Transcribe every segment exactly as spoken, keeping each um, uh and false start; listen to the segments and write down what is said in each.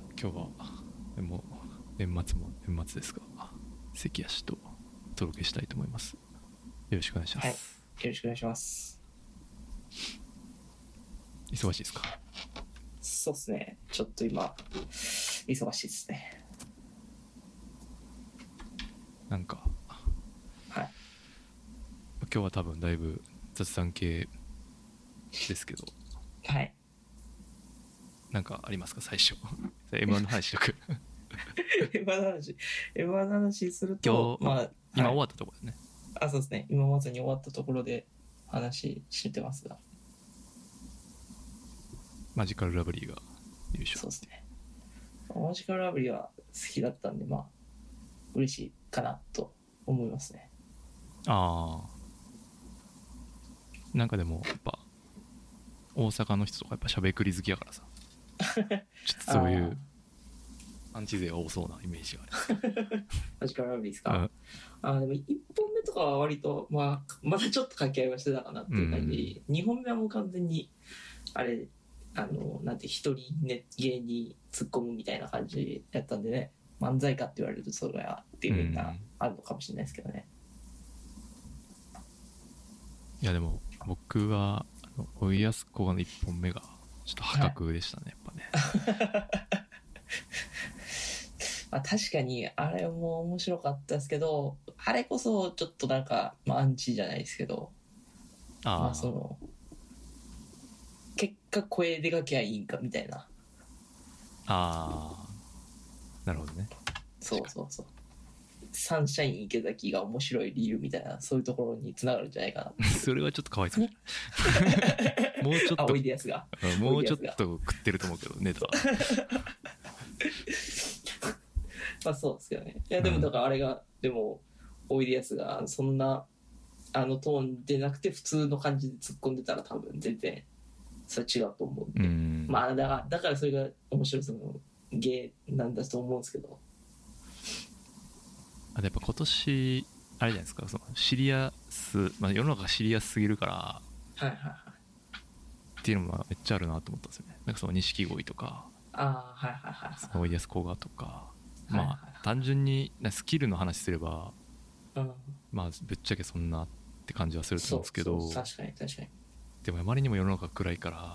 今日はでも年末も年末ですが、関谷氏とお届けしたいと思います。よろしくお願いします。 はい、よろしくお願いします。 忙しいですか？ そうですね、ちょっと今忙しいですね。 なんか、 はい、 今日は多分だいぶ雑談系ですけど、 はい、 なんかありますか最初？エムワン の話しとく。 エムワン の話、エムワン の話すると、 今日、まあ、今終わったところですね。 あ、そうですね、今まさに終わったところで話してますが、 マジカルラブリーが優勝。 そうですね。マジカルラブリーは好きだったんで、まあ嬉しいかなと思いますね。 ああ、なんかでもやっぱ大阪の人とかやっぱしゃべくり好きやからさ、ちょっとそういうアンチ勢が多そうなイメージがある。 マジカルラブリーですか？ああ、でもいっぽんめとかは割と、まあ、まだちょっと掛け合いはしてたかなっていう感じ、うん、にほんめはもう完全にあれ、あのなんて一人ね芸に突っ込むみたいな感じやったんでね、漫才かって言われるとそれはっていう風なあるのかもしれないですけどね。 いやでも僕はあのおいやすこがのいっぽんめがちょっと破格でしたね、はい、やっぱね。 まあ、確かにあれも面白かったですけど、あれこそちょっとなんか、まあ、アンチじゃないですけど、あ、まあ、その結果声でかけゃいいんかみたいな。 ああ、なるほどね。 そうそうそう。サンシャイン池崎が面白い理由みたいな、そういうところにつながるんじゃないかな。それはちょっとかわいそう。もうちょっとあ、おいでやすがもうちょっと食ってると思うけどネタは。 まあそうですけどね。いやでもだからあれが、うん、でもおいでやすがそんなあのトーンでなくて普通の感じで突っ込んでたら多分全然それ違うと思うんで、うん、まあだからだからそれが面白いその芸なんだと思うんですけど。 あ、やっぱ今年あれじゃないですか、そのシリアス、まあ、世の中がシリアスすぎるから、 はいはいはい、 っていうのもめっちゃあるなと思ったんですよね。なんかその錦鯉とか、 あ、はいはいはい、 そのおいでやすこがとか、 はいはいはい、 まあ単純にスキルの話すれば、 うん、 まあぶっちゃけそんなって感じはすると思うんですけど、 そうそう確かに確かに。 でもあまりにも世の中暗いから、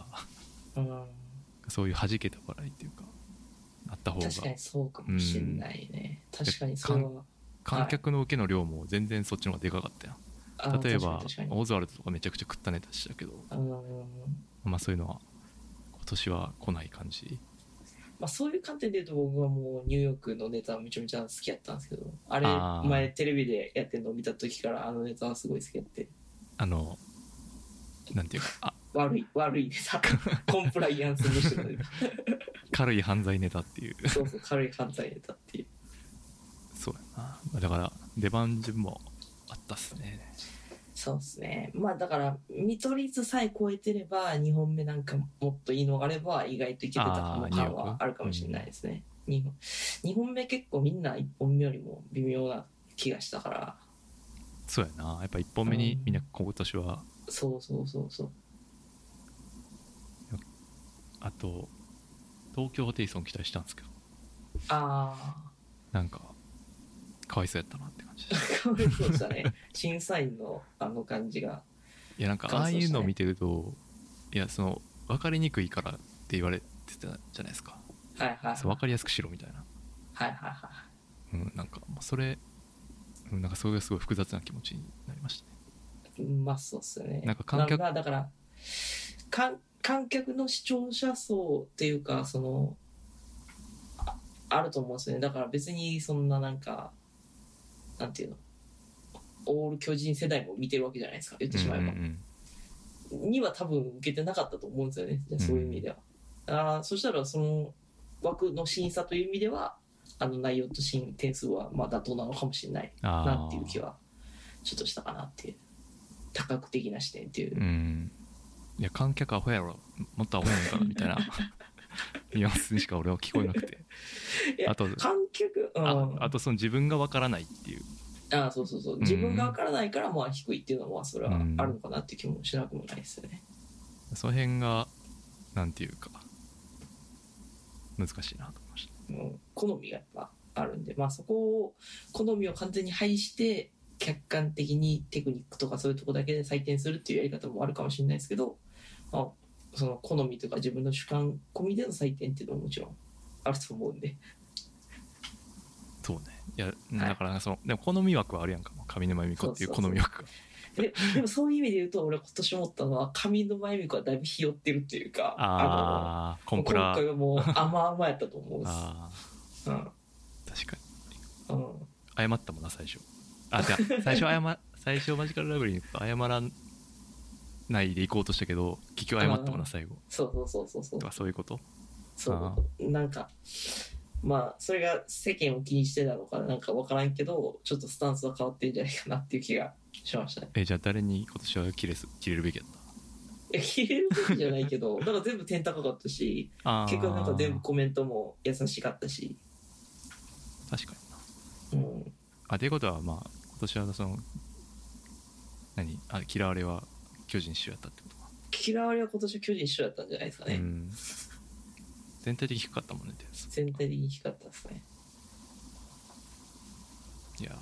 うん、そういう弾けた笑いっていうかあった方が確かにそうかもしれないね、うん、確かにそれは観客の受けの量も全然そっちの方がでかかったよ。例えばオズワルドとかめちゃくちゃ食ったネタしたけど、まあそういうのは今年は来ない感じ。 まあそういう観点で言うと僕はもうニューヨークのネタめちゃめちゃ好きやったんですけど、あれ前テレビでやってるのを見た時からあのネタはすごい好きやって、 あのなんていうか、あ悪い悪いネタコンプライアンスにしてる軽い犯罪ネタっていう。 そうそう、軽い犯罪ネタっていう。 そうやな。だから出番順もあったっすね。 そうっすね。まあだから見取り図さえ超えてればにほんめなんかもっといいのがあれば意外といけてたかも感はあるかもしれないですね。うん、に, にほんめ結構みんないっぽんめよりも微妙な気がしたから。 そうやな。やっぱいっぽんめにみんな今年は、うん、 そうそうそうそう。 あと東京ホテイソン期待したんですけど、 ああ、 なんかかわいそうやったなって感じ。 かわいそうでしたね。審査員のあの感じが。 いやなんかああいうのを見てると、いやその分かりにくいからって言われてたじゃないですか。 はいはい、はい、 そう分かりやすくしろみたいな。 はいはいはい。 うん、なんかそれ、なんかそれがすごい複雑な気持ちになりましたね。 まあそうっすよね。 なんか観客だから観観客の視聴者層っていうかその あ, あると思うんですよね。だから別にそんななんかなんていうの、オール巨人世代も見てるわけじゃないですか、言ってしまえば、うんうんうん、には多分受けてなかったと思うんですよね。じゃあそういう意味では、うん、あそしたらその枠の審査という意味ではあの内容と点数はまあ妥当なのかもしれないなっていう気はちょっとしたかなっていう。 多角的な視点っていう、 うん、いや観客アホやろもっとアホやねんからみたいなニュアンスにしか俺は聞こえなくてあと観客、うん、 あ, あとその自分がわからないっていう、 あそうそうそう自分がわからないからまあ低いっていうのはそれはあるのかなっていう気もしなくもないですよね、 うん、その辺がなんていうか難しいなと思いました、 うん、好みがやっぱあるんで、まあそこを好みを完全に排して客観的にテクニックとかそういうとこだけで採点するっていうやり方もあるかもしれないですけど、まあ、その好みとか自分の主観込みでの採点っていうのももちろんあると思うんで。 そうね。いやだからその、はい、でも好み枠はあるやんか、上沼恵美子っていう好み枠が。 で, でもそういう意味で言うと俺今年思ったのは上沼恵美子はだいぶひよってるっていうか、 ああコンプラ今回はもう甘々やったと思うんです。 あ、うん、確かに、うん、謝ったもんな最初。あじゃあ最初謝最初マジカルラブリーに謝らないで行こうとしたけど結局謝ったもんな最後。 そうそうそうそうそう。 とかそういうこと。 そうなんかまあそれが世間を気にしてたのかなんか分からんけどちょっとスタンスは変わってるんじゃないかなっていう気がしましたね。 えじゃあ誰に今年はキレすキレるべきやった？ いやキレるべきじゃないけどだから全部点高かったし結構なんか全部コメントも優しかったし。 確かにな。うん。あということはまあ今年はその何あ嫌われは巨人師匠やったってことか。 嫌われは今年は巨人師匠やったんじゃないですかね。うん、 全体的に低かったもんね。 全体的に低かったですね。 いや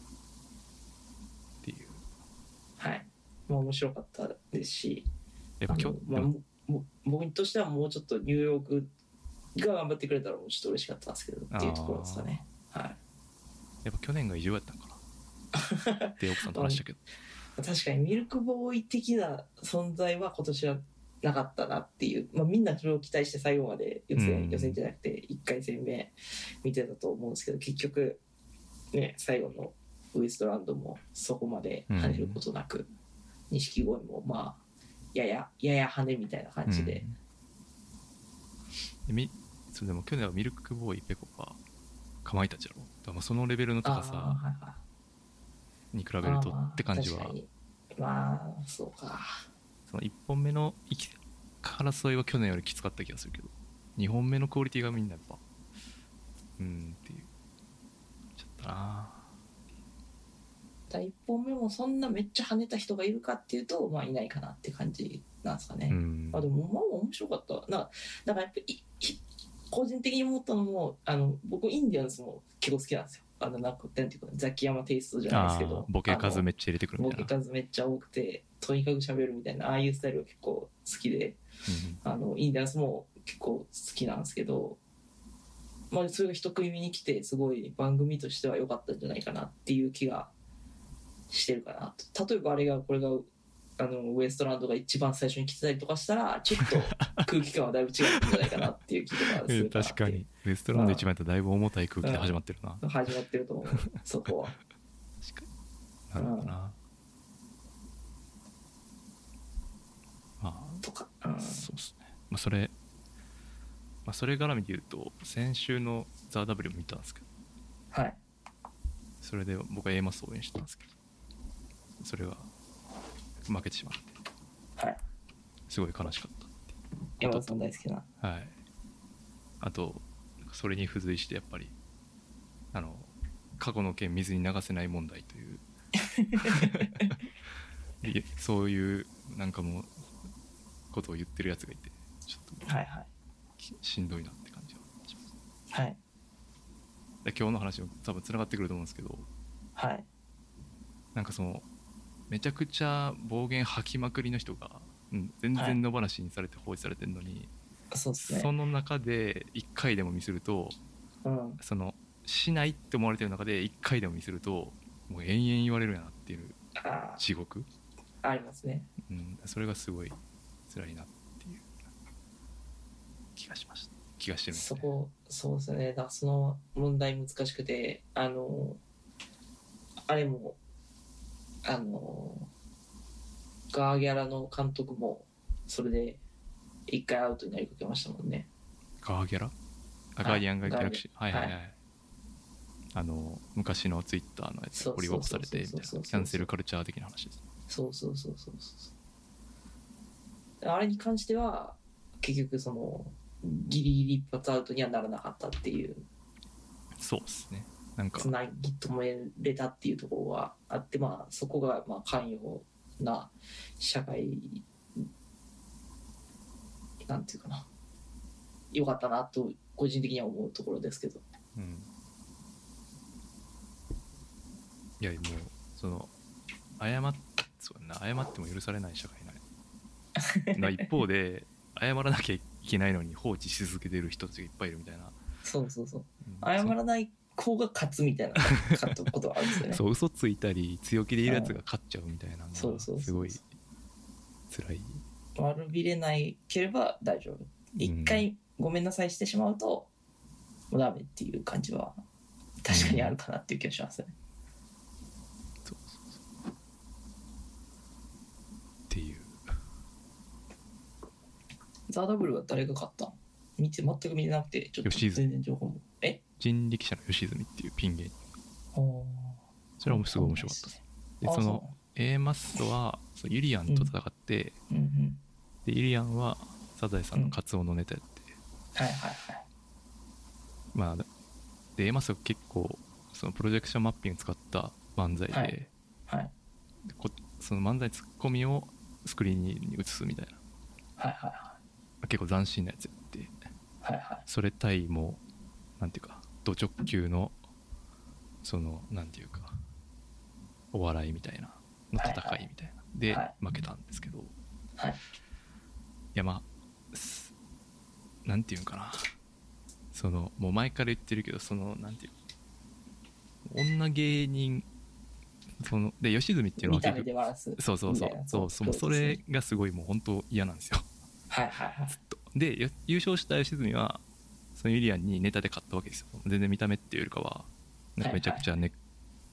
っていう。 はい。まあ面白かったですし、 やっぱ今日、 まあ、も僕としてはもうちょっとニューヨークが頑張ってくれたらもうちょっと嬉しかったんですけどっていうところですかね。はい。 やっぱ去年が異常やったんかなって奥さんと話したけど確かにミルクボーイ的な存在は今年はなかったなっていう、まあ、みんなそれを期待して最後まで予選、うん、予選じゃなくていっかい戦目見てたと思うんですけど結局ね最後のウエストランドもそこまで跳ねることなく錦鯉、うん、もまあやややや跳ねみたいな感じで、 うん、みそれでも去年はミルクボーイペコがかまいたちやろだからそのレベルの高さに比べるとって感じは、 まあ、まあそうかそのいっぽんめの争いは去年よりきつかった気がするけどにほんめのクオリティがみんなやっぱうんっていうちょっとな。 いっぽんめもそんなめっちゃ跳ねた人がいるかっていうとまあいないかなって感じなんですかね、うん、あでもまあ面白かったな。だからやっぱり個人的に思ったのもあの僕インディアンスも結構好きなんですよ。あのなんかなんていうかザキヤマテイストじゃないですけどボケ数めっちゃ入れてくるみたいなボケ数めっちゃ多くてとにかく喋るみたいなああいうスタイルが結構好きで、うん、あのインディアンスも結構好きなんですけどまあそれが一組目に来てすごい番組としては良かったんじゃないかなっていう気がしてるかなと。例えばあれがこれがあのウエストランドが一番最初に来てたりとかしたらちょっと空気感はだいぶ違ったんじゃないかなっていう気がするかな確かにウエストランド一番やったらだいぶ重たい空気で始まってるな、 うん、始まってると思うそこは確かになるほどな、うん、まあとか、うん、 そうっすね、まあ、それまあそれ絡みで言うと先週のザ・ W も見たんですけどはいそれで僕は A マスを応援してたんですけどそれが負けてしまってはいすごい悲しかったって山田さん大好きなはいあとそれに付随してやっぱりあの過去の件水に流せない問題というそういうなんかもうことを言ってるやつがいてちょっと、 はいはい、 しんどいなって感じがします。 はいで今日の話も多分つながってくると思うんですけどはいなんかそのめちゃくちゃ暴言吐きまくりの人が、うん、全然野放しにされて放置されてるのに、 はい、そうですね、 その中でいっかいでもミスると、 うん、 そのしないって思われてる中でいっかいでもミスるともう延々言われるやなっていう地獄あ, ありますね、 うん、それがすごい辛いなっていう気がしました気がしてるんですね。 そこそうですね。だからその問題難しくてあのあれもあのガーギャラの監督もそれで一回アウトになりかけましたもんね。 ガーギャラあ、はい、ガーディアンがギャラクシーはいはいはい、はい、 あの昔のツイッターのやつ掘り起こされてみたいなキャンセルカルチャー的な話です。 そうそうそうそうそう。あれに関しては結局そのギリギリ一発アウトにはならなかったっていう。 そうですね。なんかつなぎ止めれたっていうところがあって、まあそこがまあ寛容な社会なんていうかな、良かったなと個人的には思うところですけど。 うん。いやもうその謝っそうな謝っても許されない社会ないな一方で謝らなきゃいけないのに放置し続けてる人たちがいっぱいいるみたいな。 そうそうそう、 うん、 謝らない方が勝つみたいな勝ったことはあるんですよね。 そう嘘ついたり強気でいるやつが勝っちゃうみたいなのがすごい辛い。 悪びれないければ大丈夫。一回ごめんなさいしてしまうともうダメっていう感じは確かにあるかなっていう気がしますね。 うん、そうそうそうっていう。 ザ・ダブルは誰が勝った？見て全く見てなくてちょっと全然情報もえ人力車の吉住っていうピン芸人。それはすごい面白かったです。でその A マッソはそのユリアンと戦って、 うんうんうん、 でユリアンはサザエさんのカツオのネタやって、 うん、はいはいはい。 まあで A マッソは結構そのプロジェクションマッピング使った漫才で、 はいはい、 でこその漫才ツッコミをスクリーンに映すみたいな、 はいはいはい、 結構斬新なやつやって、 はいはい、 それ対もうなんていうかド直球のそのなんていうかお笑いみたいなの戦いみたいな、はいはい、で、負けたんですけど、 はい、いやまあなんていうんかな、そのもう前から言ってるけどそのなんていう女芸人そので吉住っていうのは結局そうそうそうそうそうそれがすごいもう本当嫌なんですよ。 はいはいはい。 ずっとで優勝した吉住はそのユリアンにネタで勝ったわけですよ。全然見た目っていうよりかはなんかめちゃくちゃね、はいはい、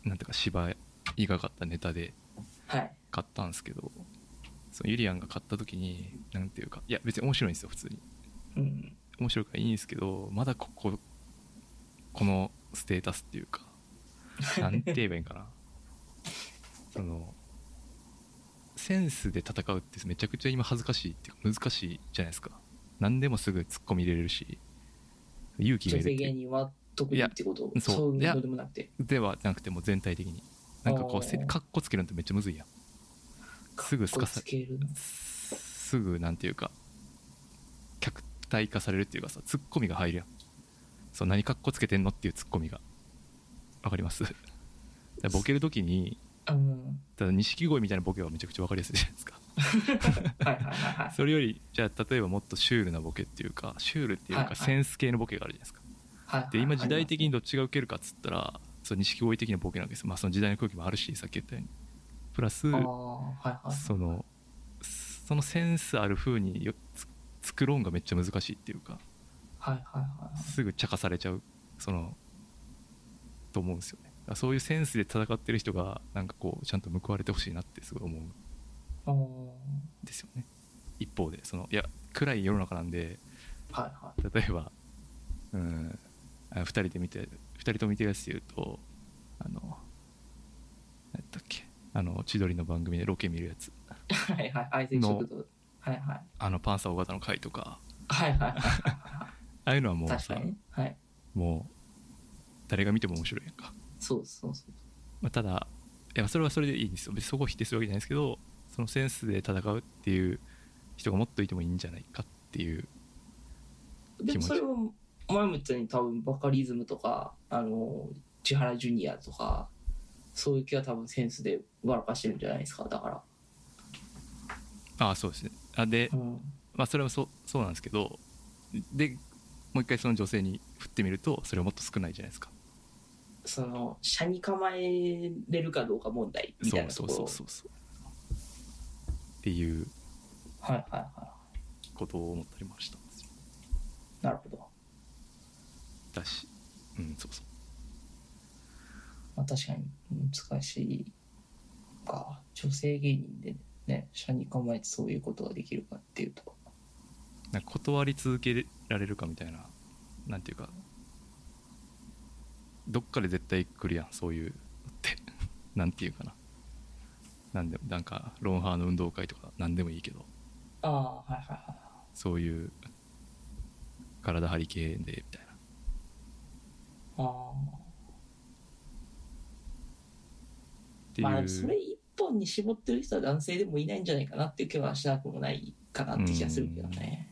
なんていうか芝居がかったネタで勝ったんですけど、はい、そのユリアンが勝った時になんていうかいや別に面白いんですよ普通に、うん、面白いからいいんですけどまだこここのステータスっていうかなんて言えばいいんかなそのセンスで戦うってめちゃくちゃ今恥ずかしいっていうか難しいじゃないですか。何でもすぐ突っ込み入れれるし勇気がいるって。女性芸人は特にってこと？そういうのでもなくてではなくても全体的になんかこうカッコつけるのってめっちゃむずいやん。すぐすかさすぐなんていうか客体化されるっていうかさツッコミが入るやん。そう何カッコつけてんのっていうツッコミがわかります？ボケるときにうん、ただ錦鯉みたいなボケはめちゃくちゃ分かりやすいじゃないですかはいはいはい、はい、それよりじゃあ例えばもっとシュールなボケっていうかシュールっていうかセンス系のボケがあるじゃないですか、はいはい、で今時代的にどっちが受けるかっつったらその錦鯉的なボケなんですよ。まあその時代の空気もあるしさっき言ったようにプラス、はいはい、そのそのセンスある風に作ろんがめっちゃ難しいっていうか、はいはいはい、すぐ茶化されちゃうそのと思うんですよね。そういうセンスで戦ってる人がなんかこうちゃんと報われてほしいなってすごい思うんですよね。一方でそのいや暗い世の中なんで、はいはい、例えばうんふたりで見てふたりとも見てるやつで言うとあの何だっけあの千鳥の番組でロケ見るやつはいはい相席食堂はいはいあのパンサー尾形の回とかはいはいはいああいうのはもうさ、ねはい、もう誰が見ても面白いやんか。そうそうそう、まあ、ただいやそれはそれでいいんですよ。別にそこを否定するわけじゃないですけどそのセンスで戦うっていう人がもっといてもいいんじゃないかっていう気持ち。でもそれは前も言ったように多分バカリズムとかあの千原ジュニアとかそういう気は多分センスで笑かしてるんじゃないですか。だからああそうですね。あで、うん、まあそれは そ, そうなんですけどでもう一回その女性に振ってみるとそれはもっと少ないじゃないですか。その車に構えれるかどうか問題みたいなところそうそうそうそうっていうはいはいはいことを思ったりもしたんですよ。なるほど。だしうんそうそう、まあ、確かに難しいか女性芸人でね車に構えてそういうことができるかっていうとなんか断り続けられるかみたいななんていうかどっかで絶対来るやんそういうのってなんていうかな、なんでなんかロンハーの運動会とかなんでもいいけど、 ああはいはいはい。 そういう体張り系でみたいな。 あっていう、 まあそれ一本に絞ってる人は男性でもいないんじゃないかなっていう気はしなくもないかなって気がするけどね。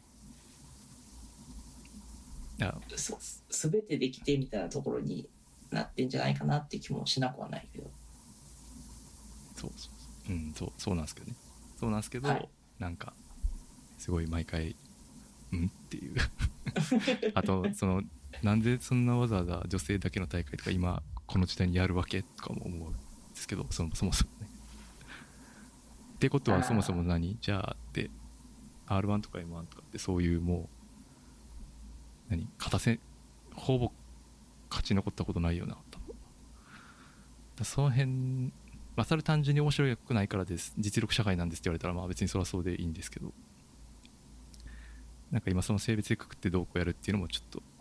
いやそ全てできてみたいなところになってんじゃないかなっていう気もしなくはないけど。 そうそうそう、うん、そうそうなんですけどね。そうなんですけど、 はい、 なんかすごい毎回うんっていうあとそのなんでそんなわざわざ女性だけの大会とか今この時代にやるわけとかも思うんですけど、そもそもそもねってことはそもそも何じゃあって アールワン とか エムワン とかってそういうもう何勝たせほぼ勝ち残ったことないよなと。だその辺、まあ、それ単純に面白くないからです実力社会なんですって言われたらまあ別にそれはそうでいいんですけど、なんか今その性別でくくってどうこうやるっていうのもちょっと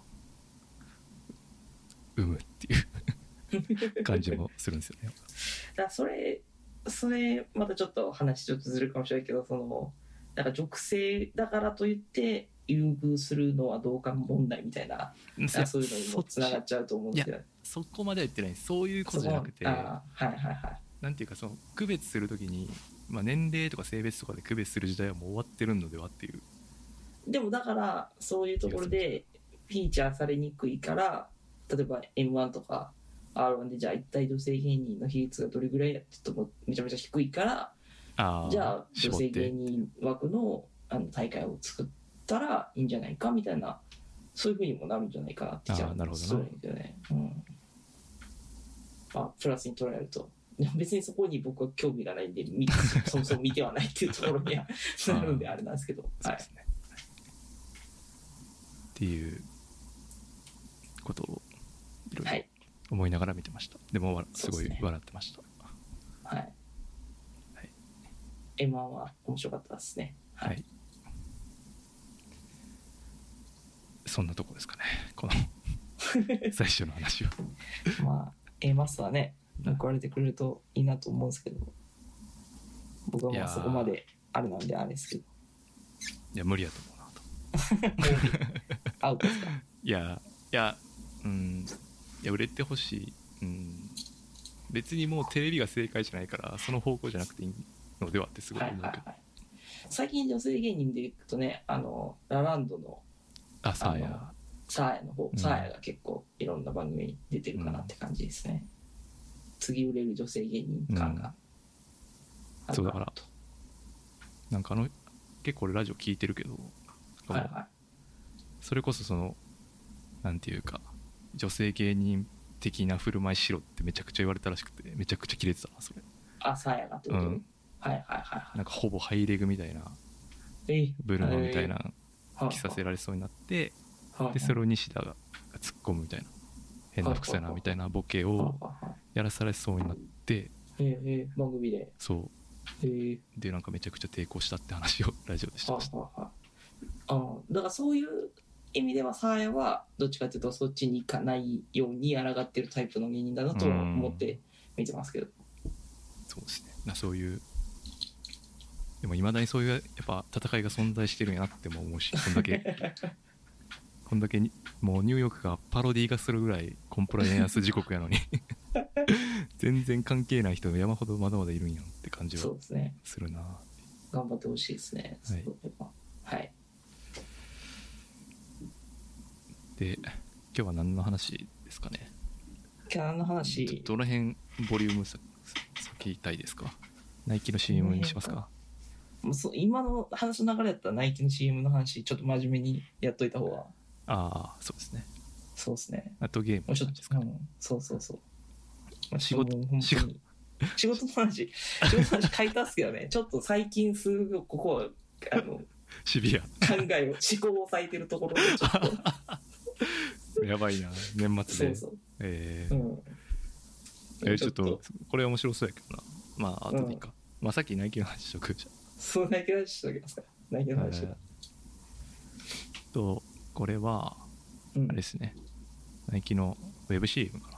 うむっていう感じもするんですよね。 だそれそれまたちょっと話ちょっとずるかもしれないけど、そのなんか女性だからといって優遇するのはどうか問題みたいな、そういうのにもつながっちゃうと思うんですけど、 そこまでは言ってない。そういうことじゃなくて、 あはいはいはい、 なんていうかその区別するときに、まあ、年齢とか性別とかで区別する時代はもう終わってるのではっていう。 でもだからそういうところでフィーチャーされにくいから、例えば エムワン とか アールワン でじゃあ一体女性芸人の比率がどれぐらいやってともめちゃめちゃ低いから、 あじゃあ女性芸人枠 の, あの大会を作ったらいいんじゃないかみたいな、そういう風にもなるんじゃないかなって気がするんですよね。うん、まあプラスに捉えると別にそこに僕は興味がないんでそもそも見てはないっていうところにはなるんであれなんですけど、 そうですね、はい、っていうことをいろいろ思いながら見てました。でもすごい笑ってました。 はい、はい、エムワン は面白かったですね。はい、はい、 そんなとこですかね、この最初の話は。 まあ A マスはね報われてくれるといいなと思うんですけど、僕はまあそこまであれなんであれですけど、 いや無理やと思うなと。 もうアウトですか。 いやいやうんいや売れてほしい、うん、別にもうテレビが正解じゃないからその方向じゃなくていいのではってすごい思うけど、はいはいはい、 最近女性芸人でいくとね、あのラランドのあサーヤサーヤの方、うん、サーヤが結構いろんな番組に出てるかなって感じですね、うん、次売れる女性芸人感があるかなと、うん、そうだからなんかあの結構俺ラジオ聞いてるけど、はいはい、それこそそのなんていうか女性芸人的な振る舞いしろってめちゃくちゃ言われたらしくて、めちゃくちゃキレてたなそれ。 あ、サーヤがってこと、うん、はいはいはいはい。 なんかほぼハイレグみたいなブルマみたいな着させられそうになって、でそれを西田が突っ込むみたいな変な服装やなみたいなボケをやらされそうになって、 えー、番組でそう、えー、でなんかめちゃくちゃ抵抗したって話をラジオでしてました。 ああ、だからそういう意味ではサーヤはどっちかというとそっちに行かないように抗ってるタイプの芸人だなと思って見てますけど、 そうですね、そういう、でもいまだにそういうやっぱ戦いが存在してるんやなっても思うし、こんだけこんだけにもうニューヨークがパロディ化するぐらいコンプライアンス時刻やのに全然関係ない人が山ほどまだまだいるんやんって感じはするな。 ね、頑張ってほしいですね。はい、はい、 で今日は何の話ですかね。 今日何の話、 どの辺ボリュームさ聞きたいですか。ナイキの シーエム にしますか。 もうそう今の話の流れだったらナイキの シーエム の話ちょっと真面目にやっといた方が。 ああそうですね。 そうですね。 あとゲームの話ですか、ね、 うん、そうそうそう、まあ、 仕事仕事仕事の話仕事の話書いたっすけどねちょっと最近すぐここはあのシビア考えを思考を割いてるところでちょっとやばいな年末で。 そうそう、 えーうん、えー、ちょっとこれ面白そうやけどな。まあ後でいいか、うん、まあさっきナイキの話しとくじゃん。 そうナイキの話しときますか。ナイキの話はとこれは、うん、あれですね、ナイキのウェブ シーエム かな。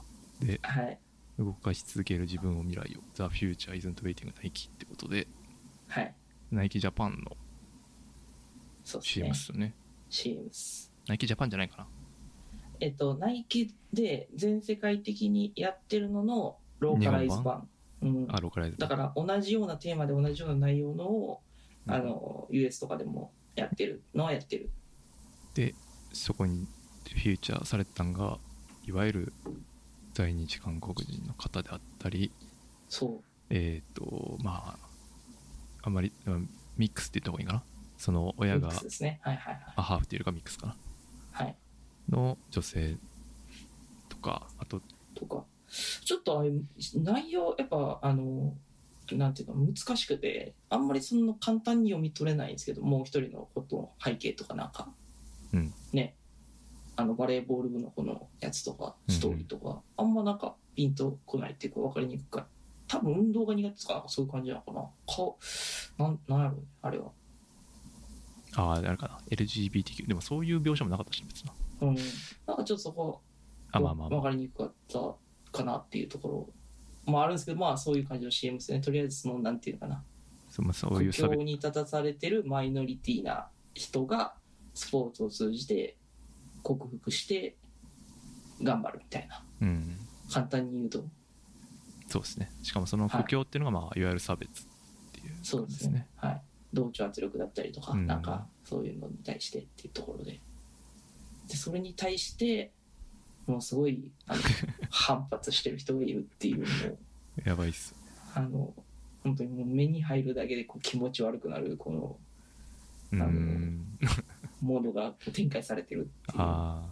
で、 はい、 動かし続ける自分を未来を The Future Isn't Waiting Nike ってことで、 はい、 ナイキジャパンのそうですね、 シーエム っすよね。 シーエム です。 ナイキジャパンじゃないかな。 えっとナイキで全世界的にやってるののローカライズ版、うん、 あローカライズだから同じようなテーマで同じような内容のを、うん、あの ユーエス とかでもやってるのはやってる。 でそこにフューチャーされたのがいわゆる在日韓国人の方であったり、 そうえっ、ー、とまああんまりミックスって言った方がいいかな。その親が、 ね、はいはいはい、 アハーフっていうよりかミックスかな、 はい、 の女性とか、あととかちょっとあれ内容やっぱあのなんていうか難しくてあんまりそんな簡単に読み取れないんですけど、もう一人のことの背景とかなんか、 うん、 ね、あのバレーボール部のこのやつとかストーリーとか、うん、あんまなんかピンとこないっていうか分かりにくくから、多分運動が苦手とかなんかそういう感じなのかな、かなんなんやろうあれは。 ああ、あれかな エルジービーティーキュー でもそういう描写もなかったし別な、 うん、なんかちょっとそこあ、まあまあまあ、 分かりにくかったかなっていうところもあるんですけど、まあそういう感じの シーエム ですね。とりあえずそのなんていうのかな、 そ、まあ、そういう苦境に立たされてるマイノリティな人がスポーツを通じて克服して頑張るみたいな、 うん、 簡単に言うとそうですね。しかもその苦境っていうのが、まあ、はい、いわゆる差別っていう感じですね。 そうですね、はい、同調圧力だったりとか、 うん、 なんかそういうのに対してっていうところで、でそれに対してもうすごいあの反発してる人がいるっていうのもやばいっす。 あの本当にもう目に入るだけでこう気持ち悪くなるこのあのうんモードが展開されてるっていう。 あ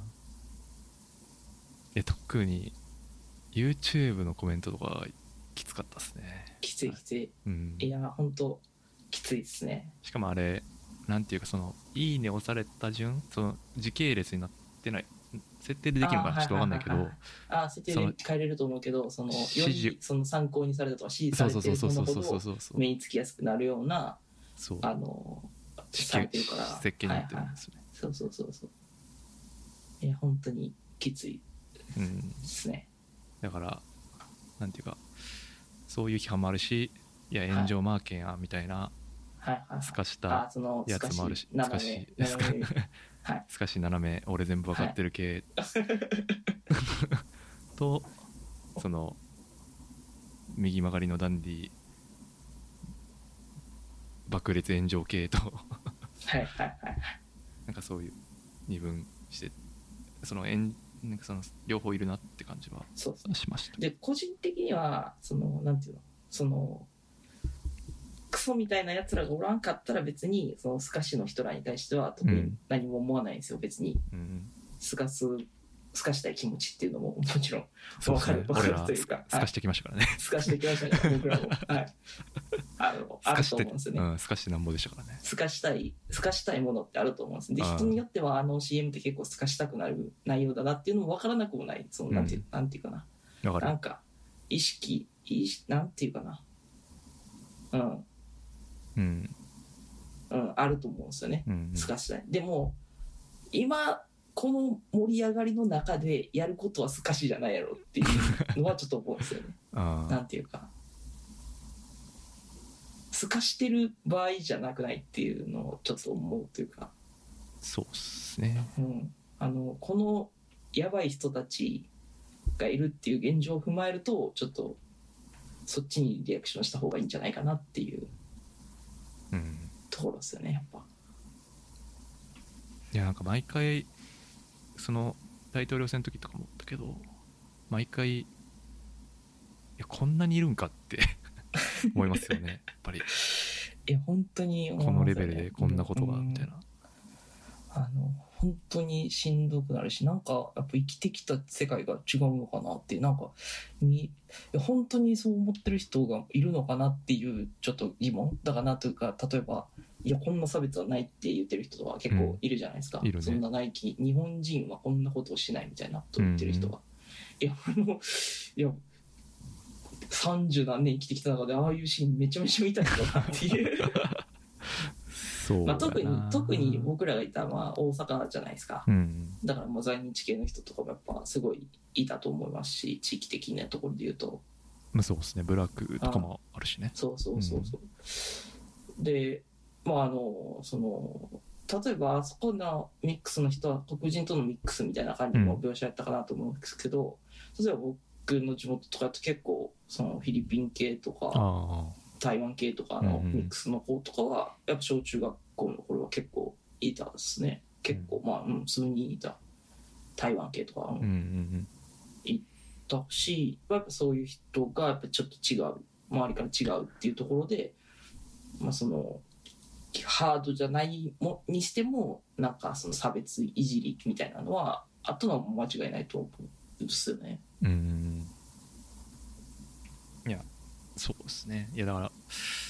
え特に YouTube のコメントとかきつかったですね。 きついきつい、 うん、 いや本当きついですね。 しかもあれなんていうか、そのいいね押された順、その時系列になってない、設定でできるのかな、ちょっと分かんないけど、 ああ設定で変えれると思うけど、そのよりその参考にされたとか指示されてるものほど目につきやすくなるような、 そうあのされてるから設計になってるんですね、はいはい、 そうそうそうそう、いや本当にきついですね、 うん、だからなんていうかそういう批判もあるし、いや炎上マーケンやみたいな、はいはい、すかしたやつもあるし、すかしすかし斜め俺全部わかってる系、はい、とその右曲がりのダンディ爆裂炎上系とはいはいはい、 なんかそういう二分してそのなんかその両方いるなって感じはしました。 で個人的にはそのなんていうの、そのクソみたいなやつらがおらんかったら別にそのスカシの人らに対しては特に何も思わないんですよ、うん、別に、うん、スカススカしたい気持ちっていうのももちろん分かる、分かるというか、 スカしてきましたからね、 スカしてきましたから僕らも、はい、あのあると思うんですよね、 うん、スカしてなんぼでしたからね。 スカしたいスカしたいものってあると思うんですで、人によってはあの シーエム って結構スカしたくなる内容だなっていうのも分からなくもない、そのなんていう、うん、なんていうかな、なんか意識意識なんていうかな、うんうんうん、あると思うんですよね、 うんうん、 スカしたい。でも今この盛り上がりの中でやることはスカシじゃないやろっていうのはちょっと思うんですよねなんていうかスカしてる場合じゃなくないっていうのをちょっと思うというか、 そうっすね、 うん、あのこのやばい人たちがいるっていう現状を踏まえるとちょっとそっちにリアクションした方がいいんじゃないかなっていうところですよね、やっぱ。 いやなんか毎回その大統領選の時とかも思ったけど、毎回いやこんなにいるんかって思いますよねやっぱり。 いや本当に、 ね、このレベルでこんなことがみたいな、 あの本当にしんどくなるし、なんかやっぱ生きてきた世界が違うのかなっていう、なんかにいや本当にそう思ってる人がいるのかなっていうちょっと疑問だからなというか、例えばいやこんな差別はないって言ってる人とか結構いるじゃないですか、 うんいるね、 そんなナイキ日本人はこんなことをしないみたいなと言ってる人が、うん、いやあのいや三十何年生きてきた中でああいうシーンめちゃめちゃ見たんだなっていうそそうまあ、特に特に僕らがいたのは大阪じゃないですか、 うん、 だからもう在日系の人とかもやっぱすごいいたと思いますし、地域的なところで言うと、 まあ、そうですね、ブラックとかもあるしね。 そうそうそうそう、うん、でまああのその例えばあそこのミックスの人は黒人とのミックスみたいな感じの描写やったかなと思うんですけど、うん、例えば僕の地元とかだと結構そのフィリピン系とか台湾系とかのミックスの子とかはやっぱ小中学校の頃は結構いたですね。結構まあ、うん、普通にいた台湾系とか、うんうんうん、いたし、やっぱそういう人がやっぱちょっと違う、周りから違うっていうところで、まあそのハードじゃないもにしてもなんかその差別いじりみたいなのはあったのは間違いないと思うんですよね。 うん、いやそうですね。いやだから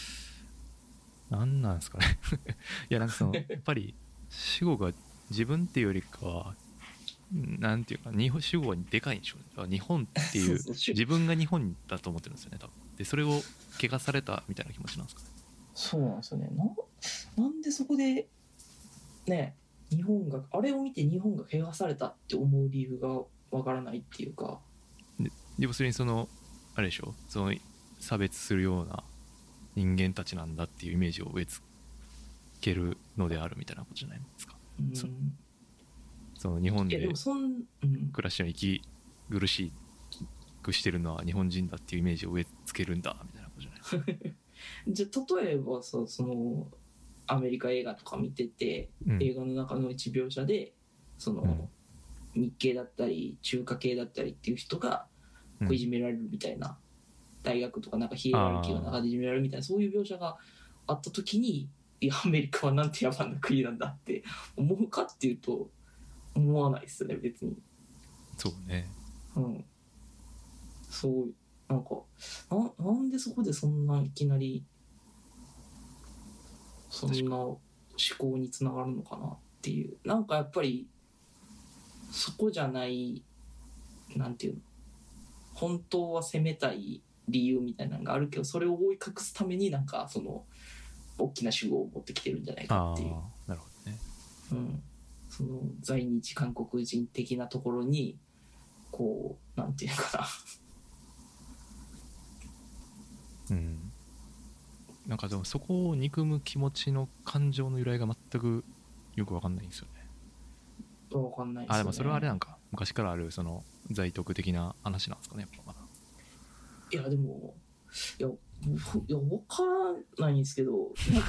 なんなんですかねいやなんかそのやっぱり主語が自分っていうよりかはなんていうか日本主語にでかいんでしょうね。日本っていう自分が日本だと思ってるんですよね多分。でそれを汚されたみたいな気持ちなんですかね。 そうなんですよね。 な, なんでそこでね日本があれを見て日本が汚されたって思う理由がわからないっていうか、 で要するにそのあれでしょ、その差別するような人間たちなんだっていうイメージを植え付けるのであるみたいなことじゃないですか。うん、そ, その日本で暮らしの生き苦しくしてるのは日本人だっていうイメージを植え付けるんだみたいなことじゃないですかじゃあ例えばさ、そのアメリカ映画とか見てて、うん、映画の中の一描写でその、うん、日系だったり中華系だったりっていう人がこういじめられるみたいな、うん、大学とかなんかヒエラルキーの中でいじめられるみたいなそういう描写があった時に、いやアメリカはなんて野蛮な国なんだって思うかっていうと思わないですよね別に。 そうね、 うん、そうなんか な, なんでそこでそんないきなりそんな思考につながるのかなっていう、なんかやっぱりそこじゃないなんていうの本当は責めたい理由みたいなのがあるけどそれを覆い隠すためになんかその大きな主語を持ってきてるんじゃないかっていう。 あなるほどね、 うん、その在日韓国人的なところにこうなんていうかなうん、なんかでもそこを憎む気持ちの感情の由来が全くよく分かんないんですよね。 分かんないですよね。 あでもそれはあれなんか昔からあるその在特的な話なんですかねやっぱまだ。 いやでもいやいや分からないんですけど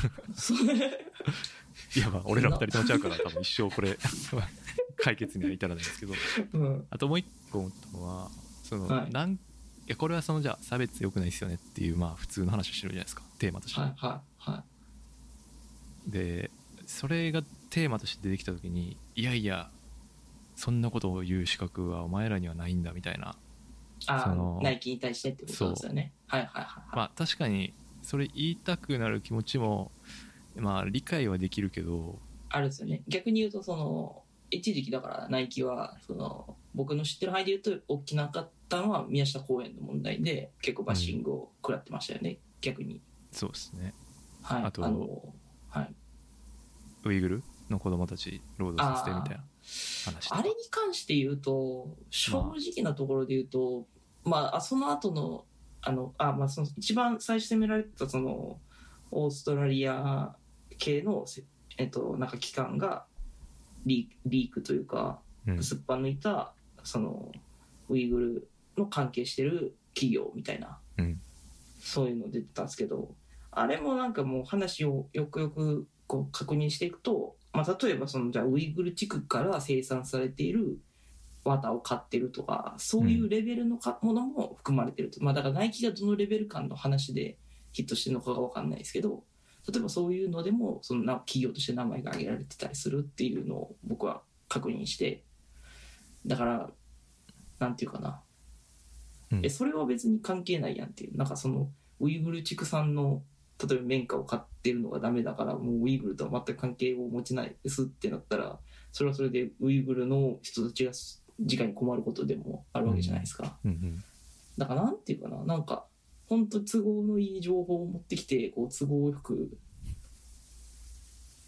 いやまあ俺ら二人ともちゃうから多分一生これ解決には至らないですけど、うん、あともう一個思ったのはその、はい、なんいやこれはそのじゃあ差別良くないですよねっていうまあ普通の話をしてるじゃないですかテーマとして。 はいはいはい。 でそれがテーマとして出てきた時にいやいやそんなことを言う資格はお前らにはないんだみたいな。 あそのナイキに対してってことですよね。はいはいはい、はい。 まあ確かにそれ言いたくなる気持ちもまあ理解はできるけどあるんですよね。逆に言うとその一時期だからナイキはその僕の知ってる範囲で言うと大きなかったのは宮下公園の問題で結構バッシングを食らってましたよね、うん、逆に。 そうですね。 はい。 あとあの、はい、 ウイグルの子供たち労働させてみたいな話。 あれに関して言うと正直なところで言うと、まあ、まあその後のあのあまあその一番最初責められたそのオーストラリア系のえっとなんか機関がリーク、リークというか、うん、すっぱ抜いたそのウイグルの関係してる企業みたいな、 うん、 そういうの出てたんですけど、あれもなんかもう話をよくよくこう確認していくと、まあ、例えばそのじゃあウイグル地区から生産されている綿を買ってるとかそういうレベルのか、うん、ものも含まれてると、まあ、だからナイキがどのレベル感の話でヒットしてるのかが分かんないですけど、例えばそういうのでもその企業として名前が挙げられてたりするっていうのを僕は確認して、だからなんていうかな、うん、えそれは別に関係ないやんっていう、なんかそのウイグル地区産の例えば綿花を買ってるのがダメだからもうウイグルとは全く関係を持ちないですってなったらそれはそれでウイグルの人たちが直に困ることでもあるわけじゃないですか、 うんうんうん、 だからなんていうかな、なんか本当都合のいい情報を持ってきてこう都合よく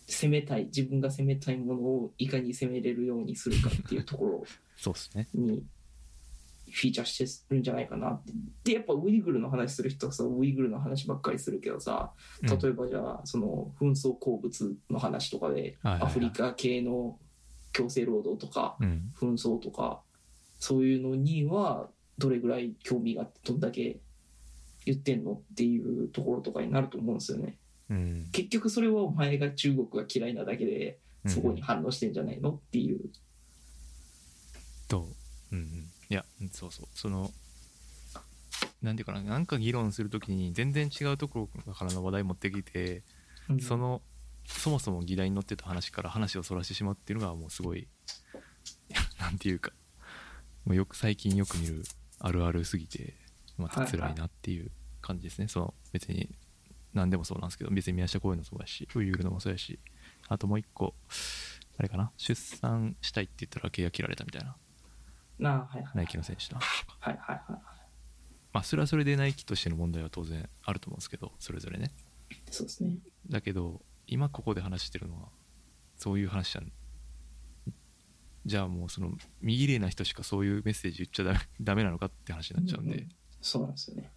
攻めたい自分が攻めたいものをいかに攻めれるようにするかっていうところそうですねにフィーチャーしてるんじゃないかなって。でやっぱウイグルの話する人はさウイグルの話ばっかりするけどさ、例えばじゃあその紛争鉱物の話とかで、 はいはいはい、 アフリカ系の強制労働とか、 うん、 紛争とかそういうのにはどれぐらい興味があってどんだけ言ってんのっていうところとかになると思うんですよね、 うん、 結局それはお前が中国が嫌いなだけでそこに反応してんじゃないのっていう、うん、 と、うんうん、いやそうそうそのなんていうかな、なんか議論するときに全然違うところからの話題持ってきて、うん、そのそもそも議題に乗ってた話から話をそらしてしまうっていうのがもうすごいなんていうかもうよく最近よく見るあるあるすぎてまた辛いなっていう感じですね、はいはい、その別に何でもそうなんですけど別に宮下公園のそうだしウイグルのもそうやし、あともう一個あれかな、出産したいって言ったら契約切られたみたいな、 なあ、はいはい、 ナイキの選手だ、 はいはいはい、 まあそれはそれでナイキとしての問題は当然あると思うんですけど、それぞれね、 そうですね。 だけど今ここで話してるのはそういう話じゃん。じゃあもうその見綺麗な人しかそういうメッセージ言っちゃダメ、ダメなのかって話になっちゃうんで、 うんうん、そうなんですよね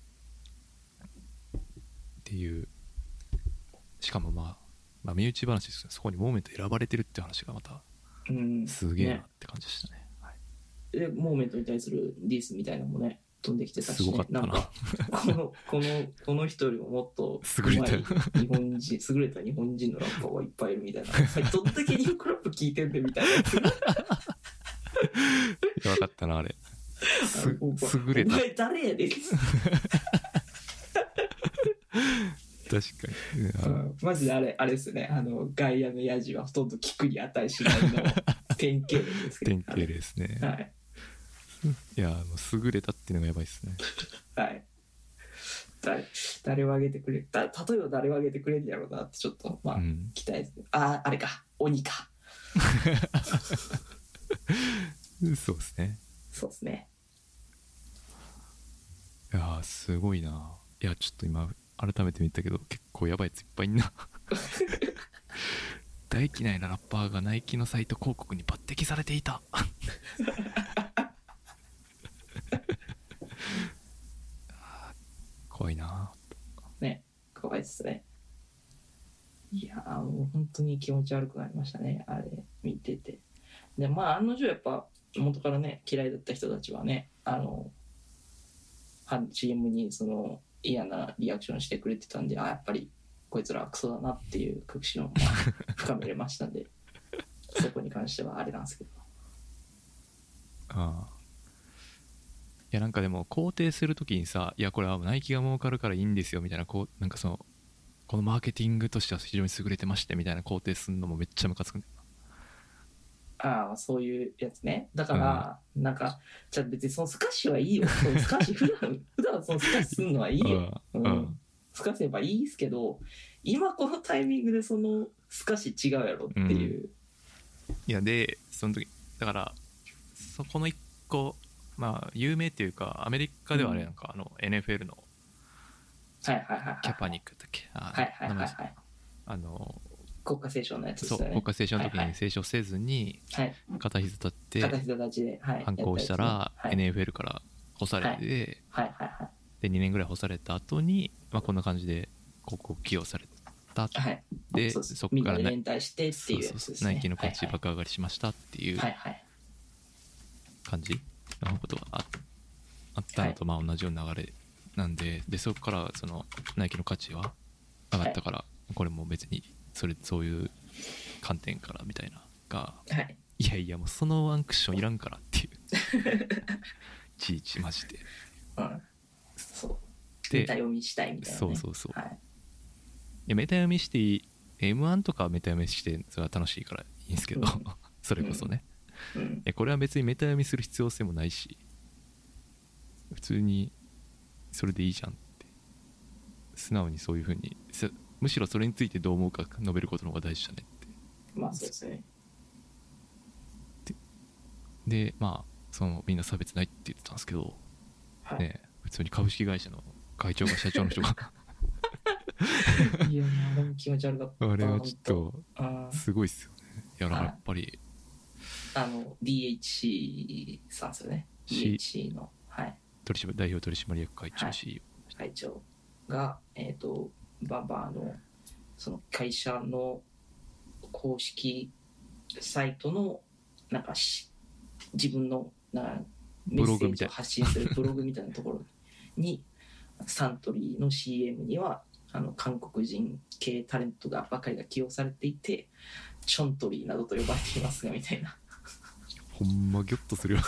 っていう、しかもまあ、まあ、身内話ですけどそこにモーメント選ばれてるって話がまたすげえなって感じでしたね、うん、ね、はい、でモーメントに対するディスみたいなのもね飛んできてたし、ね、 すごかったな、 なんかこのこのこの人よりももっと優れた日本人優れた日本人のラッパーはいっぱいいるみたいなどんだけニュークラップ聞いてんでみたいなやばかったなあれす優れたお前誰やで確かに、 うん、マジであれあれですね、あの外野のヤジはほとんど聞くに値しないの典型例ですけど、 典型例ですね、 はい、 いやもう優れたっていうのがやばいですねはい誰誰を挙げてくれた、例えば誰を挙げてくれるんやろうなってちょっとまあ、うん、期待ですね。ああれか鬼かそうですねそうですね。 いやすごいな。いやちょっと今改めて見たけど結構やばいやついっぱいいんな大嫌いなラッパーがナイキのサイト広告に抜擢されていた怖いなね、怖いっすね。いやーもう本当に気持ち悪くなりましたね、あれ見てて。でまあ案の定やっぱ元からね嫌いだった人たちはね、あの シーエム にその嫌なリアクションしてくれてたんで、あやっぱりこいつらはクソだなっていう確信をまあ深めれましたんでそこに関してはあれなんですけど、 ああいやなんかでも肯定するときにさ、いやこれはナイキが儲かるからいいんですよみたいな、こうなんかそのこのマーケティングとしては非常に優れてましてみたいな肯定するのもめっちゃムカつくんだよな。 ああそういうやつね。だから、うん、なんかじゃあ別にそのスカッシュはいいよ、そのスカッシュ普段普段そのスカッシュするのはいいよ、うんうん、スカッシュすればいいですけど、今このタイミングでそのスカッシュ違うやろっていう、 うん、いやでその時だからそこの一個まあ有名っていうかアメリカではあれなんか、うん、あの エヌエフエルのはいはいはいはいキャパニックだっけ、あはいはいはいはいあの国家斉唱のやつですよね。そう国家斉唱の時に斉唱せずに片膝立って片膝立ちで反抗したら エヌエフエル から干されて、 はいはいはいはい、 でにねんぐらい干された後にまあこんな感じで広告起用された、 はい、 でそそこから連帯してっていうやつですね。そうそうそうナイキの価値爆上がりしましたっていう感じのことがあったのとまあ同じような流れなんで、でそこからそのナイキの価値は上がったから、はい、これも別にそれそういう観点からみたいなが、 はい、 いやいやもうそのワンクッションいらんからっていういちいちマジで、 うん、そうでメタ読みしたいみたいな、ね、 そうそうそう、 はい、 いやメタ読みしていい エムワン とかはメタ読みしてそれは楽しいからいいんですけど、うん、それこそね、うんうん、いやこれは別にメタ読みする必要性もないし普通にそれでいいじゃんって素直にそういう風にむしろそれについてどう思うか述べることの方が大事だねって。 まあそうですね。 で、でまあそのみんな差別ないって言ってたんですけど、はい、ね普通に株式会社の会長が社長の人がいやあれも気持ち悪かった。 あれはちょっとすごいっすよね。いややっぱりあの ディーエイチシー さんですよね。 ディーエイチシー の、はい、 取締代表取締役会長 シーイーオー、 はい、会長がえっ、ー、とババーのその会社の公式サイトのなんかし自分のなんかメッセージを発信するブログみたいなところにサントリーの シーエム にはあの韓国人系タレントがばかりが起用されていてチョントリーなどと呼ばれていますがみたいなほんまギョッとするよ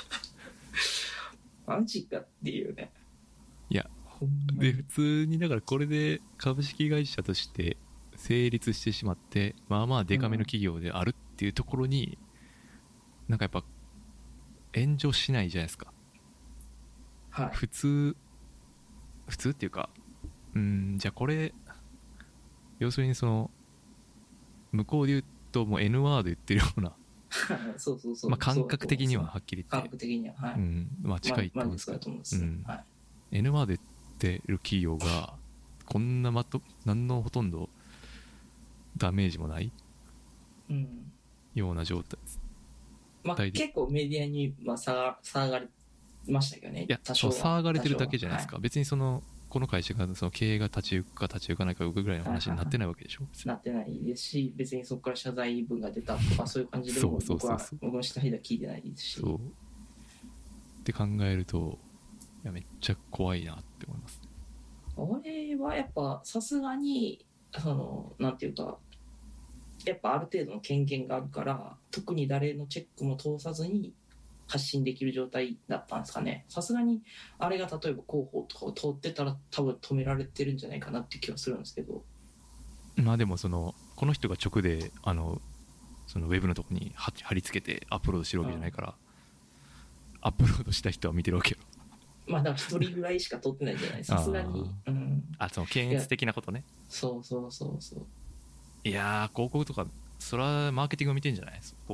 マジかっていうね。 いやで普通にだからこれで株式会社として成立してしまってまあまあデカめの企業であるっていうところに、うん、なんかやっぱ炎上しないじゃないですか、 はい、 普通普通っていうかうんじゃあこれ要するにその向こうで言うともう N ワード言ってるようなそうそうそう、 まあ、感覚的にははっきり言って感覚的には、はい、 うん、まあ近いと思うんですけど、うん、はい、N ワード言ってる企業がこんなまと何のほとんどダメージもない、うん、ような状態です。 まあ、結構メディアに、まあ、騒がれましたけどね。 いや多少騒がれてるだけじゃないですか、はい、別にそのこの会社がその経営が立ち行くか立ち行かないかぐらいの話になってないわけでしょ、はいはいはい、 なってないですし別にそこから謝罪文が出たとかそういう感じでも僕は僕の下には聞いてないですし、そうって考えるといやめっちゃ怖いなって思います。 俺はやっぱさすがにそのなんていうかやっぱある程度の権限があるから特に誰のチェックも通さずに発信できる状態だったんですかね。さすがにあれが例えば広報とかを通ってたら多分止められてるんじゃないかなっていう気はするんですけど、 まあでもそのこの人が直であのそのウェブのとこに貼り付けてアップロードしてるわけじゃないから、うん、アップロードした人は見てるわけよ。 まあだから一人ぐらいしか撮ってないじゃないさすがに、うん、 あその検閲的なことね。 そうそうそうそう。 いやー広告とかそれはマーケティング見てんじゃないですか。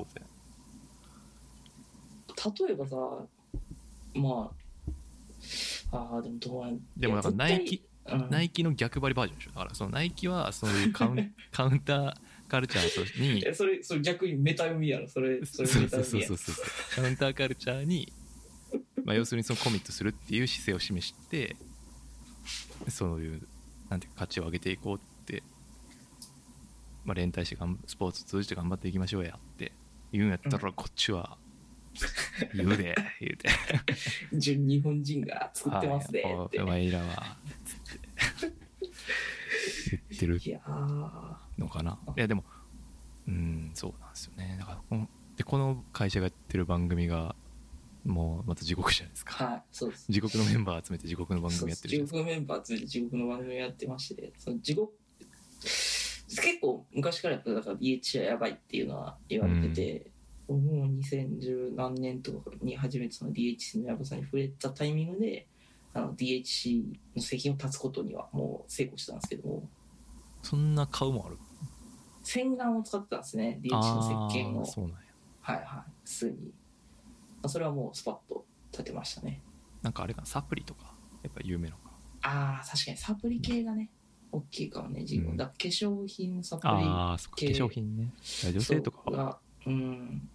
例えばさまああでもどうなんでもなんかナイキ、うん、ナイキの逆張りバージョンでしょ。だからそのナイキはそういうカウンカウンターカルチャーにえそれそれ逆にメタ読みやろそれそれメタ読みやろ。そうそうそうそうカウンターカルチャーにまあ要するにそのコミットするっていう姿勢を示してそういうなんていうか価値を上げていこうってまあ連帯してスポーツを通じて頑張っていきましょうやって言うんやったらこっちは、うん言うで言うて純日本人が作ってますでって、 お前らはつって言ってるのかな。いやでもうんそうなんですよね。だからこのでこの会社がやってる番組がもうまた地獄じゃないですか。 はいそうです。 地獄のメンバー集めて地獄の番組やってるじゃないですか。 地獄のメンバー集めて地獄の番組やってまして、その地獄結構昔からやっぱだから ディーエイチシー はやばいっていうのは言われてて、うんもうにせんじゅう何年とかに初めてその ディーエイチシー のやばさに触れたタイミングであの ディーエイチシー の製品を断つことにはもう成功したんですけども。 そんな買うもある？ 洗顔を使ってたんですね ディーエイチシー の石鹸を。 そうなんや。 はいはい普通にそれはもうスパッと立てましたね。 なんかあれかなサプリとかやっぱ有名なのかな。ああ確かにサプリ系がね、うん、大きいかもね自分、うん、だ化粧品サプリ系。 ああそっか化粧品ね女性とかはうん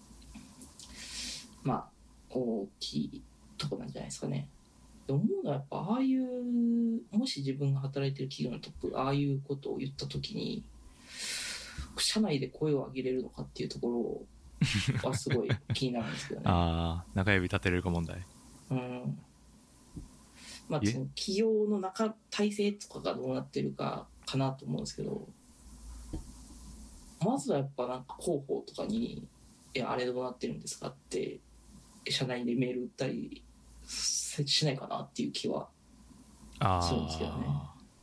まあ大きいとこなんじゃないですかね。で思うのはやっぱああいうもし自分が働いてる企業のトップああいうことを言った時に社内で声を上げれるのかっていうところはすごい気になるんですけどねああ中指立てれるか問題。 うんまあその企業の中体制とかがどうなってるかかなと思うんですけどまずはやっぱなんか広報とかにいやあれどうなってるんですかって社内でメール打ったりしないかなっていう気はするんですけどね。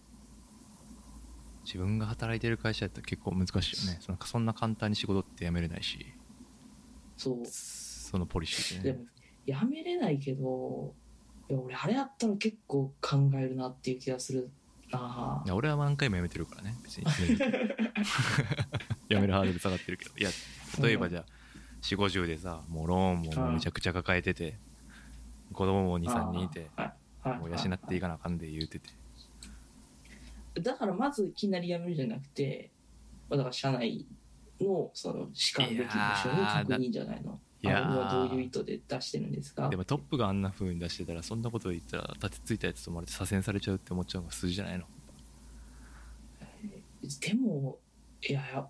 自分が働いてる会社だったら結構難しいよね。そのそんな簡単に仕事って辞めれないしそうそのポリシーでね。 でも辞めれないけどいや俺あれやったら結構考えるなっていう気がするな。 いや俺は何回も辞めてるからね別に辞めるハードル下がってるけどいや例えばじゃあ、うんよんじゅうごじゅうでさもうローンももうめちゃくちゃ抱えてて、うん、子供もにさんにんいてもう養っていかなあかんで言うててだからまずいきなり辞めるじゃなくて、まあ、だから社内のそのしかるべき部署に確認じゃないの。 いやあれはどういう意図で出してるんですか。 でもトップがあんな風に出してたらそんなことを言ったら立てついたやつと思われて左遷されちゃうって思っちゃうのが筋じゃないの。 でもいやいや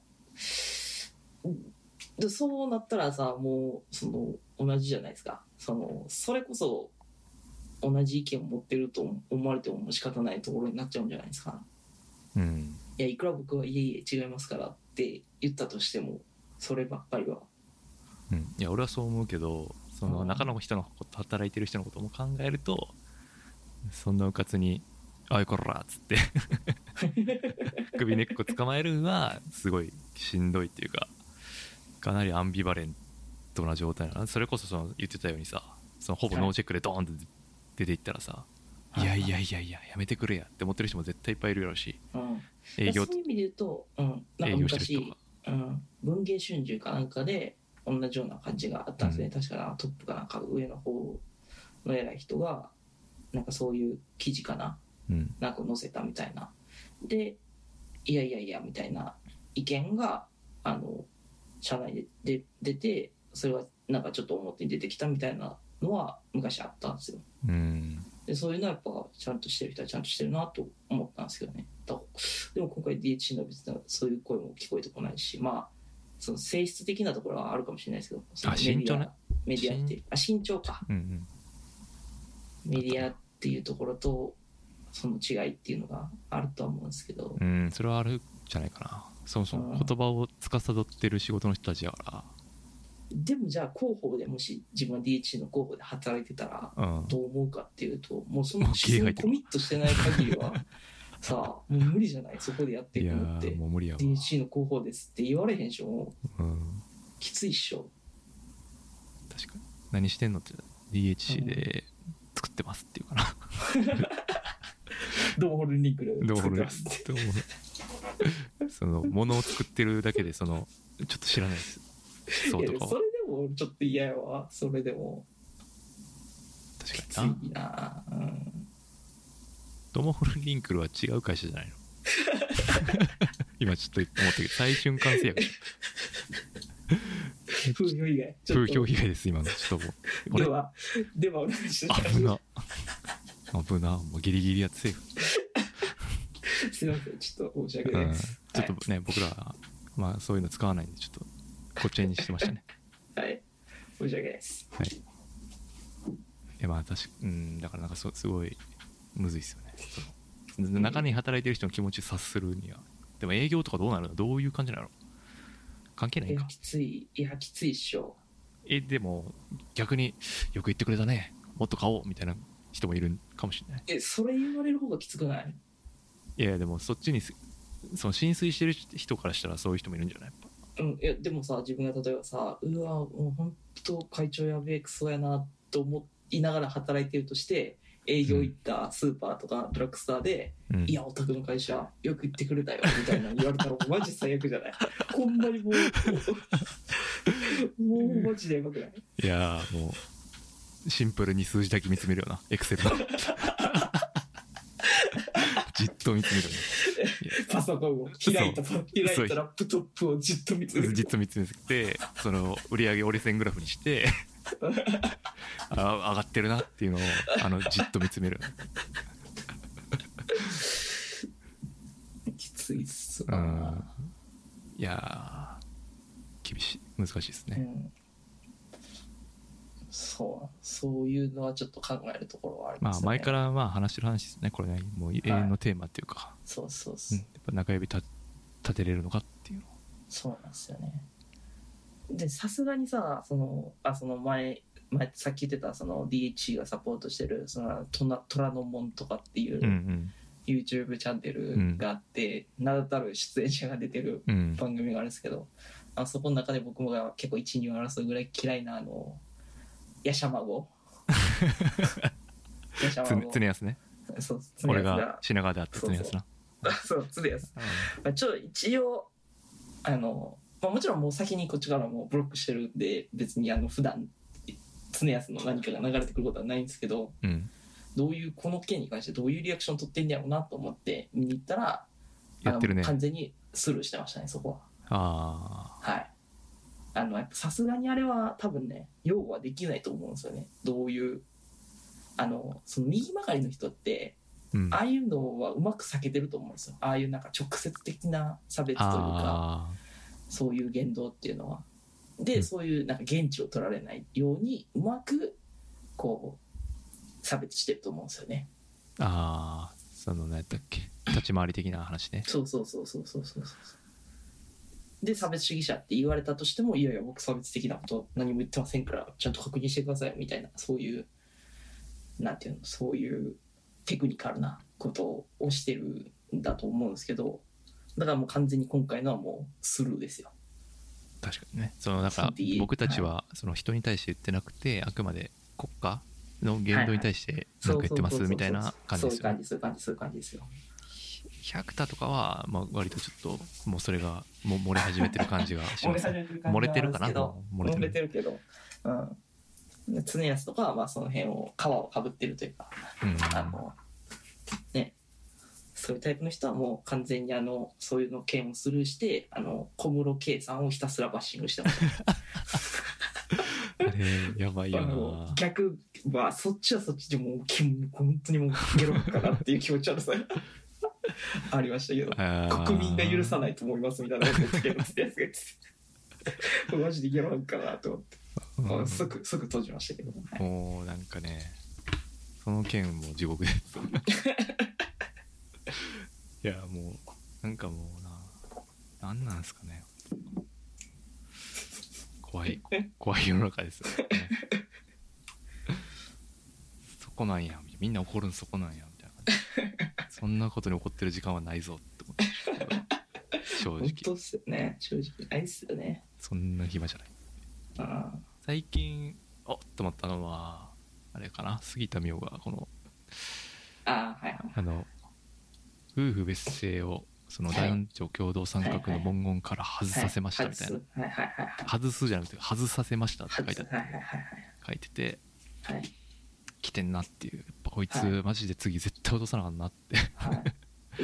でそうなったらさ、もうその同じじゃないですか。そのそれこそ同じ意見を持ってると思われても仕方ないところになっちゃうんじゃないですか。 うん。 いやいくら僕はいえいえ違いますからって言ったとしてもそればっかりは。 うん、いや俺はそう思うけど、その中の人のこと働いてる人のことも考えると、そんなうかつに「あいこら」っつって首根っこ捕まえるのはすごいしんどいっていうか、かなりアンビバレントな状態なの。それこそその言ってたようにさ、そのほぼノーチェックでドーンって出ていったらさ、はい、いやいやいやいややめてくれやって思ってる人も絶対いっぱいいるやろうし、 うん、 営業そういう意味で言うと、うん、なんか昔、うん、文藝春秋かなんかで同じような感じがあったんですね、うん、確かトップかなんか上の方の偉い人がなんかそういう記事かな、うん、なんか載せたみたいなで、いやいやいやみたいな意見があの社内で出て、それはなんかちょっと表に出てきたみたいなのは昔あったんですよ、うん、でそういうのはやっぱちゃんとしてる人はちゃんとしてるなと思ったんですけどね。でも今回 ディーエイチシー の別にそういう声も聞こえてこないし、まあその性質的なところはあるかもしれないですけど、そのメディア、 あ、慎重ね、 メディアってあ慎重か、うんうん、メディアっていうところとその違いっていうのがあるとは思うんですけど、 うん、それはあるんじゃないかな。そもそも言葉を司ってる仕事の人たちだから、 うん、でもじゃあ広報でもし自分は ディーエイチシー の広報で働いてたらどう思うかっていうと、もうその自分コミットしてない限りはさあもう無理じゃない、そこでやっていくのって。 いやもう無理やわ。 ディーエイチシー の広報ですって言われへんしょ、もう、うん、きついっしょ。 確かに。何してんのって ディーエイチシー で作ってますっていうかな、 ドーホルニンクル作ってますってその物を作ってるだけでそのちょっと知らないです、 そうとかは。それでもちょっと嫌やわ。それでも確かにな、 きついな、うん、 ドモホルリンクルは違う会社じゃないの今ちょっと思ったけど最瞬間製薬風評以外風評以外です今の。ちょっともうではではお願いします。 危な危な、もうギリギリやってセーフすいません、ちょっと申し訳ないです、 うん、ちょっとね、はい、僕らはまあそういうの使わないんでちょっとこっちにしてましたねはい申し訳ないです。 はい。いやまあ確かうんだからなんかそすごいむずいですよね。その中に働いてる人の気持ち察するには。でも営業とかどうなるの？どういう感じなの？関係ないか。 いやきつい、いやきついっしょ。 えでも逆によく言ってくれたね、もっと買おうみたいな人もいるかもしれない。 えそれ言われる方がきつくない？ いやでもそっちにその浸水してる人からしたらそういう人もいるんじゃない？やっぱ、うん、いやでもさ自分が例えばさ、うわもう本当会長やべえクソやなと思いながら働いてるとして、営業行ったスーパーとかドラッグストアで、うん、いやお宅の会社よく言ってくれたよみたいなの言われたらマジ最悪じゃない？こんなにもうもうマジでやばくない？ いやもうシンプルに数字だけ見つめるようなエクセルのじっと見つめるよね。 パソコンを開いた開いたラップトップをじっと見つめる。 じっと見つめてその売上折れ線グラフにしてあ上がってるなっていうのをあのじっと見つめる。 きついっすな、うん、 いや厳しい、難しいですね、うん、 そうそういうのはちょっと考えるところはありますね。 まあ前からまあ話してる話ですねこれね。もう永遠のテーマっていうか、はい、 そうそうそう、 うん、やっぱ中指立てれるのかっていうの。 そうなんですよね。でさすがにさそのあその前前さっき言ってたその ディーエイチシー がサポートしてるその虎ノ門とかっていう、うんうん、YouTube チャンネルがあって、うん、名だたる出演者が出てる番組があるんですけど、うん、あそこの中で僕もが結構いち、にを争うぐらい嫌いなあのヤシャマゴヤシャマゴ常安ね。 そう俺が品川であった常安な。 そう常安、うん、ちょっと一応あの、まあ、もちろんもう先にこっちからもブロックしてるんで別にあの普段常安の何かが流れてくることはないんですけど、うん、 どういうこの件に関してどういうリアクション取ってんやろうなと思って見に行ったらやってるね。 完全にスルーしてましたね、そこは。 ああ。はい。あのやっぱさすがにあれは多分ね擁護はできないと思うんですよね。どういうあのその右曲がりの人って、うん、ああいうのはうまく避けてると思うんですよ。ああいうなんか直接的な差別というかそういう言動っていうのは。で、うん、そういうなんか言質を取られないようにうまくこう差別してると思うんですよね。 ああ、その何やったっけ、立ち回り的な話ね。 そうそうそうそうそうそうそう。で差別主義者って言われたとしても、いやいや僕差別的なこと何も言ってませんからちゃんと確認してくださいみたいな、そういうなんていうの、そういうテクニカルなことをしてるんだと思うんですけど、だからもう完全に今回のはもうスルーですよ。 確かにね。そのだから僕たちはその人に対して言ってなくて、あくまで国家の言動に対してなんか言ってますみたいな感じですよね。 そういう感じ、そういう感じ、そういう感じですよ。 百田とかはまあ割とちょっともうそれがもう漏れ始めてる感じがします。漏れてるかな。 漏れてるけど、うん。常安とかはまあその辺を皮をかぶってるというか、うん、あのね、そういうタイプの人はもう完全にあのそういうの件をスルーして、あの小室圭さんをひたすらバッシングしてます。 あれやばいよな。 逆はそっちはそっちでもう本当にもうゲロかなっていう気持ち悪さありましたけど、国民が許さないと思いますみたいなことをつけますってやつが言ってマジでゲロなんかなと思って、うん、すぐすぐ閉じましたけど、 はい、もうなんかねその件も地獄ですいやもうなんかもうな、なんなんですかね、怖い怖い世の中ですよねそこなんや、みんな怒るんそこなんやみたいな感じそんなことに怒ってる時間はないぞって思って正直本当っすよね、正直ないっすよね、 そんな暇じゃない。あ最近おっと思ったのはあれかな、杉田水脈がこのあ、はいはい、 あの夫婦別姓をその男女共同参画の文言から外させましたみたいな、外すじゃなくて外させましたって書いてあって、書いてて、はい、来てんなっていう、やっぱこいつマジで次絶対落とさなあかんなって、はい、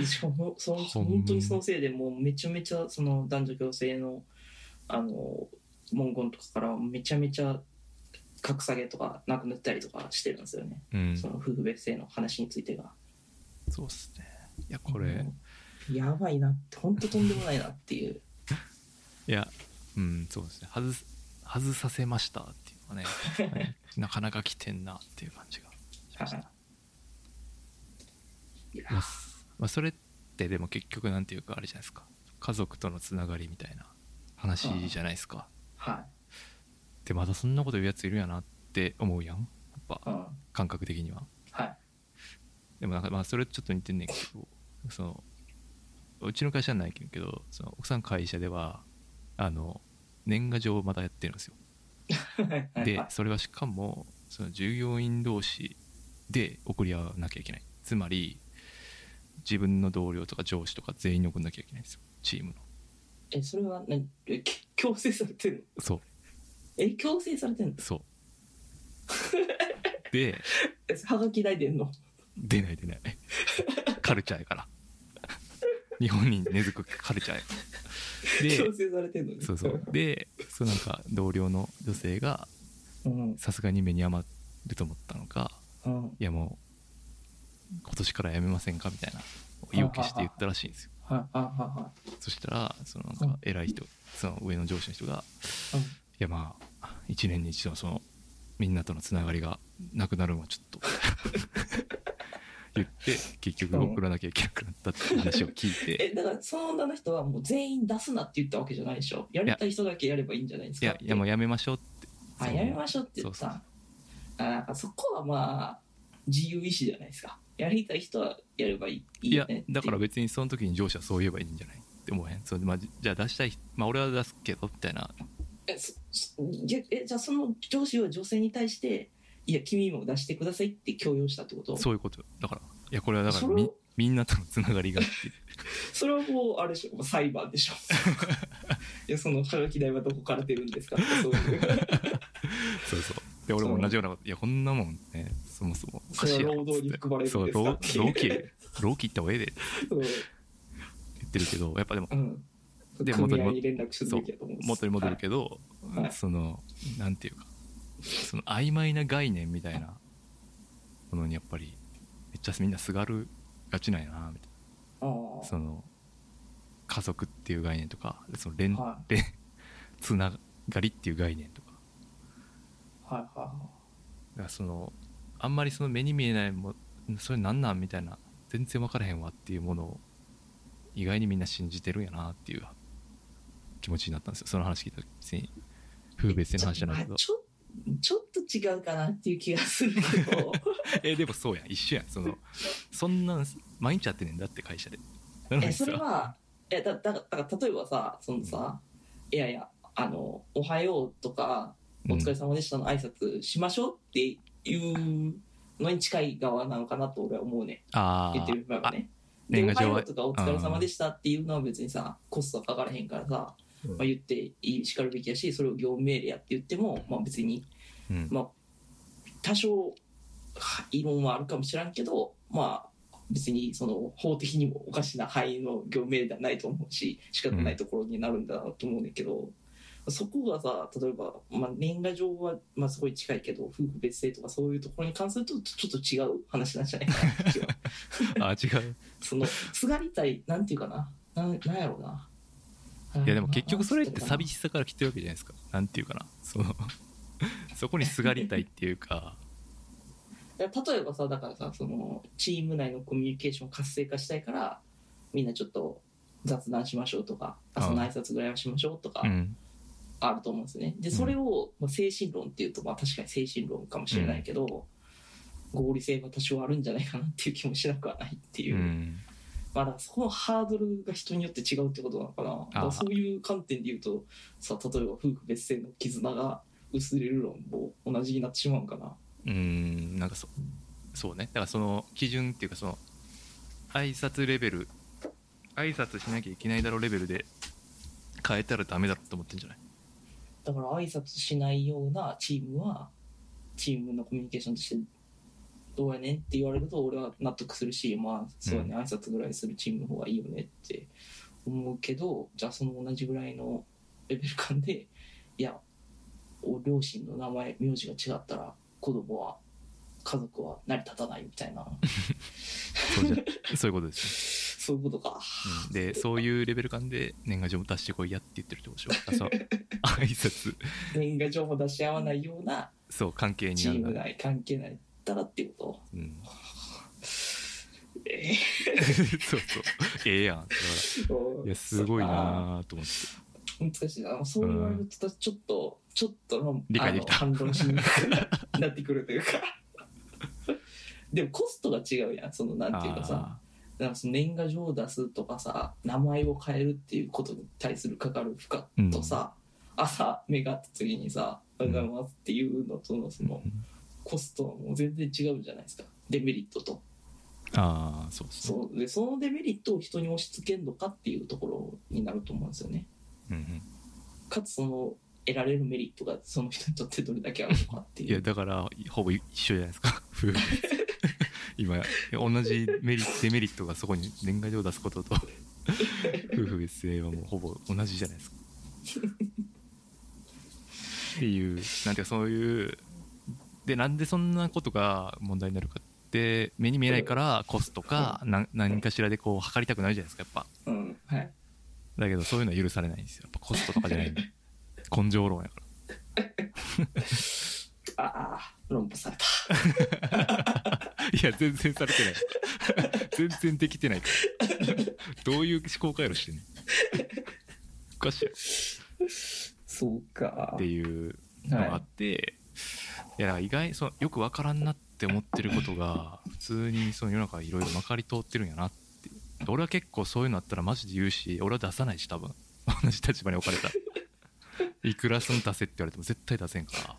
しかもその本当にそのせいでもうめちゃめちゃその男女共生のあの文言とかからめちゃめちゃ格下げとかなくなったりとかしてるんですよね、うん、その夫婦別姓の話についてが。 そうっすね。いやこれ、 うん、やばいなって、本当とんでもないなっていういやうんそうですね、外す外させましたっていうのはね、はい、なかなか来てんなっていう感じがしましたまあ、まあ、それってでも結局なんていうかあれじゃないですか、家族とのつながりみたいな話じゃないですか。 はい。 でまだそんなこと言うやついるやなって思うやん、やっぱ感覚的には。 はい。 でもなんかまあそれちょっと似てんねんけど、そのうちの会社はないけど、その奥さん会社ではあの年賀状をまだやってるんですよでそれはしかもその従業員同士で送り合わなきゃいけない、つまり自分の同僚とか上司とか全員に送んなきゃいけないんですよ、チームの。 えそれは何、え強制されてるの？ そう。 え強制されてんの？ そうではがき代出んの？ 出ない出ないカルチャーやから日本に根付くカルチャーやで強制されてんのね。 そうそうでそうなんか同僚の女性がさすがに目に余ると思ったのか、うん、いやもう今年からやめませんかみたいな意を決して言ったらしいんですよ。 ははははそしたらそのなんか偉い人、うん、その上の上司の人が、うん、いやまあいちねんに一度そのみんなとのつながりがなくなるのはちょっと言って結局送らなきゃいけなくなったって話を聞いて、 うん、えだからその女の人はもう全員出すなって言ったわけじゃないでしょ、やりたい人だけやればいいんじゃないですか。 いやいやもうやめましょうって。 あやめましょうって言った。そうそうあなんかそこはまあ自由意志じゃないですか、やりたい人はやればいい、いいよねっていう。 いやだから別にその時に上司はそう言えばいいんじゃないって思えへん。それで、まあ、じゃあ出したい、まあ俺は出すけどみたいな。 えそえじゃあその上司は女性に対していや君も出してくださいって強要したってこと？ そういうことだから、いやこれはだから み, みんなとのつながりがってそれはもうあれでしょ、裁判でしょいやそのはがき代はどこから出るんですかってそういうそうそう。 や俺も同じようなこと、いやこんなもんねそもそもおかしいやろ労働に含まれるんそうですか労って労基労基行った方がええでってうん言ってるけど、やっぱでもうんで組合元にもに連絡するべきだと思うんです。 元に戻るけど、 はいそのなんていうかその曖昧な概念みたいなものにやっぱりめっちゃみんなすがるがちなんやなみたいあな。その家族っていう概念とかその連、 は連つながりっていう概念とか、 あ、はいはいはい。 だからそのあんまりその目に見えないもそれなんなんみたいな全然分からへんわっていうものを意外にみんな信じてるんやなっていう気持ちになったんですよ。その話聞いた時に風別性の話じゃないけどちょちょっと違うかなっていう気がするけどえでもそうやん一緒やんそのそんなん毎日やってねんだって会社でなのえにさそれはえだだだから例えばさそのさ、うん、いやいやあのおはようとかお疲れ様でしたの挨拶しましょうっていうのに近い側なのかなと俺は思うね。 あ言ってる場合はね。で年賀状はおはようとかお疲れ様でしたっていうのは別にさコストはかからへんからさ、うんまあ、言っていいしかるべきやしそれを業務命令やって言っても、まあ、別に、 うんまあ、多少異論はあるかもしれんけどまあ別にその法的にもおかしな範囲の業務命令ではないと思うし仕方ないところになるんだなと思うんだけど、うん、そこがさ例えば、まあ、年賀状はまあすごい近いけど夫婦別姓とかそういうところに関するとちょっと違う話なんじゃないかなって気はあ違うそのすがりたいなんていうかなななんやろうな。 いやでも結局それって寂しさから来てるわけじゃないですか。なんていうかなそのそこにすがりたいっていうか例えばさだからさそのチーム内のコミュニケーションを活性化したいからみんなちょっと雑談しましょうとか朝の挨拶ぐらいはしましょうとかあると思うんですね。でそれを、まあ、精神論っていうと、まあ、確かに精神論かもしれないけど、うん、合理性は多少あるんじゃないかなっていう気もしなくはないっていう、うんまあ、だからそこのハードルが人によって違うってことなのかな。だからそういう観点で言うとさ例えば夫婦別姓の絆が薄れる論も同じになってしまうかな。 うーんなんかそそうねだからその基準っていうかその挨拶レベル挨拶しなきゃいけないだろうレベルで変えたらダメだと思ってんじゃない。 だから挨拶しないようなチームはチームのコミュニケーションとしてどうやねんって言われると俺は納得するしまあそうやね、うん、挨拶ぐらいするチームの方がいいよねって思うけどじゃあその同じぐらいのレベル感でいやお両親の名前名字が違ったら子供は家族は成り立たないみたいなそうじゃそういうことですそういうことか、 うん、でそういうレベル感で年賀状も出してこいやって言ってるってことでしょ。そう挨拶年賀状も出し合わないようなそう関係にチーム内関係ないったらっていうこと、うんえー、そうそうええやんだからいやすごいなと思って難しいな。そう言われるとちょっと、うん、ちょっとの理解できた反論しにくくなってくるというかでもコストが違うやんそのなんていうかさなんかその年賀状を出すとかさ名前を変えるっていうことに対するかかる負荷とさ、うん、朝目があった次にさ「おはようございます」っていうのとのその、うんコストはもう全然違うじゃないですかデメリットと。 ああそうですね。 そうでそのデメリットを人に押し付けるのかっていうところになると思うんですよね、 うんうん、 かつその得られるメリットがその人にとってどれだけあるのかっていう。 いやだからほぼ一緒じゃないですか今同じメリットデメリットがそこに年賀状を出すことと夫婦別姓はもうほぼ同じじゃないですかっていうなんていうかそういうでなんでそんなことが問題になるかって目に見えないからコストか何何かしらでこう測りたくなるじゃないですかやっぱ、 うんはい、 だけどそういうのは許されないんですよやっぱコストとかじゃないんで根性論やからああ論破されたいや全然されてない全然できてないからどういう思考回路してんのおかしいそうかっていうのがあって、はいいや意外そのよく分からんなって思ってることが普通にその世の中いろいろまかり通ってるんやなっていう俺は結構そういうのあったらマジで言うし俺は出さないし多分同じ立場に置かれたらいくらその出せって言われても絶対出せんから、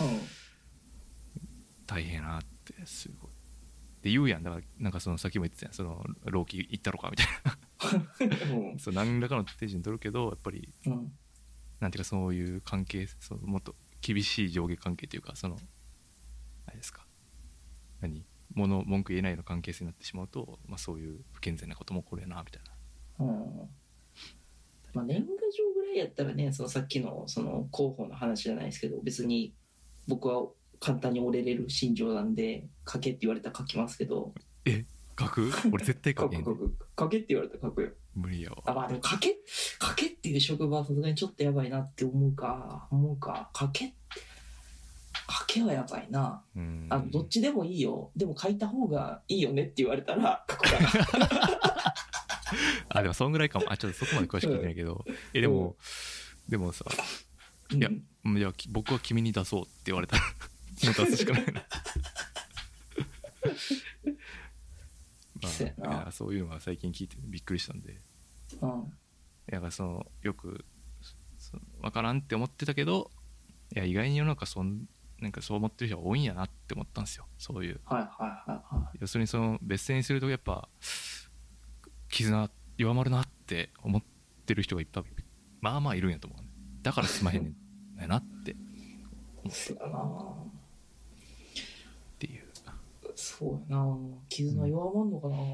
うん、大変やなってすごいって言うやんだからなんかそのさっきも言ってたやんその老期行ったろかみたいな、うん、そう何らかの手順取るけどやっぱり、うん、なんていうかそういう関係そのもっと厳しい上下関係というかそのあれですか、何物文句言えないの関係性になってしまうと、まあ、そういう不健全なことも起こるよなみたいな。 うん。まあ、年賀状ぐらいやったらね、そのさっきのその広報の話じゃないですけど、別に僕は簡単に折れれる心情なんで、書けって言われたら書きますけど。 え、書く？俺絶対書けへん、ね。 書く書く書けって言われたら書くよ。 無理やわ。 あ、まあでも書け書けっていう職場はさすがにちょっとやばいなって思うか思うか書け書けはやばいな。うん、あ、どっちでもいいよ。でも書いた方がいいよねって言われたら書くから。 あ、でもそんぐらいかも。あ、ちょっとそこまで詳しく聞いてないけど、うん、えでも、うん、でもさ、いや、うん、いや僕は君に出そうって言われたらもう出すしかないな。まあ、いやそういうのが最近聞いてびっくりしたんで、うん、いやそのよく分からんって思ってたけど、いや意外に世の中そんなんかそう思ってる人が多いんやなって思ったんですよ。そういう、はいはいはいはい、要するにその別姓にするとやっぱ絆弱まるなって思ってる人がいっぱいまあまあいるんやと思う、ね、だからすまへんねんやなって思ってそうやなっていう。 そうやな、絆弱まんのかな、うん、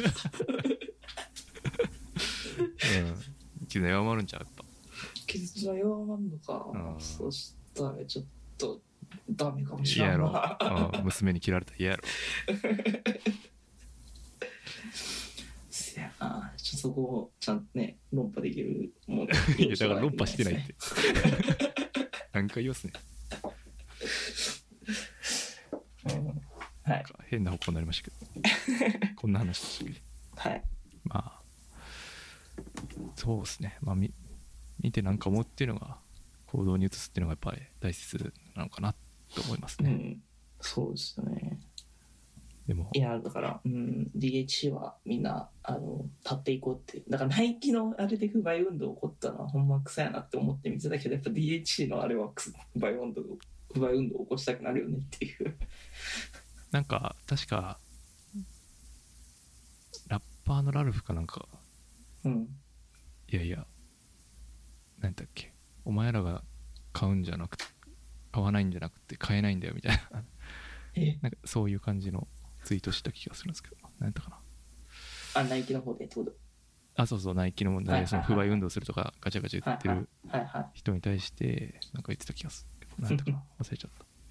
絆弱まるんちゃうやっぱ。 絆弱まんのか、うん、そしたらちょっとダメかもしれないな。 嫌やろ、娘に切られたら嫌やろ。 せやな、ちょっとそこをちゃんとね論破できるもん。 いやだから論破してないって何回言わすね、うんはい、変な方向になりましたけどこんな話でしたけど、はい、まあそうですね、まあみ見てなんか思うっていうのが行動に移すっていうのがやっぱり大切なのかなと思いますね、うん、 そうですね。 でもいやだから、うん、ディーエイチシー はみんなあの立っていこうって、だからナイキのあれで不買運動起こったのはほんま草やなって思って見てたけど、やっぱ ディーエイチシー のあれは不買運動不買運動を起こしたくなるよねっていうなんか確かラッパーのラルフかなんか、うん、いやいやなんだっけ、お前らが買うんじゃなくて買わないんじゃなくて買えないんだよみたいななんかそういう感じのツイートした気がするんですけど、なんだかなあ、ナイキの方でってこと。 あ、そうそう、ナイキの問題でその不買運動するとかガチャガチャ言ってる人に対してなんか言ってた気がするけど、なんだかな忘れちゃ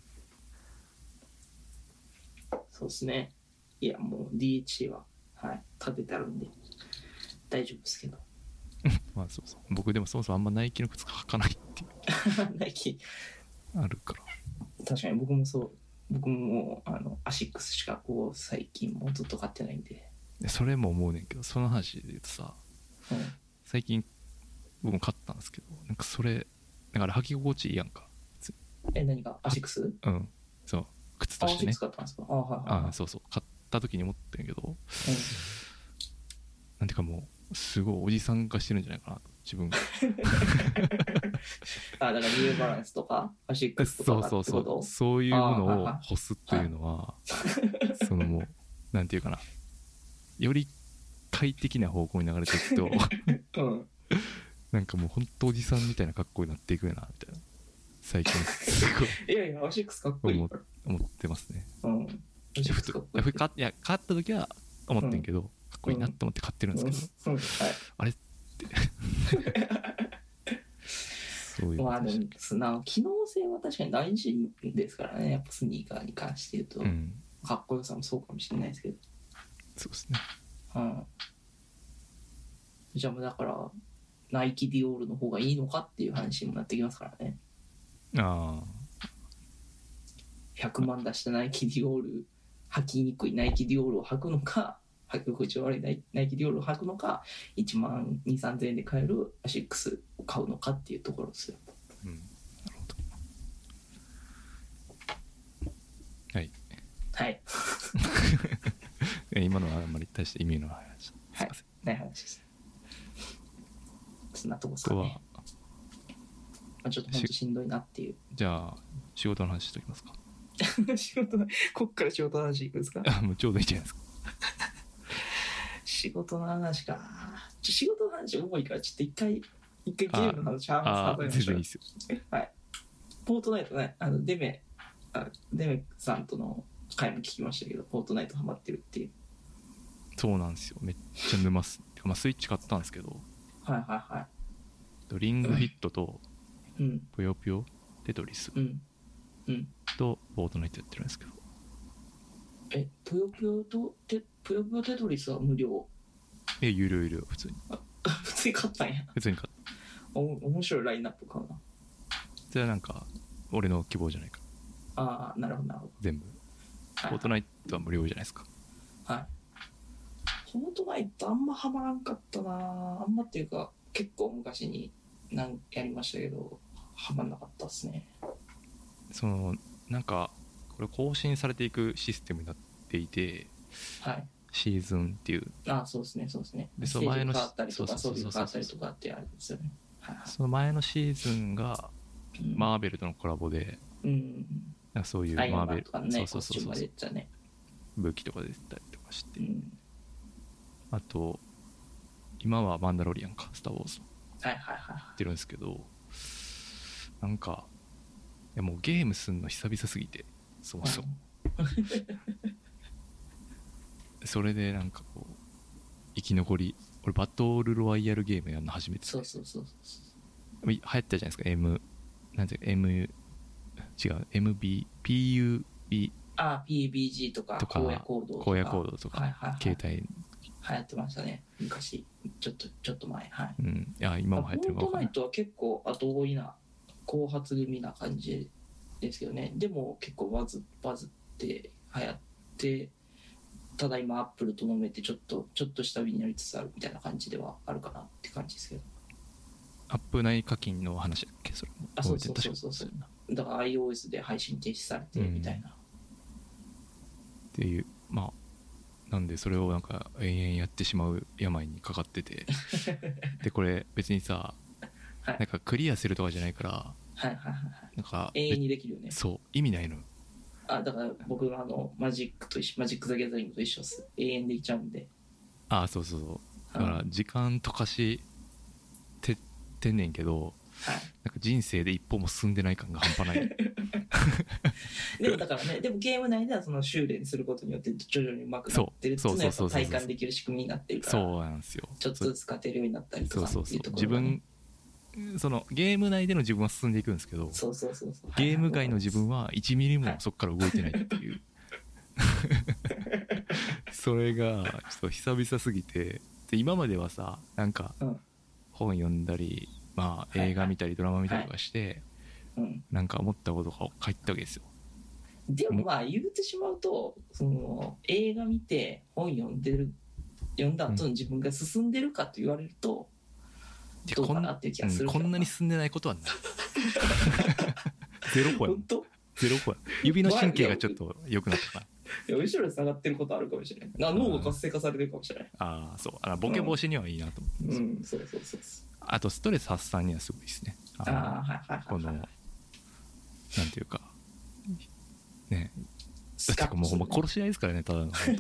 ったそうですね。いやもう ディーエイチシー ははい立ててあるんで大丈夫ですけどまあそうそう、僕でもそもそもあんまナイキの靴履かないっていうナイキあるから。 確かに僕もそう僕ももうあのアシックスしかこう最近もうずっと買ってないんで。 それも思うねんけど、その話で言うとさ、うん、最近僕も買ったんですけど、なんかそれだから履き心地いいやんか。 え、何がアシックス？ うん、そう靴としてね。 アシックス買ったんですか？あ、はいはいはい、 あ、そうそう買った時に思ってんけど、うん、なんていうかもうすごいおじさん化してるんじゃないかなと自分があ、だからニューバランスとかアシックスとかってこと？そうそうそう、 そういうものを欲すというのは、はい、そのもうなんていうかな、より快適な方向に流れていくと、うん、なんかもうほんとおじさんみたいな格好になっていくよなみたいな最近すごいいやいやアシックスかっこいいから思ってますね、 うん、アシックスかっこいい。 いや買った時は思ってんけど、うん、かっこいいなって思って買ってるんですけど、うんうんうん、はい、あれってそういうまあでもな機能性は確かに大事ですからね、やっぱスニーカーに関して言うと、うん、かっこよさもそうかもしれないですけど。 そうですね、 うん、じゃあもうだからナイキディオールの方がいいのかっていう話にもなってきますからね。ああ、ひゃくまん出したナイキディオール履きにくいナイキディオールを履くのか、履き心地悪いナイキディオールを履くのか、いちまんにせんさんぜんえんで買えるアシックスを買うのかっていうところですよ。うん、なるほど。はいはい今のはあんまり大して意味のない話、 はい、ない話です。そんなとこですかね。まあ、ちょっとほんとしんどいなっていう。 じゃあ仕事の話しておきますか仕事のこっから仕事の話いくんですか？ もうちょうどいいじゃないですか仕事の話か。ちょ仕事の話重いからちょっと一回一回ゲームの話はあ全然いいですよ。 はい。フォートナイトね、あのデメあデメさんとの回も聞きましたけど、フォートナイトハマってるっていう。 そうなんですよ、めっちゃ沼すてか、まあ、スイッチ買ったんですけど、 はいはいはい。 リングフィットとうんぷよぷよテトリスうんうんとフォートナイトやってるんですけど、 えぷよぷよとテぷよぷよテトリスは無料？ え有料有料普通に普通に買ったんや。 普通に買った。 お面白いラインナップ買うな。 それはなんか俺の希望じゃないかああなるほどなるほど。 全部、 はい、 フォートナイトは無料じゃないですか。 はい。フォートナイトあんまハマらんかったな。あんまっていうか結構昔になんやりましたけどハマんなかったっすね。 そのなんかこれ更新されていくシステムになっていて、 はい。 シーズンっていう、 ああそうですねそうですね。 でその前のステージ変わったりとか装そうそうそうそう備変わったりとかってあれですよね。はいはい。 その前のシーズンがうんマーベルとのコラボで、 うんなんかそういうアイアンマーベルマンとかねそうそうそうそうコスチュームまで言ったね。 武器とか出てたりとかして、 うんあと今はマンダロリアンかスター・ウォーズはいはいはいやってるんですけど、なんかいやもうゲームすんの久々すぎて、そもそもそれでなんかこう生き残り、俺バトルロワイヤルゲームやるの初めてで、 そうそうそうそう流行ったじゃないですか M なんていうか M 違う エムビー ピーユービーああ ピービージー とかとか荒野行動とか荒野行動とか、 はいはいはい、 携帯、 流行ってましたね昔ちょっとちょっと前はい。 うん、いや今も流行ってるか分かんない。 フォートナイトは結構後追いな後発組な感じですけどね。でも結構バズバズって流行って、ただ今アップルと揉めてちょっとちょっと下火になりつつあるみたいな感じではあるかなって感じですけど。 アップ内課金の話だっけそれも。 あそうそうそうそうそう。だから iOS で配信停止されてみたいな、うん、 っていう、まあなんでそれをなんか延々やってしまう病にかかっててでこれ別にさ、はい、なんかクリアするとかじゃないから、 はいはいはい、 なんか永遠にできるよね。 そう意味ないの。 あだから僕があのマジックと一緒マジック・ザ・ギャザリングと一緒です。永遠できちゃうんで。 ああそうそうそうだから時間とかしてってんねんけど、はい、なんか人生で一歩も進んでない感が半端ないでもだからね、でもゲーム内ではその修練することによって徐々に上手くなってるっていうのはやっぱ体感できる仕組みになってるから、 そうなんですよ。 ちょっとずつ勝てるようになったりとかっていうところ、ね、そうそうそう自分そのゲーム内での自分は進んでいくんですけど、 そうそうそうそうゲーム外の自分はいちミリもそこから動いてないっていう、はい、それがちょっと久々すぎて、で今まではさなんか本読んだり、まあ、映画見たりドラマ見たりとかして、はいはいうん、なんか思ったことが書いたわけですよ。 でもまあ言うてしまうとその映画見て本読んでる読んだ後の自分が進んでるかと言われると、うん、どうかなっていう気がする、 うん、こんなに進んでないことはないゼロ個や本当ゼロ個や指の神経がちょっと良くなったかな。 いや後ろに下がってることあるかもしれない。脳が活性化されてるかもしれない。 ああそうあのボケ防止にはいいなと思ってます、 うん、うん、そうそうそうそう。 あとストレス発散にはすごいですね。ああはいはいはい、はい、 このなんていうかねだってかもうほんま殺し合いですからねただの本当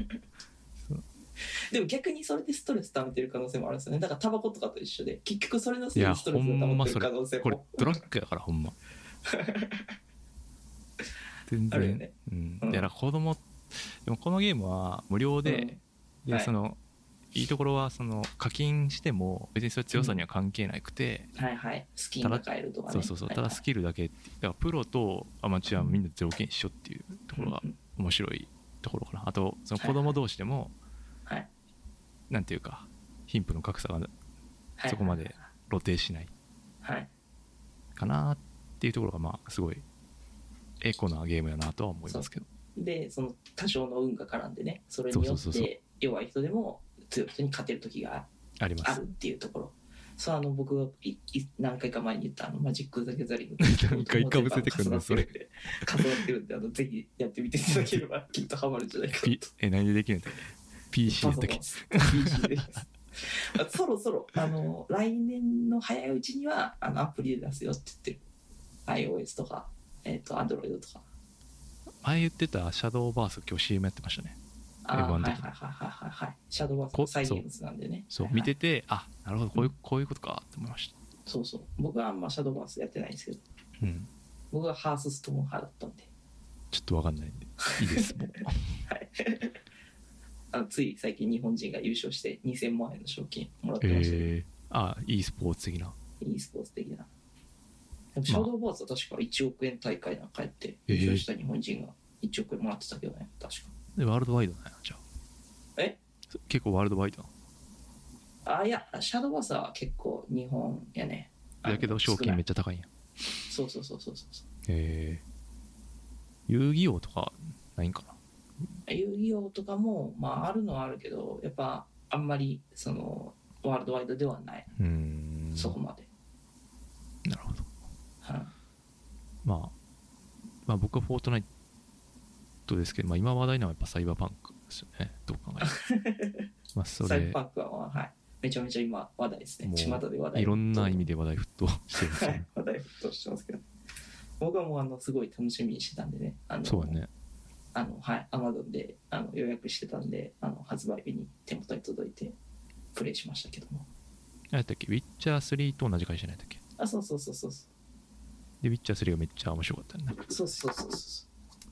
でも逆にそれでストレス溜めてる可能性もあるんですよね。だからタバコとかと一緒で結局それのせいでストレスを溜まってる可能性も、 これドラッグやからほんま全然、ねうん、うん、だから子供でもこのゲームは無料で、うん、で、はい、そのいいところはその課金しても別にそれ強さには関係なくて、 うん、はいはいスキンが買えるとかね。 そうそうそう、ただスキルだけってだからプロとアマチュアはみんな条件一緒っていうところが面白いところかな。あとその子供同士でも、 はい、 なんていうか貧富の格差がそこまで露呈しないかなっていうところがまあすごいエコなゲームやなとは思いますけど。 でその多少の運が絡んでね、それによって弱い人でも強い人に勝てる時があるっていうところ。そうあの僕がいい何回か前に言ったあのマジック・ザ・ギャザリング何回かぶせてくるのそれ重なってるんであのぜひやってみていただければきっとハマるんじゃないかと。 え何でできるんだっけ ピーシー やったっけピーシー でそろそろあの来年の早いうちにはあのアプリで出すよって言ってる iOS とか、えー、と Android とか。 前言ってたシャドーバース今日 シーエム やってましたね。 あはいはいはいはいはいシャドーバースサイエンスなんでね。 そう、 はいはい、 見ててあなるほどこういう、うん、こういうことかって思いました。 そうそう僕はあんまシャドーバースやってないんですけど、 うん、 僕はハースストーン派だったんでちょっと分かんないんでいいですもうはいあのつい最近日本人が優勝してにせんまんえんの賞金もらってました、ね、 えー、あ e スポーツ的な e スポーツ的なシャドーバーズは確かいちおくえん大会なんかやって優勝した日本人がいちおくえんもらってたけどね、確かでワールドワイドなんやじゃあえ結構ワールドワイドなあいやシャドーバーズは結構日本やねだけど賞金めっちゃ高いんやそうそうそうそうそうへえー、遊戯王とかないんかな遊戯王とかもまああるのはあるけどやっぱあんまりそのワールドワイドではない、 うーんそこまでなるほど、 はい、 まあ、まあ僕はフォートナイトですけど、まあ、今話題なのはやっぱサイバーパンクですよねどう考えてもまあそれサイバーパンクは、はい、めちゃめちゃ今話題ですね巷で話題いろんな意味で話題沸騰してるんですよね話題沸騰してますけど僕はもうあのすごい楽しみにしてたんでねあのそうだねあのはい Amazon であの予約してたんであの発売日に手元に届いてプレイしましたけども何やったっけウィッチャースリーと同じ会社なんやったっけあそうそうそうそうでウィッチャースリーがめっちゃ面白かったよねそうそうそうそう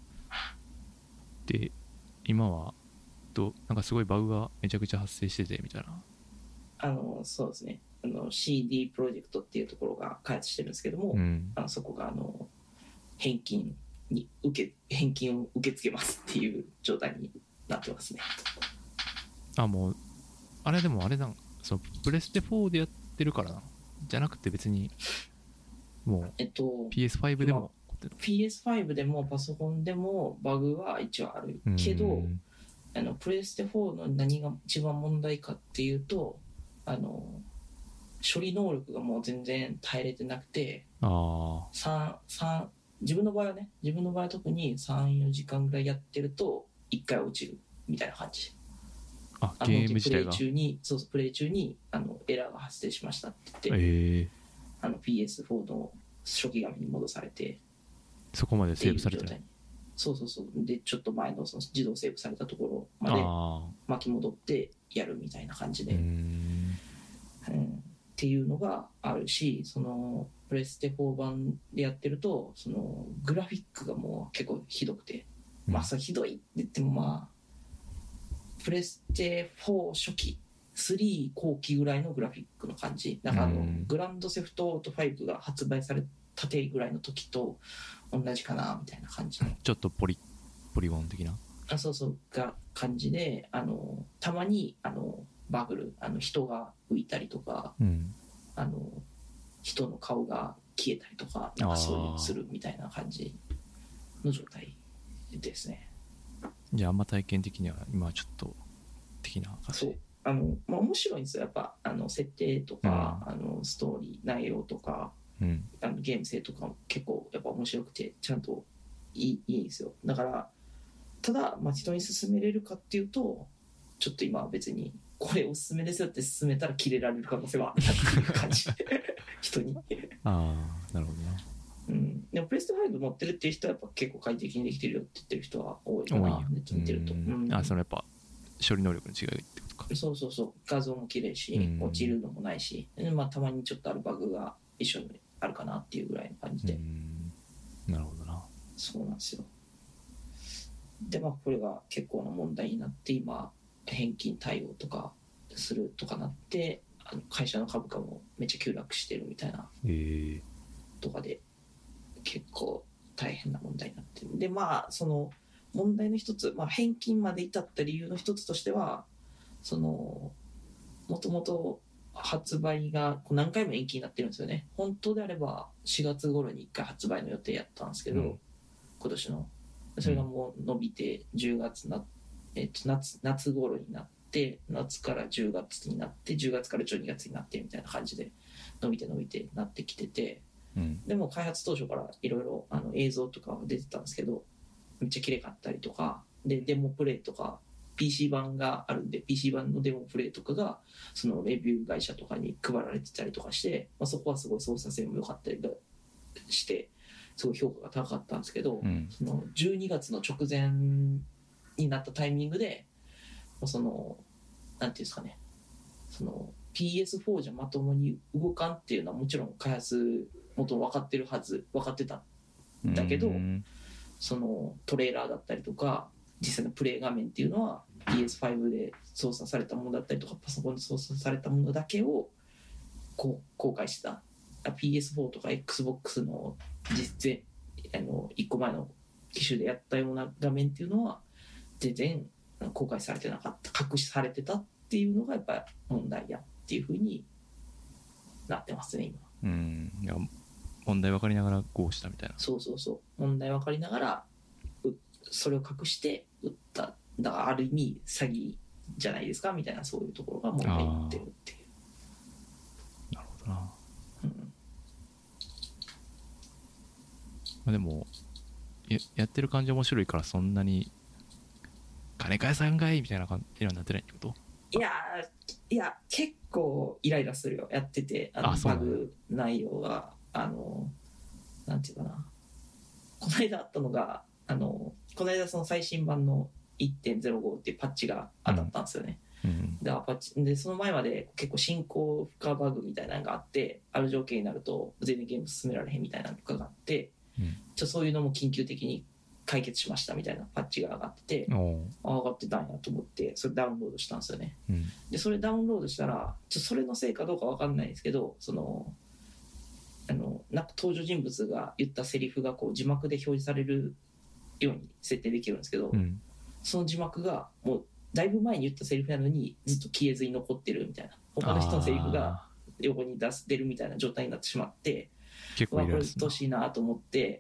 で今はとなんかすごいバグがめちゃくちゃ発生しててみたいなあのそうですねあの シーディー プロジェクトっていうところが開発してるんですけども、 うん、 あのそこがあの返金に受け返金を受け付けますっていう状態になってますね。 あもうあれでもあれだそのプレステフォーでやってるからなじゃなくて別にもうえっとピーエスファイブ でも、 まあ、ピーエスファイブ でもパソコンでもバグは一応あるけどあのプレステフォーの何が一番問題かっていうとあの処理能力がもう全然耐えれてなくてあさん自分の場合はね自分の場合は特に さんよじかんぐらいやってるといっかい落ちるみたいな感じあゲーム自体がプレイ中にそうそうプレイ中にあのエラーが発生しましたって言って、 えー、 あの ピーエスフォー の初期画面に戻されてそこまでセーブされてないそうそうそうでちょっと前のその自動セーブされたところまで巻き戻ってやるみたいな感じで、 うーん、 うん、っていうのがあるしそのプレステフォー版でやってるとそのグラフィックがもう結構ひどくて、うん、まあそれひどいって言ってもまあプレステフォー初期スリー後期ぐらいのグラフィックの感じだからあの、うん、グランドセフトオートファイブが発売されたてぐらいの時と同じかなみたいな感じのちょっとポリポリゴン的なあそうそうが感じであのたまにあのバグルあの人が浮いたりとか、 うん、 あの人の顔が消えたりとかなんかそういうするみたいな感じの状態ですね。 じゃああんま体験的には今はちょっと的な感じそうあの、まあ、面白いんですよやっぱあの設定とか、うん、あのストーリー内容とか、うん、あのゲーム性とかも結構やっぱ面白くてちゃんといい、いいんですよ。だからただ、まあ、人に勧めれるかっていうとちょっと今は別にこれおすすめですよって勧めたらキレられる可能性はあるなっていう感じ人にああなるほどな、 うん、でもプレステファイブ持ってるっていう人はやっぱ結構快適にできてるよって言ってる人は多いかなネット見てると、うん、 あそのやっぱ処理能力の違いってことか。 そうそうそう画像も綺麗し、うん、落ちるのもないし、まあ、たまにちょっとあるバグが一緒にあるかなっていうぐらいの感じで、 うん、なるほどな。 そうなんですよ。でまあこれが結構な問題になって今返金対応とかするとかなってあの会社の株価もめっちゃ急落してるみたいなとかで結構大変な問題になってる。でまあその問題の一つ、まあ、返金まで至った理由の一つとしてはそのもともと発売が何回も延期になってるんですよね。本当であればしがつ頃にいっかい発売の予定やったんですけど、うん、今年のそれがもう伸びてじゅうがつな、えっと、夏, 夏頃になって夏からじゅうがつになってじゅうがつからじゅうにがつになってみたいな感じで伸びて伸びてなってきてて、うん、でも開発当初からいろいろ映像とか出てたんですけどめっちゃ綺麗かったりとかでデモプレイとか ピーシー 版があるんで ピーシー 版のデモプレイとかがそのレビュー会社とかに配られてたりとかして、まあ、そこはすごい操作性も良かったりしてすごい評価が高かったんですけど、うん、そのじゅうにがつの直前になったタイミングでそのなんていうんですかねその ピーエスフォー じゃまともに動かんっていうのはもちろん開発元分かってるはず分かってたんだけど、うんそのトレーラーだったりとか実際のプレイ画面っていうのは ピーエスファイブ で操作されたものだったりとかパソコンで操作されたものだけをこう公開してた。 ピーエスフォー とか Xbox の実前あのいっこまえの機種でやったような画面っていうのは全然公開されてなかった、隠しされてたっていうのがやっぱり問題やっていう風になってますね今。 うん、いや問題分かりながらこうしたみたいな。 そうそうそう、問題分かりながらそれを隠して売った、だからある意味詐欺じゃないですかみたいな、そういうところが問題になってるっていう。 なるほどな。 うん、 まあ、でも や, やってる感じ面白いからそんなに金返さんかいみたいな感じにはなってないってこと？ いやいや結構イライラするよ、やってて、あのあバグ内容があのなんていうかな、この間あったのがあのこの間その最新版の いってんゼロご っていうパッチが当たったんですよね、 うん、 でパッチでその前まで結構進行不可バグみたいなのがあって、ある条件になると全然ゲーム進められへんみたいなのとかがあって、 うん、 ちょそういうのも緊急的に解決しましたみたいなパッチが上がってて、あ上がってたんやと思ってそれダウンロードしたんですよね、 うん、でそれダウンロードしたらちょそれのせいかどうか分かんないんですけど、そのあのなんか登場人物が言ったセリフがこう字幕で表示されるように設定できるんですけど、 うん、 その字幕がもうだいぶ前に言ったセリフなのにずっと消えずに残ってるみたいな、他の人のセリフが横に出す出るみたいな状態になってしまって、 結構イライラするな。 これうっとうしいなと思って、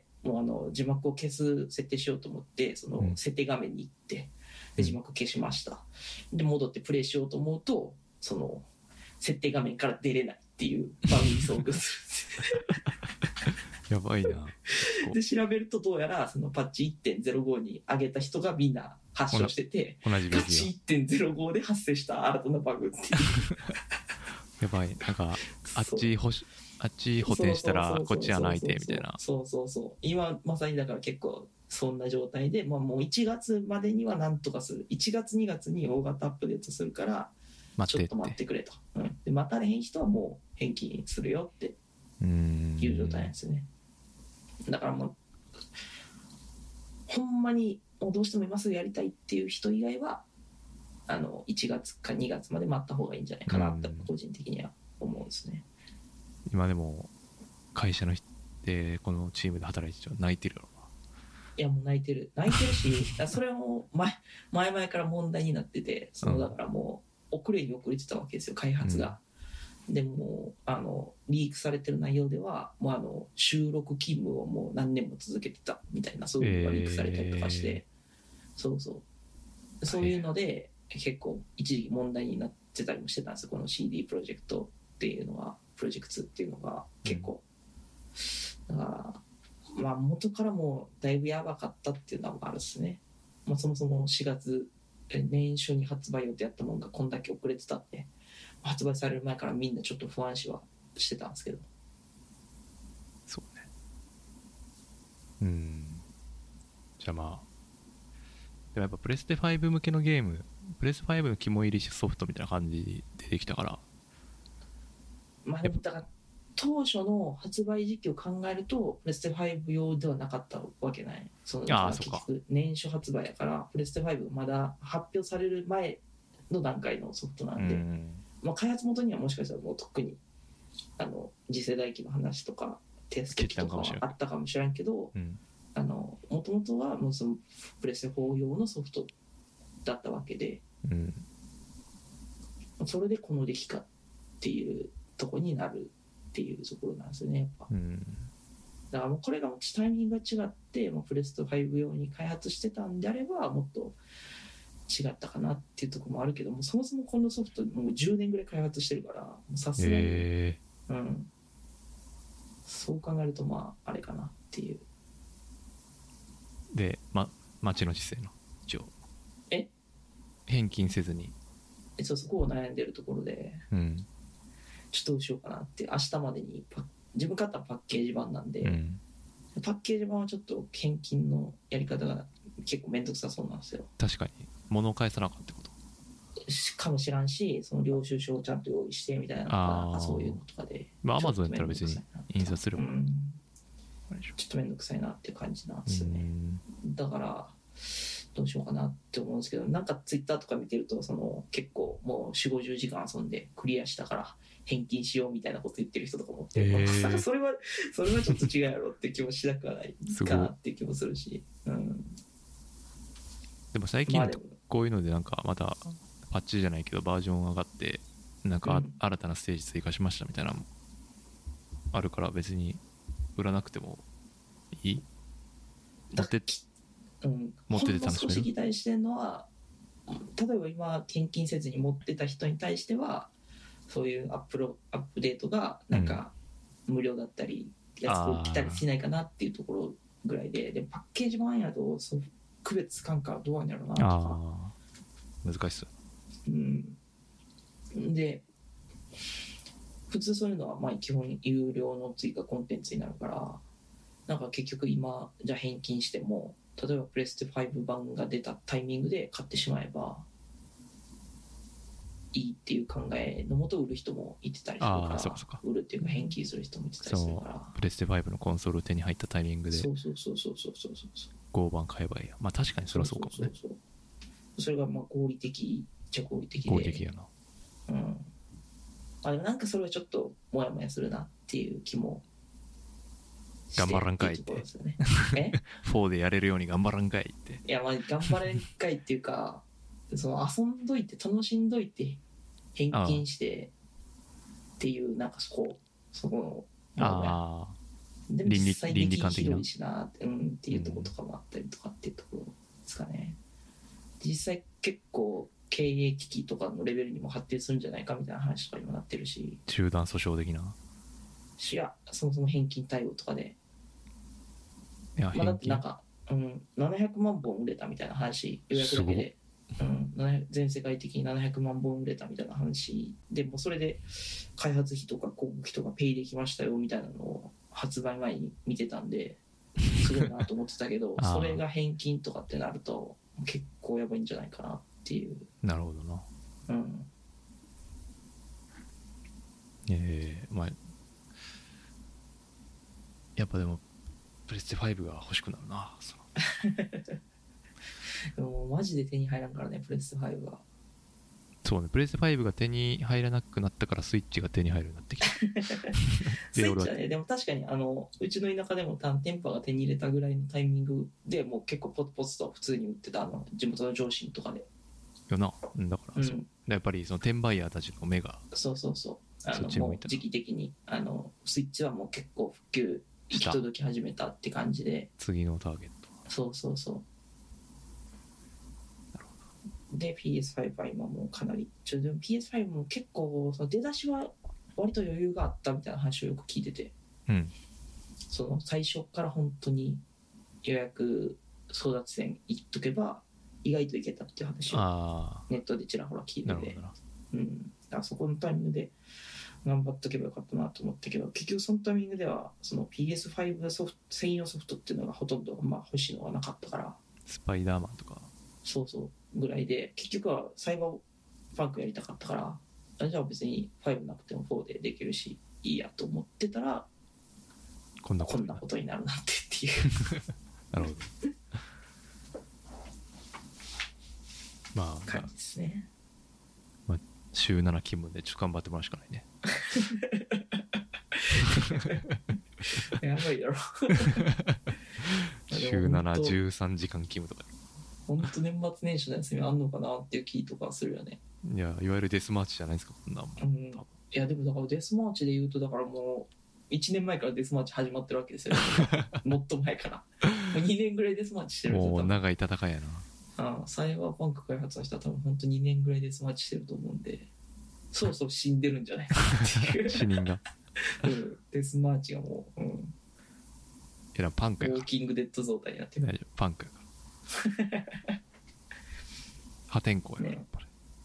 もうあの字幕を消す設定しようと思ってその設定画面に行ってで字幕消しました、うん、で戻ってプレイしようと思うとその設定画面から出れないっていう場面に遭遇するやばいな。 で調べるとどうやらそのパッチ いってんゼロご に上げた人がみんな発症してて、 同じパッチ いってんゼロご で発生した新たなバグっていうやばい、なんかあっち保守あっち補填したらこっちは泣いてみたいな。 そうそうそう、今まさにだから結構そんな状態で、まあ、もういちがつまでにはなんとかする、いちがつにがつに大型アップデートするからちょっと待ってくれと、うん、で待たれへん人はもう返金するよっていう状態なんですよね。だからもうほんまにもうどうしても今すぐやりたいっていう人以外はあのいちがつかにがつまで待った方がいいんじゃないかなって個人的には思うんですね。 今でも会社の人でこのチームで働いてる人泣いてるやろな。 いやもう泣いてる泣いてるしそれも 前, 前々から問題になってて、そのだからもう遅れに遅れてたわけですよ開発が、うん、でもあのリークされてる内容ではもうあの収録勤務をもう何年も続けてたみたいな、そういうのがリークされたりとかして、えー、そうそうそういうので結構一時期問題になってたりもしてたんですよ、この シーディー プロジェクトっていうのはプロジェクトっていうのが結構、うん、だからまあ元からもだいぶやばかったっていうのはあるっすね、まあ、そもそもしがつ年初に発売予定やったものがこんだけ遅れてたんで、発売される前からみんなちょっと不安視はしてたんですけど。 そうね。うんじゃあまあでもやっぱプレステファイブ向けのゲーム、プレステファイブの肝入りソフトみたいな感じでできたから、 まあでもだから当初の発売時期を考えるとプレステファイブ用ではなかったわけない。そのああそうか。 年初発売やからプレステファイブまだ発表される前の段階のソフトなんで、うんまあ、開発元にはもしかしたらもうとっくにあの次世代機の話とかテスト機とかはあったかもしれんけど、うんあの元々はもうそのプレステフォー用のソフトだったわけで、うん、それでこの出来かっていうところになるっていうところなんですよねやっぱ、うん、だからもうこれがタイミングが違ってもうプレステファイブ用に開発してたんであればもっと違ったかなっていうところもあるけども、そもそもこのソフトもうじゅうねんぐらい開発してるからさすがに、えーうん、そう考えるとまああれかなっていうで、ま、町の実勢の一応え返金せずにえそうそこを悩んでるところで、うん、ちょっとどうしようかなって明日までにパ自分買ったパッケージ版なんで、うん、パッケージ版はちょっと返金のやり方が結構めんどくさそうなんですよ。 確かに物を返さなかったってことかもしらんし、その領収書をちゃんと用意してみたいなのとかそういうのとかでまあ Amazon やったら別に印刷するもん、うんちょっとめんどくさいなっていう感じなんですよね。だからどうしようかなって思うんですけど、なんかツイッターとか見てるとその結構もうよんじゅうごじゅうじかん遊んでクリアしたから返金しようみたいなこと言ってる人とかもって、えー、なんかそれはそれはちょっと違うやろって気もしなくはないかなっていう気もするし、うん、 でも最近こういうのでなんかまたパッチじゃないけどバージョン上がってなんか、うん、新たなステージ追加しましたみたいなのもあるから別に売らなくてもいい？持ってうん、持ってて楽しめる。ほんの少し期待してるのは、例えば今献金せずに持ってた人に対してはそういうアップロアップデートがなんか無料だったり、うん、やつこう来たりしないかなっていうところぐらいで、でパッケージ版やとそう区別つかんからどうなんやろうなとか。 あ難しそう。 うん。で普通そういうのはまあ基本有料の追加コンテンツになるから、なんか結局今じゃあ返金しても例えばプレステファイブ版が出たタイミングで買ってしまえばいいっていう考えのもと売る人もいてたりするから、 そうかそうか、 売るっていうか返金する人もいてたりするから、 プレステファイブのコンソール手に入ったタイミングでそうそうそうそうそうそうそうごばん買えばいいや。まあ確かにそれはそうかもね。そうそうそうそう、それがまあ合理的っちゃ合理的で合理的やな。 うん。あでもなんかそれはちょっとモヤモヤするなっていう気も頑張らんかいって。えフォーでやれるように頑張らんかいって。 いやまあ頑張れんかいっていうかその遊んどいて楽しんどいて返金してっていうなんかそこそこのああでも実際的に広いしなって、うん、っていうところとかもあったりとかっていうところですかね。実際結構経営危機とかのレベルにも発展するんじゃないかみたいな話とかにもなってるし、 集団訴訟的な、 いやそもそも返金対応とかで、いや、まあ、だってなんか、うん、ななひゃくまんぼん売れたみたいな話予約だけで、うん、全世界的にななひゃくまんぼん売れたみたいな話でもうそれで開発費とか広告費とかペイできましたよみたいなのを発売前に見てたんですごいなと思ってたけどそれが返金とかってなると結構やばいんじゃないかなっていう。 なるほどな。 うん。 えー、まあやっぱでもプレステファイブが欲しくなるな。そのでもマジで手に入らんからねプレステファイブが。 そうね、プレステファイブが手に入らなくなったからスイッチが手に入るようになってきたスイッチはねでも確かにあのうちの田舎でもテンパが手に入れたぐらいのタイミングでもう結構ポツポツと普通に売ってたあの地元の上司とかでよな。だからそう、うん、やっぱりその転売ヤーたちの目がそうそうそうあのもう時期的にあのスイッチはもう結構普及行き届き始めたって感じで次のターゲットそうそうそうで ピーエスファイブ は今もうかなりちょでも ピーエスファイブ も結構その出だしは割と余裕があったみたいな話をよく聞いてて、 うん、 その最初から本当に予約争奪戦行っとけば意外といけたっていう話をネットでちらほら聞いてて、うん、だからそこのタイミングで頑張っとけばよかったなと思ったけど結局そのタイミングではその ピーエスファイブ ソフト専用ソフトっていうのがほとんどまあ欲しいのがなかったからスパイダーマンとかそうそうぐらいで結局はサイバーパンクやりたかったからじゃあ別にファイブなくてもフォーでできるしいいやと思ってたらこんなことこんなことになるなんてっていうなるほどまあ感じですね、 まあ、週なな勤務でちょっと頑張ってもらうしかないねやばいだろ週なな、じゅうさんじかん勤務とか本当年末年始の休みあんのかなっていう気とかするよね。 いやいわゆるデスマーチじゃないですかこんなもん、 うん、いやでもだからデスマーチで言うとだからもういちねんまえからデスマーチ始まってるわけですよもっと前からもうにねんぐらいデスマーチしてるんですよ。 もう長い戦いやな。 ああサイバーパンク開発の人は多分本当にねんぐらいデスマーチしてると思うんでそろそろ死んでるんじゃないかっていう死人が、 うん、デスマーチがもう、うん、 いやパンクやからウォーキングデッド状態になってる。 大丈夫パンクやから破天荒やから、ね、やっぱり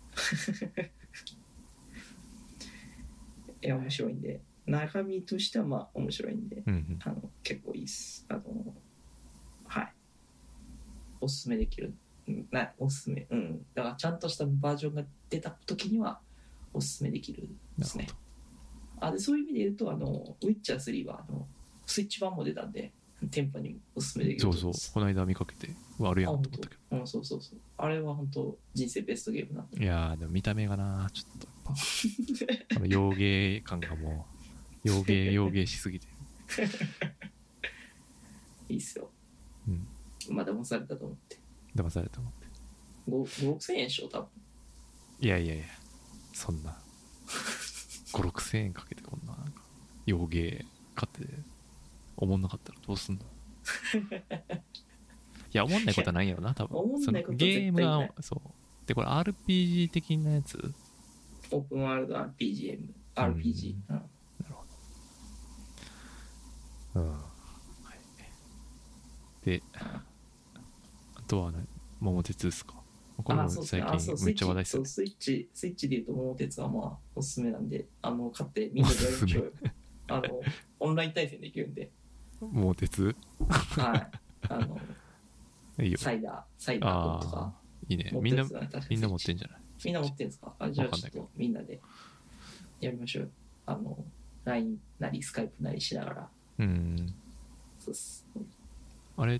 いや面白いんで中身としてはまあ面白いんで、 うんうん、 あの結構いいっす。あのはいおすすめできるなおすすめうんだからちゃんとしたバージョンが出た時にはおすすめできるですね。あでそういう意味で言うとあのウィッチャースリーはあのスイッチ版も出たんで店舗におすすめできるそうそうこの間見かけてあるやんと思ったけど、 うん、そうそうそうあれは本当人生ベストゲームなんで。 いやーでも見た目がなちょっとやっぱあの洋芸感がもう洋芸洋芸しすぎていいっすよ。 うんまあ騙されたと思って騙されたと思ってご、ご、ろくせんえんでしょ多分。 いやいやいやそんなご、ろくせんえんかけてこんななんか洋芸買っておもんなかったらどうすんのいやおもんないことはないんやろな多分おもんないことは絶対ないゲームがそうでこれ アールピージー 的なやつオープンワールド アールピージーエム、アールピージー、うん、 なるほどうんはいであとはね桃鉄ですかこれも最近めっちゃ話題ですよね。 スイッチスイッチでいうと桃鉄はまあおすすめなんであの買ってみんなでやりましょうよあのオンライン対戦できるんで桃鉄はいあのいいよサイダーサイダーとかいいねみんなみんな持ってんじゃないみんな持ってんですかあじゃあちょっとみんなでやりましょうあの ライン なりスカイプなりしながらうんそうっすあれ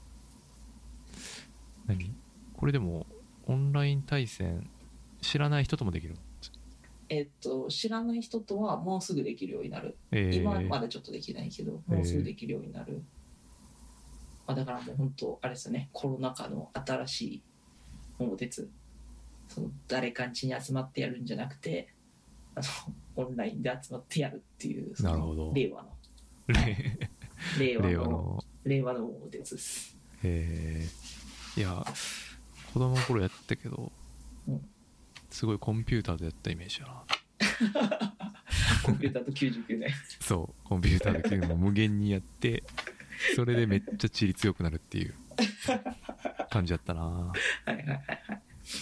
何これでもオンライン対戦知らない人ともできるの？ えっと知らない人とはもうすぐできるようになる、 えー、 今まだちょっとできないけどもうすぐできるようになる、えーまあ、だからもう本当あれですよねコロナ禍の新しい桃鉄その誰かん家に集まってやるんじゃなくてあのオンラインで集まってやるっていうなるほど令和の令和の令和の桃鉄です。 へえいや子供の頃やったけど、うん、すごいコンピューターでやったイメージやなコンピューターときゅうじゅうきゅうねんそうコンピューターできゅうじゅうねん無限にやってそれでめっちゃ地理強くなるっていう感じだったなはいはいはいはい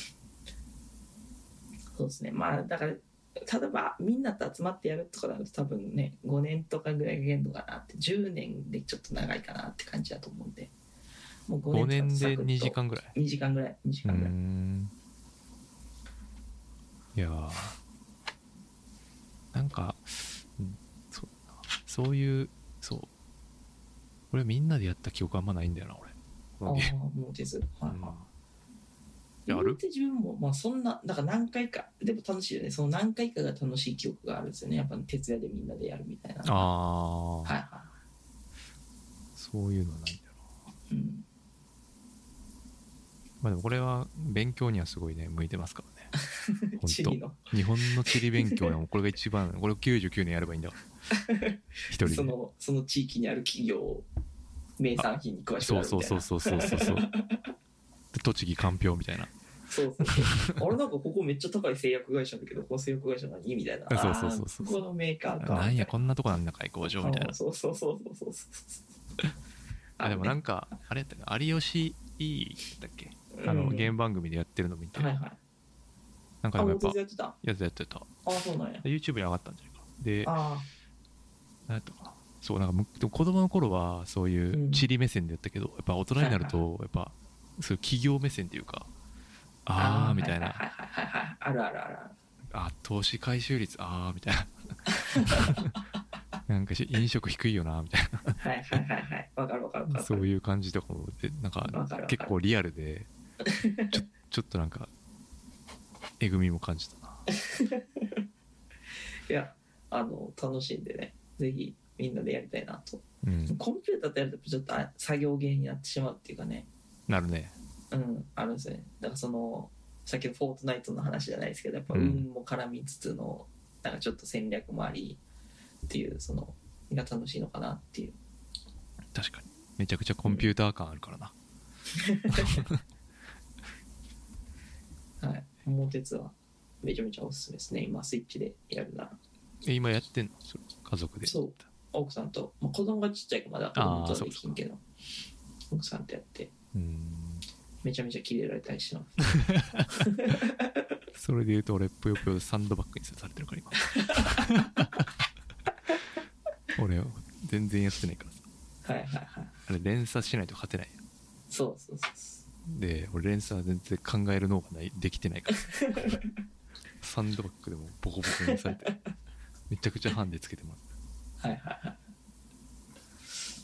そうですねまあだから例えばみんなと集まってやるとかだと多分ねごねんとかぐらいが限度かなってじゅうねんでちょっと長いかなって感じだと思うんでもうごねんでにじかんぐらいにじかんぐらいにじかんぐらいうんいやなんか、うん、そうそういうそうこれみんなでやった記憶あんまないんだよな俺ああもうですはいはい、 うん、やる自分もまあそんなだから何回かでも楽しいよねその何回かが楽しい記憶があるんですよねやっぱ徹夜でみんなでやるみたいなああはいはいそういうのはないんだろう、 うんまあでもこれは勉強にはすごいね向いてますからね地理の日本の地理勉強でもこれが一番これをきゅうじゅうきゅうねんやればいいんだから一人でそのその地域にある企業名産品に詳しくなるみたいなそうそうそうそうそうそうで栃木かんぴょうみたいなそうそうそうあれなんかここめっちゃ高い製薬会社だけどこの製薬会社何みたいなそうそうそうそうここのメーカーかなんやこんなとこなんだかい工場みたいなそうそうそうそうそうそうあでもなんかあれやったか有吉 E だっけあの、うん、ゲーム番組でやってるの見て、 はいはい、 なんかでもやっぱやってたやってたやってたあそうなんや YouTube に上がったんじゃないかであなんやったかなそうなんかでも子供の頃はそういう地理目線でやったけど、うん、やっぱ大人になるとやっぱそういう企業目線っていうかあーみたいなはいはいはいはいあるあるあるあ投資回収率あーみたいななんか飲食低いよなみたいなはいはいはいはいわかるわかるわかるそういう感じとかもでなんか結構リアルでちょ, ちょっとなんかえぐみも感じたないやあの楽しんでねぜひみんなでやりたいなと、 うん、 コンピューターとやるとちょっと作業芸になってしまうっていうかねなるねうんあるんですねだからそのさっきのフォートナイトの話じゃないですけどやっぱ運も絡みつつの、うん、なんかちょっと戦略もありっていうそのが楽しいのかなっていう確かにめちゃくちゃコンピューター感あるからな、 うん、はい桃鉄はめちゃめちゃおすすめですね今スイッチでやるならえ今やってんのそれ家族でそう奥さんと、まあ、子供がちっちゃいからまだ子供とはできんけど奥さんとやってうんめちゃめちゃキレられたりしますそれで言うと俺ぷよぷよサンドバッグにされてるから今俺全然やってないからさはいはいはいあれ連鎖しないと勝てないそうそうそうで俺連鎖全然考える脳がないできてないからサンドバッグでもボコボコにされてめちゃくちゃハンデつけてもらうはいはいはい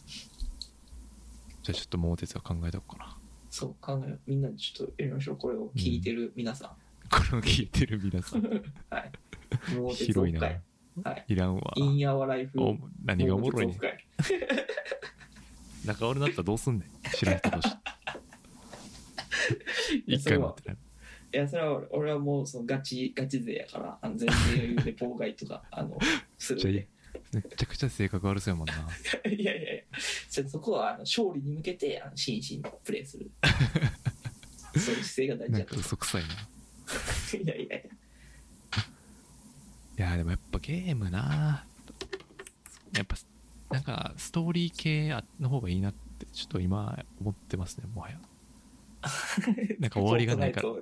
じゃあちょっと桃鉄は考えておこうかな。 そう考えみんなでちょっとやりましょう。これを聞いてる皆さん、 これを聞いてる皆さんはい桃鉄広いな、 オフ会、はい、 いらんわ。 インアワーライフお何がおもろいねん。 桃鉄オフ会仲悪なったらどうすんねん、知らん人として一回もやってない。 いやそれは俺俺はもうそのガチガチ勢やから、あの全然で妨害とかあのするんでめちゃくちゃ性格悪そうやもんな。 いやいやいや、ちょっとそこはあの勝利に向けてあの真摯にプレーするそういう姿勢が大事だと。 なんか嘘くさいな。 いやいやいや。 いやでもやっぱゲームな、やっぱなんかストーリー系の方がいいなってちょっと今思ってますね、もはや。なんか終わりがないから、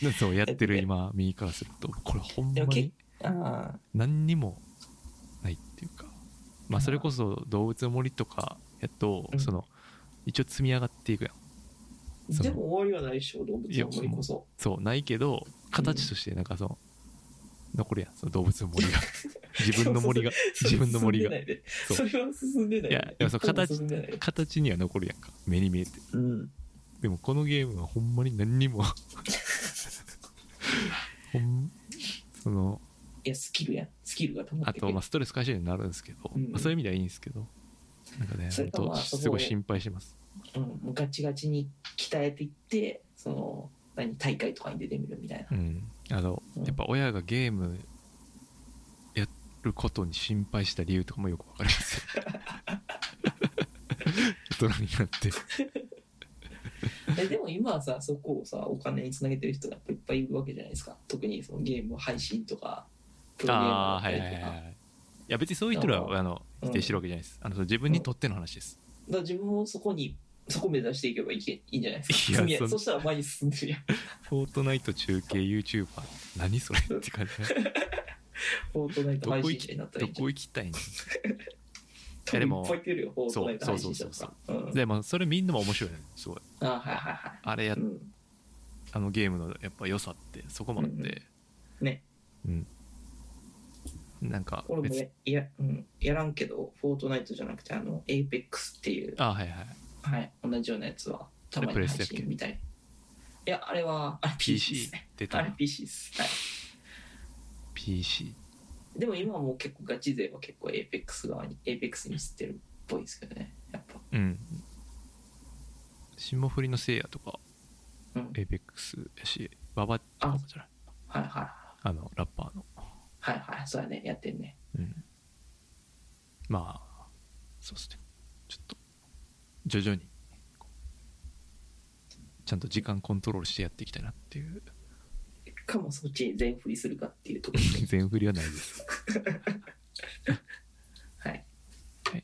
そうやってる今右からするとこれほんまに何にもないっていうか、まあそれこそ動物の森とかやとその一応積み上がっていくやん。 でも終わりはないでしょ、動物の森こそ。 そうないけど形としてなんかその残るやん、その動物の森が自分の森が自分の森がそれは進んでない。 いやでもそう形形には残るやんか、目に見えて。 うん。 でもこのゲームはほんまに何にもほんそのいやスキルやスキルが溜まってくる。 あとまあストレス解消になるんですけど、うん、まあ、そういう意味ではいいんですけど、なんかね本当すごい心配してます。 うん、ガチガチに鍛えていってその何大会とかに出てみるみたいな。 うん、あの、うん、やっぱ親がゲームやることに心配した理由とかもよくわかりますよ大人になってえでも今はさそこをさお金につなげてる人がいっぱいいるわけじゃないですか。特にそのゲーム配信とかプロゲームだったりとか。あ、はいはいはい、 いや別にそういう人らはあの否定してるわけじゃないです、うん、あの自分にとっての話です、 うん、だから自分もそこにそこ目指していけばいい、いいんじゃないですか。いや そ, そしたら前に進んでるやんフォートナイト中継 YouTuber 何それって感じフォートナイト配信者になったらいい。 どこ行きたいねんいやでもいっぱいいてるよ、フォートナイト配信者とか。そうそうそうそう、うん、 でもそれみんなも面白いね、すごい。 あ、はいはいはい。 あれや、うん、あのゲームのやっぱ良さってそこもあって、うんうん、 ね、 うん、なんか俺も や, や,、うん、やらんけどフォートナイトじゃなくてあのエイペックスっていう、 あ、はいはいはい、同じようなやつはたまに配信みたい。いやあれはあれ ピーシー ですね。出た。あれ ピーシー です。はい。 ピーシー。 でも今はもう結構ガチ勢は結構エイペックス側にエイペックスに知ってるっぽいですけどね、やっぱ。 うん。霜降りのせいやとか、 うん、 エイペックスやし、ババとかじゃない。 はいはい。 あのラッパーの。 はいはい、そうやね、やってんね。 うん。まあそうですね。ちょっと徐々にちゃんと時間コントロールしてやっていきたいなっていう。 かもそっちに全振りするかっていうところで全振りはないですはい、 はい、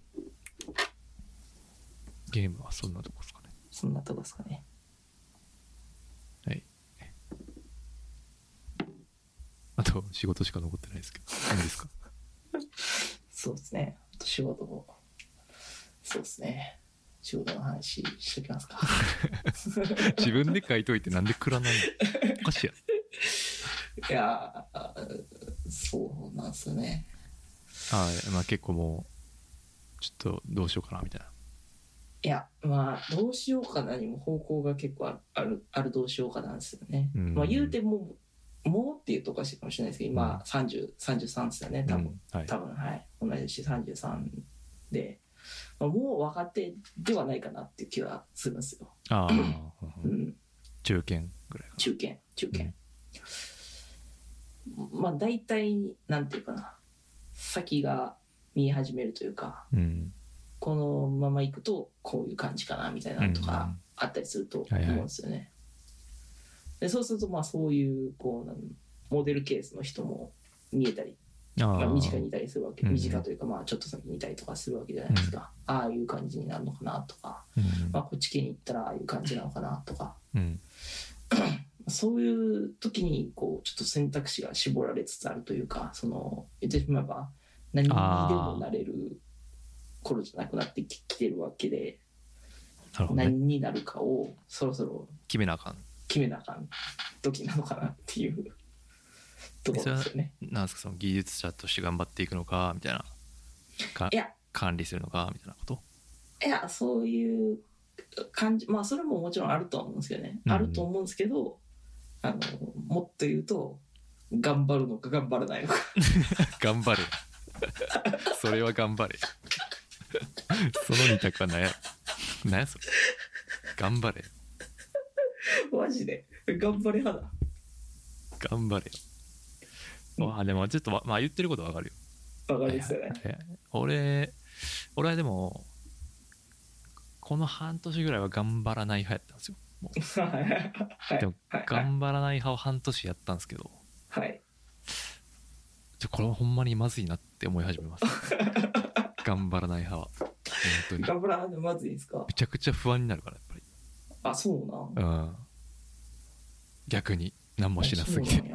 ゲームはそんなとこですかね。 そんなとこですかね。 はい。あと仕事しか残ってないですけど何ですかそうですね、あと仕事もそうですね、仕事の話しときますか自分で書いといてなんでくらないのおかしいやいやそうなんですよね。 ああ、まあ結構もうちょっとどうしようかなみたいな。 いやまあどうしようかなにも方向が結構あるある、あるどうしようかなんですよね、うん、まあ言うてももうっていうとおかしいかもしれないですけど今、うん、さんじゅう、さんじゅうさんですよね多分、うんはい、多分はい同じしさんじゅうさんで、まあ、もう若手ではないかなっていう気はするんですよ。 ああ、 うん、 中堅ぐらいかな。 中堅中堅、うん、まあ大体なんていうかな、先が見え始めるというか、 うん、 このままいくとこういう感じかなみたいなのとかあったりすると思うんですよね、はいはい、でそうするとまあそういうこうモデルケースの人も見えたり、あ、まあ、身近にいたりするわけ、うん、身近というかまあちょっと先にいたりとかするわけじゃないですか、うん、ああいう感じになるのかなとか、うん、まあ、こっち系に行ったらああいう感じなのかなとか、 うん、 そういう時にこうちょっと選択肢が絞られつつあるというか、その言ってしまえば何にでもなれる頃じゃなくなってきてるわけで、 なるほどね、 何になるかをそろそろ決めなあかん決めなあかん時なのかなっていうところですよね。 なんですか、その技術者として頑張っていくのかみたいなか、 いや管理するのかみたいなこと。 いやそういう感じ、まあそれももちろんあるとは思うんですけどね、 うん、 あると思うんですけど、あのもっと言うと頑張るのか頑張らないのか頑張れそれは頑張れその二択は何や何やそれ頑張れマジで頑張れ派だ。 頑張れよ、うん、あでもちょっとまあ言ってることわかるよ。 わかりますよね。 いやいや俺俺はでもこの半年ぐらいは頑張らない派やったんですよ。もうはい、 でも頑張らない派を半年やったんですけど、 はい、 ちょこれはほんまにまずいなって思い始めます頑張らない派は本当に頑張らないのまずいですか。 めちゃくちゃ不安になるからやっぱり。 あ、そうな、 うん、逆に何もしなすぎて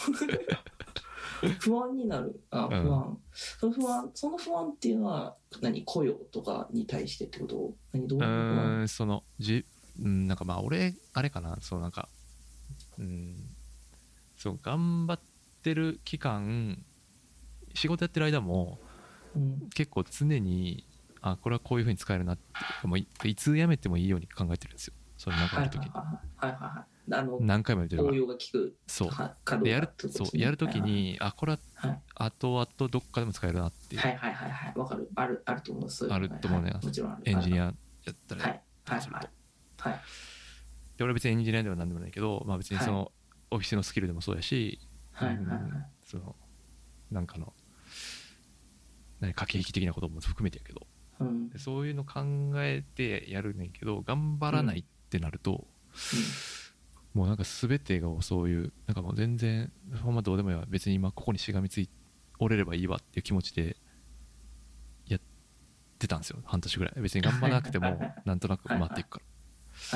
不安になる。あ、不安、うん、その不安その不安っていうのは何、雇用とかに対してってこと？何、どういう不安？ うんそのじうんなんかまあ俺あれかな、そうなんかうんそう頑張ってる期間仕事やってる間も、うん、結構常にあこれはこういう風に使えるなってもう い, いつ辞めてもいいように考えてるんですよ。それなんかある時にはいはいはい、あの何回も言ってるから応用が効く。 そうでやるそうやる時に、はいはい、あこれは後々どっかでも使えるなっていう。 はいはいはいはい、わかる。あるあると思う。そういうあると思うね、はい、もちろんエンジニアやったらやったりすると、はいはいはい、で俺は別にエンジニアでは何でもないけど、まあ、別にその、はい、オフィスのスキルでもそうやし、はいはいはい、そのなんかの何駆け引き的なことも含めてやけど、うん、でそういうの考えてやるねんけど頑張らないってなると、うんうん、もうなんか全てがそういうなんかもう全然ほんまどうでもいいわ、別に今ここにしがみつい折れればいいわっていう気持ちでやってたんですよ、半年ぐらい。別に頑張らなくてもなんとなく回っていくから、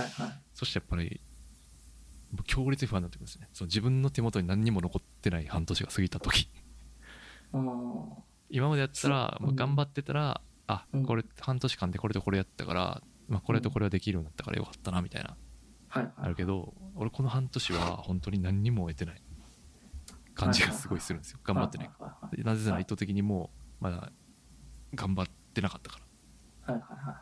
はいはい、そしてやっぱり強烈に不安になってくるんですね。その自分の手元に何にも残ってない半年が過ぎた時今までやったら、まあ、頑張ってたら、うん、あこれ半年間でこれとこれやったから、まあ、これとこれはできるようになったからよかったなみたいな、うん、あるけど俺この半年は本当に何にも得てない感じがすごいするんですよ。頑張ってないから。なぜなら意図的にもうまだ頑張ってなかったから、はいはいはい、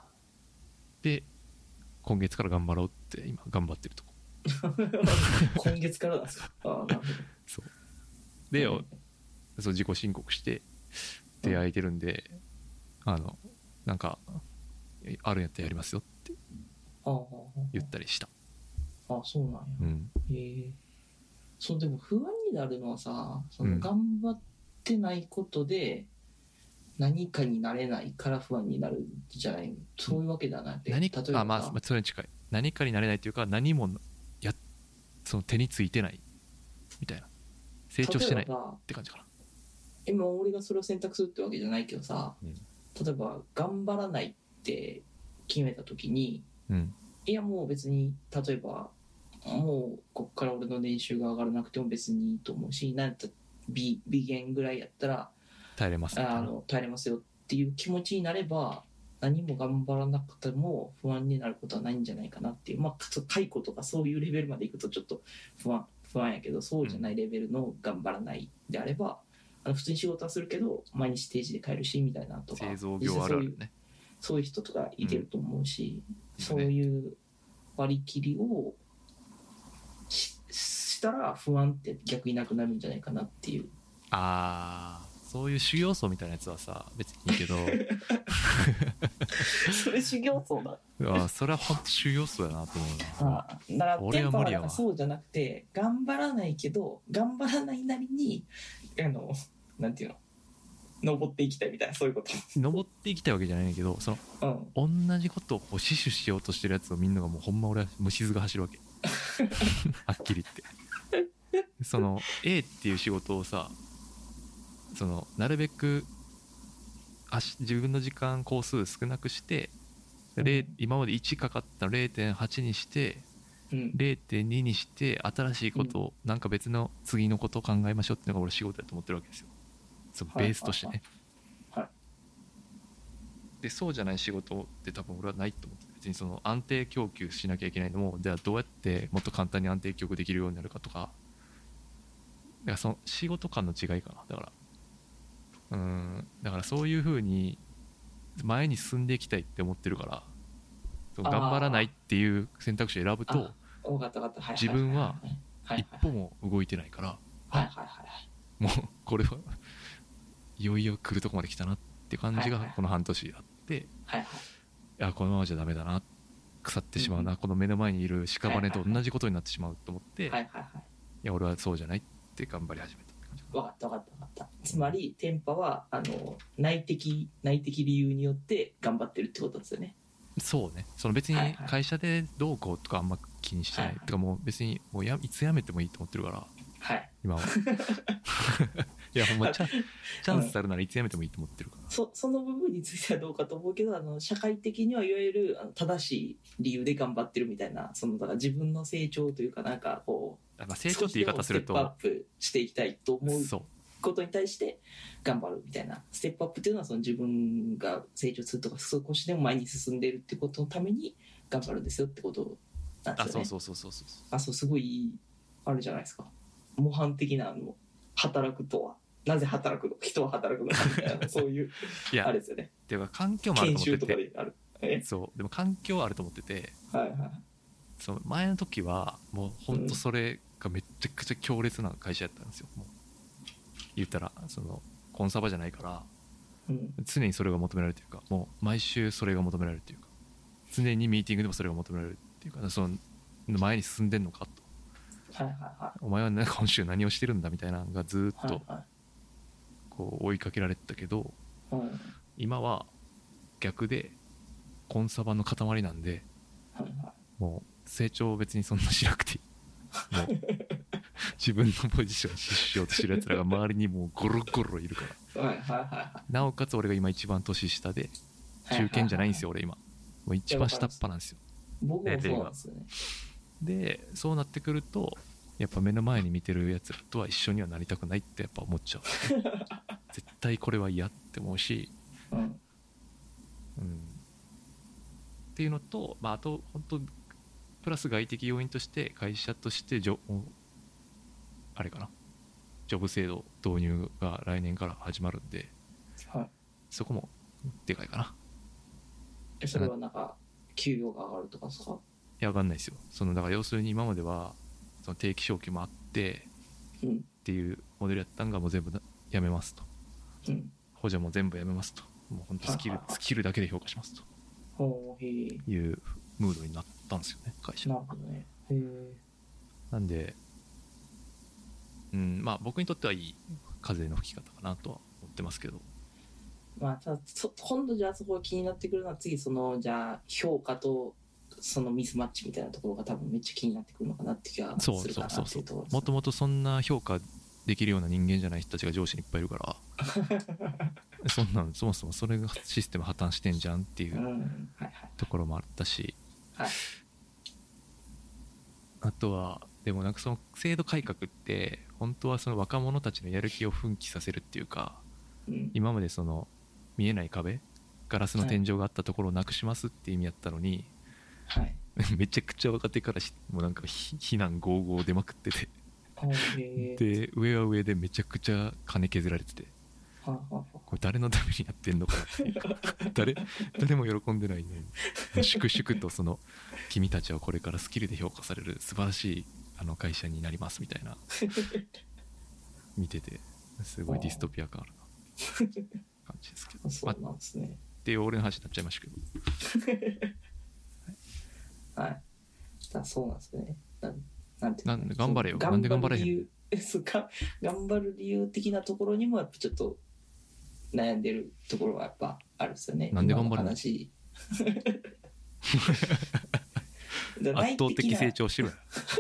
で今月から頑張ろうって今頑張ってるとこ今月からなんですか。あ、なるほど。 そうで、うん、そう自己申告して手空いてるんで、うん、あのなんかあるんやったらやりますよって言ったりした。 ああ、そうなんや、うん、へえ。そうでも不安になるのはさ、その頑張ってないことで何かになれないから不安になるじゃない、そういうわけではなくて、 何か例えばあ、まあ、それに近い。何かになれないというか何もやその手についてないみたいな、成長してないって感じかな。 今俺がそれを選択するってわけじゃないけどさ、うん、例えば頑張らないって決めた時に、うん、いやもう別に例えばもうこっから俺の年収が上がらなくても別にいいと思うし、なんて微減ぐらいやったら耐えれます、 あの耐えれますよっていう気持ちになれば、何も頑張らなくても不安になることはないんじゃないかなっていう、まあ解雇とかそういうレベルまでいくとちょっと不安不安やけど、そうじゃないレベルの頑張らないであれば、あの普通に仕事はするけど毎日定時で帰るしみたいなとか、 製造業あるあるね、 そういう人とかいてると思うし、うん、そういう割り切りを し, したら不安って逆になくなるんじゃないかなっていう。 ああ、そういう修行僧みたいなやつはさ別にいいけどそれ修行僧だ。 あ、それは本当修行僧やなと思うな。 ああ、だから俺は無理やわ。そうじゃなくて頑張らないけど頑張らないなりにあのなんていうの登っていきたいみたいな、そういうこと。 登っていきたいわけじゃないんだけど、その、うん、同じことを死守しようとしてるやつをみんながもうほんま俺は虫図が走るわけはっきり言ってその A っていう仕事をさ、そのなるべく自分の時間工数少なくして、うん、今までいちかかったの れいてんはち にして、うん、れいてんに にして新しいことを、うん、なんか別の次のことを考えましょうっていうのが俺仕事だと思ってるわけですよ。そのベースとしてね、はいはいはい、でそうじゃない仕事って多分俺はないと思って、別にその安定供給しなきゃいけないのも、じゃあどうやってもっと簡単に安定供給できるようになるかとか、だからその仕事感の違いかな。だからうーんだからそういう風に前に進んでいきたいって思ってるから、 その頑張らないっていう選択肢を選ぶと自分は一歩も動いてないから、 はいはいはい、 もうこれはいよいよ来るとこまで来たなっていう感じがこの半年あって、 はいはい、 いやこのままじゃダメだな、腐ってしまうな、うん、この目の前にいる屍と同じことになってしまうと思って、はいはいはい、いや俺はそうじゃないって頑張り始めたって感じ。 分かった分かった分かった。つまりテンパはあの内的内的理由によって頑張ってるってことですよね。 そうね、その別に会社でどうこうとかあんま気にしてない、はいはい、とかもう別にもうやいつ辞めてもいいと思ってるから、 はい、 今はいやほんまチャチャンスあるならいつ辞めてもいいと思ってるから、 うん、そ, その部分についてはどうかと思うけど、あの社会的にはいわゆるあの正しい理由で頑張ってるみたいな、そのだから自分の成長というかなんかこう、 まあ、成長って言い方するとステップアップしていきたいと思うことに対して頑張るみたいな。ステップアップっていうのはその自分が成長するとか少しでも前に進んでいるってことのために頑張るんですよってことなんですよね。 あ、そうそうそうそうそう。 あ、そう、すごいあるじゃないですか。模範的なあの働くとはなぜ働くの、人は働くのかみたいなそういういやあれですよね。 ていうか環境もあると思ってて、 研修とかである。えそうでも環境はあると思ってて、 はいはい、 その前の時はもう本当それがめちゃくちゃ強烈な会社やったんですよ。もう言ったらそのコンサバじゃないから、うん、常にそれが求められるというか、もう毎週それが求められるというか、常にミーティングでもそれが求められるっていうか、その前に進んでんのかと、はいはいはい、お前は、ね、今週何をしてるんだみたいなのがずっとこう追いかけられてたけど、はいはい、今は逆でコンサバの塊なんで、はいはい、もう成長を別にそんなしなくていいもう自分のポジションにしようとしてるやつらが周りにもうゴロゴロいるから、はいはいはい、なおかつ俺が今一番年下で中堅じゃないんですよ、はいはいはい、俺今もう一番下っ端なんですよ。 僕もそうなんですよね。 でそうなってくるとやっぱ目の前に見てるやつらとは一緒にはなりたくないってやっぱ思っちゃう絶対これは嫌って思うし、うん、うん、っていうのと、まあ、あと本当プラス外的要因として会社としてジョあれかなジョブ制度導入が来年から始まるんで、はい、そこもでかいかな。 えそれはなんか給与が上がるとかですか？ いや上がんないですよ。そのだから要するに今まではその定期昇給もあって、うん、っていうモデルやったんがもう全部やめますと、うん、補助も全部やめますと、もう本当スキル、はいはいはい、スキルだけで評価しますというムードになったんですよね会社。 なるほどね。へー。 なんで、うん、まあ僕にとってはいい風の吹き方かなとは思ってますけど、 まあただ今度じゃあそこが気になってくるのは次そのじゃあ評価とそのミスマッチみたいなところが多分めっちゃ気になってくるのかなって気がするかなっていうところですね。そうそうそうそう。もともとそんな評価できるような人間じゃない人たちが上司にいっぱいいるからそんなんそもそもそれがシステム破綻してんじゃんっていうところもあったし、はい、あとはでもなんかその制度改革って本当はその若者たちのやる気を奮起させるっていうか、うん、今までその見えない壁ガラスの天井があったところをなくしますっていう意味やったのに、はい、めちゃくちゃ若手からもうなんか非難合々出まくっててで上は上でめちゃくちゃ金削られてて、これ誰のためにやってんのかなっていう誰誰も喜んでないのに粛々とその君たちはこれからスキルで評価される素晴らしいあの会社になりますみたいな見ててすごいディストピア感あるな感じですけど、 そうなんですね、まあ、 っていう俺の話になっちゃいましたけどはい、だそうなんですね。ななんていうなんで頑張れよ。なんで頑張れへん頑張る理由的なところにもやっぱちょっと悩んでるところはやっぱあるんですよね。 なんで頑張るの？ 話圧倒的成長しろよ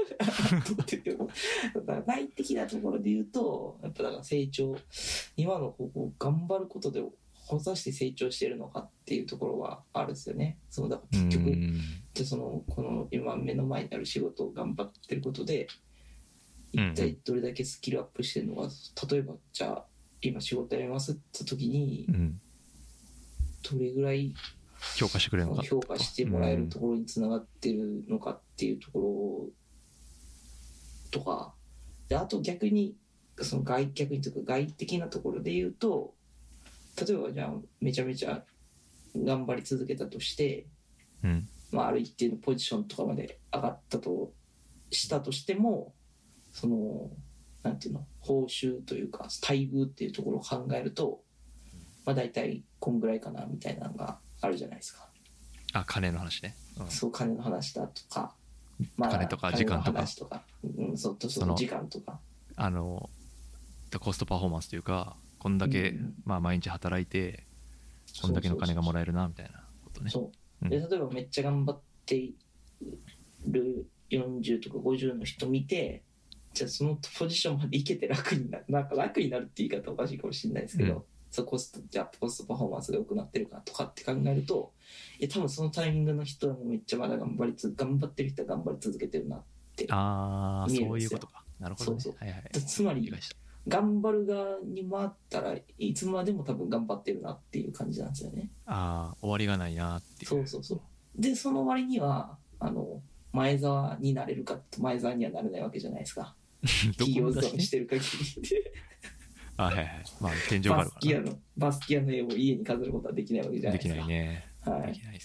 内的なところで言うとやっぱだから成長今の方向頑張ることで果たして成長してるのかっていうところはあるんですよね。そのだから結局でそのこの今目の前にある仕事を頑張ってることで一体どれだけスキルアップしてるのか、うん、例えばじゃあ今仕事辞めますって時に、うん、どれぐらい評価してくれるのか評価してもらえるところにつながってるのかっていうところとかで、あと逆にその外逆にというか外的なところで言うと例えばじゃあめちゃめちゃ頑張り続けたとして、うん、 まあ、ある一定のポジションとかまで上がったとしたとしても、そのなんていうの、報酬というか待遇っていうところを考えると、まあ、大体こんぐらいかなみたいなのがあるじゃないですか。 あ、金の話ね、うん、 そう、金の話だとか、まあ、 金とか時間とか、 とか、うん、そうとその時間とか、 あのコストパフォーマンスというか、こんだけ、うんまあ、毎日働いてこんだけの金がもらえるなみたいなことね。 そうで、例えばめっちゃ頑張っているよんじゅうとかごじゅうの人見て、じゃあそのポジションまでいけて楽になる、なんか楽になるって言い方おかしいかもしれないですけど、うん、そうコストじゃあコストパフォーマンスが良くなってるかとかって考えると、いや多分そのタイミングの人はめっちゃまだ頑張りつ頑張ってる人は頑張り続けてるなって見えるんですよ。 ああ、そういうことか。なるほど、ね、 そうそう、 はいはい、 つまり頑張る側に回ったらいつまでも多分頑張ってるなっていう感じなんですよね。 ああ、終わりがないなっていう。 そうそうそう。でその割にはあの前澤になれるかって前澤にはなれないわけじゃないですか。企業勤めしてる限りあ、はいはい、まあ天井があるから、ね、バスキアのバスキアの絵を家に飾ることはできないわけじゃないですか。 できないね、 はい、 できないです。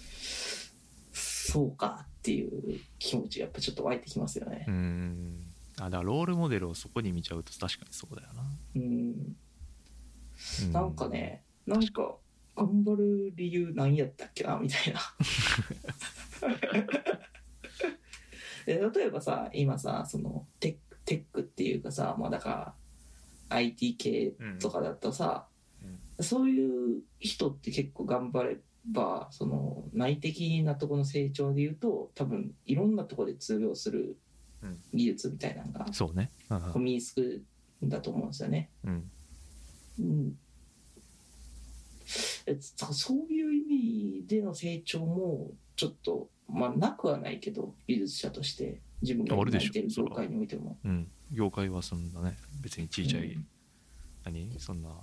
そうかっていう気持ちがやっぱちょっと湧いてきますよね。 うーん、あ、だからロールモデルをそこに見ちゃうと確かにそうだよな。 うん、うん、なんかね、なんか頑張る理由何やったっけなみたいなで例えばさ、今さ、そのテック、テックっていうかさ、まあだから アイティー 系とかだとさ、うんうん、そういう人って結構頑張れば、その内的なところの成長でいうと、多分いろんなところで通用する技術みたいなのが、 うん、そうね、 身につくんだと思うんですよね。 うんうん、えそういう意味での成長もちょっと、まあ、なくはないけど、技術者として自分が今いてる業界においても、 うん、業界はそんなね、別に小さい、うん、何そんな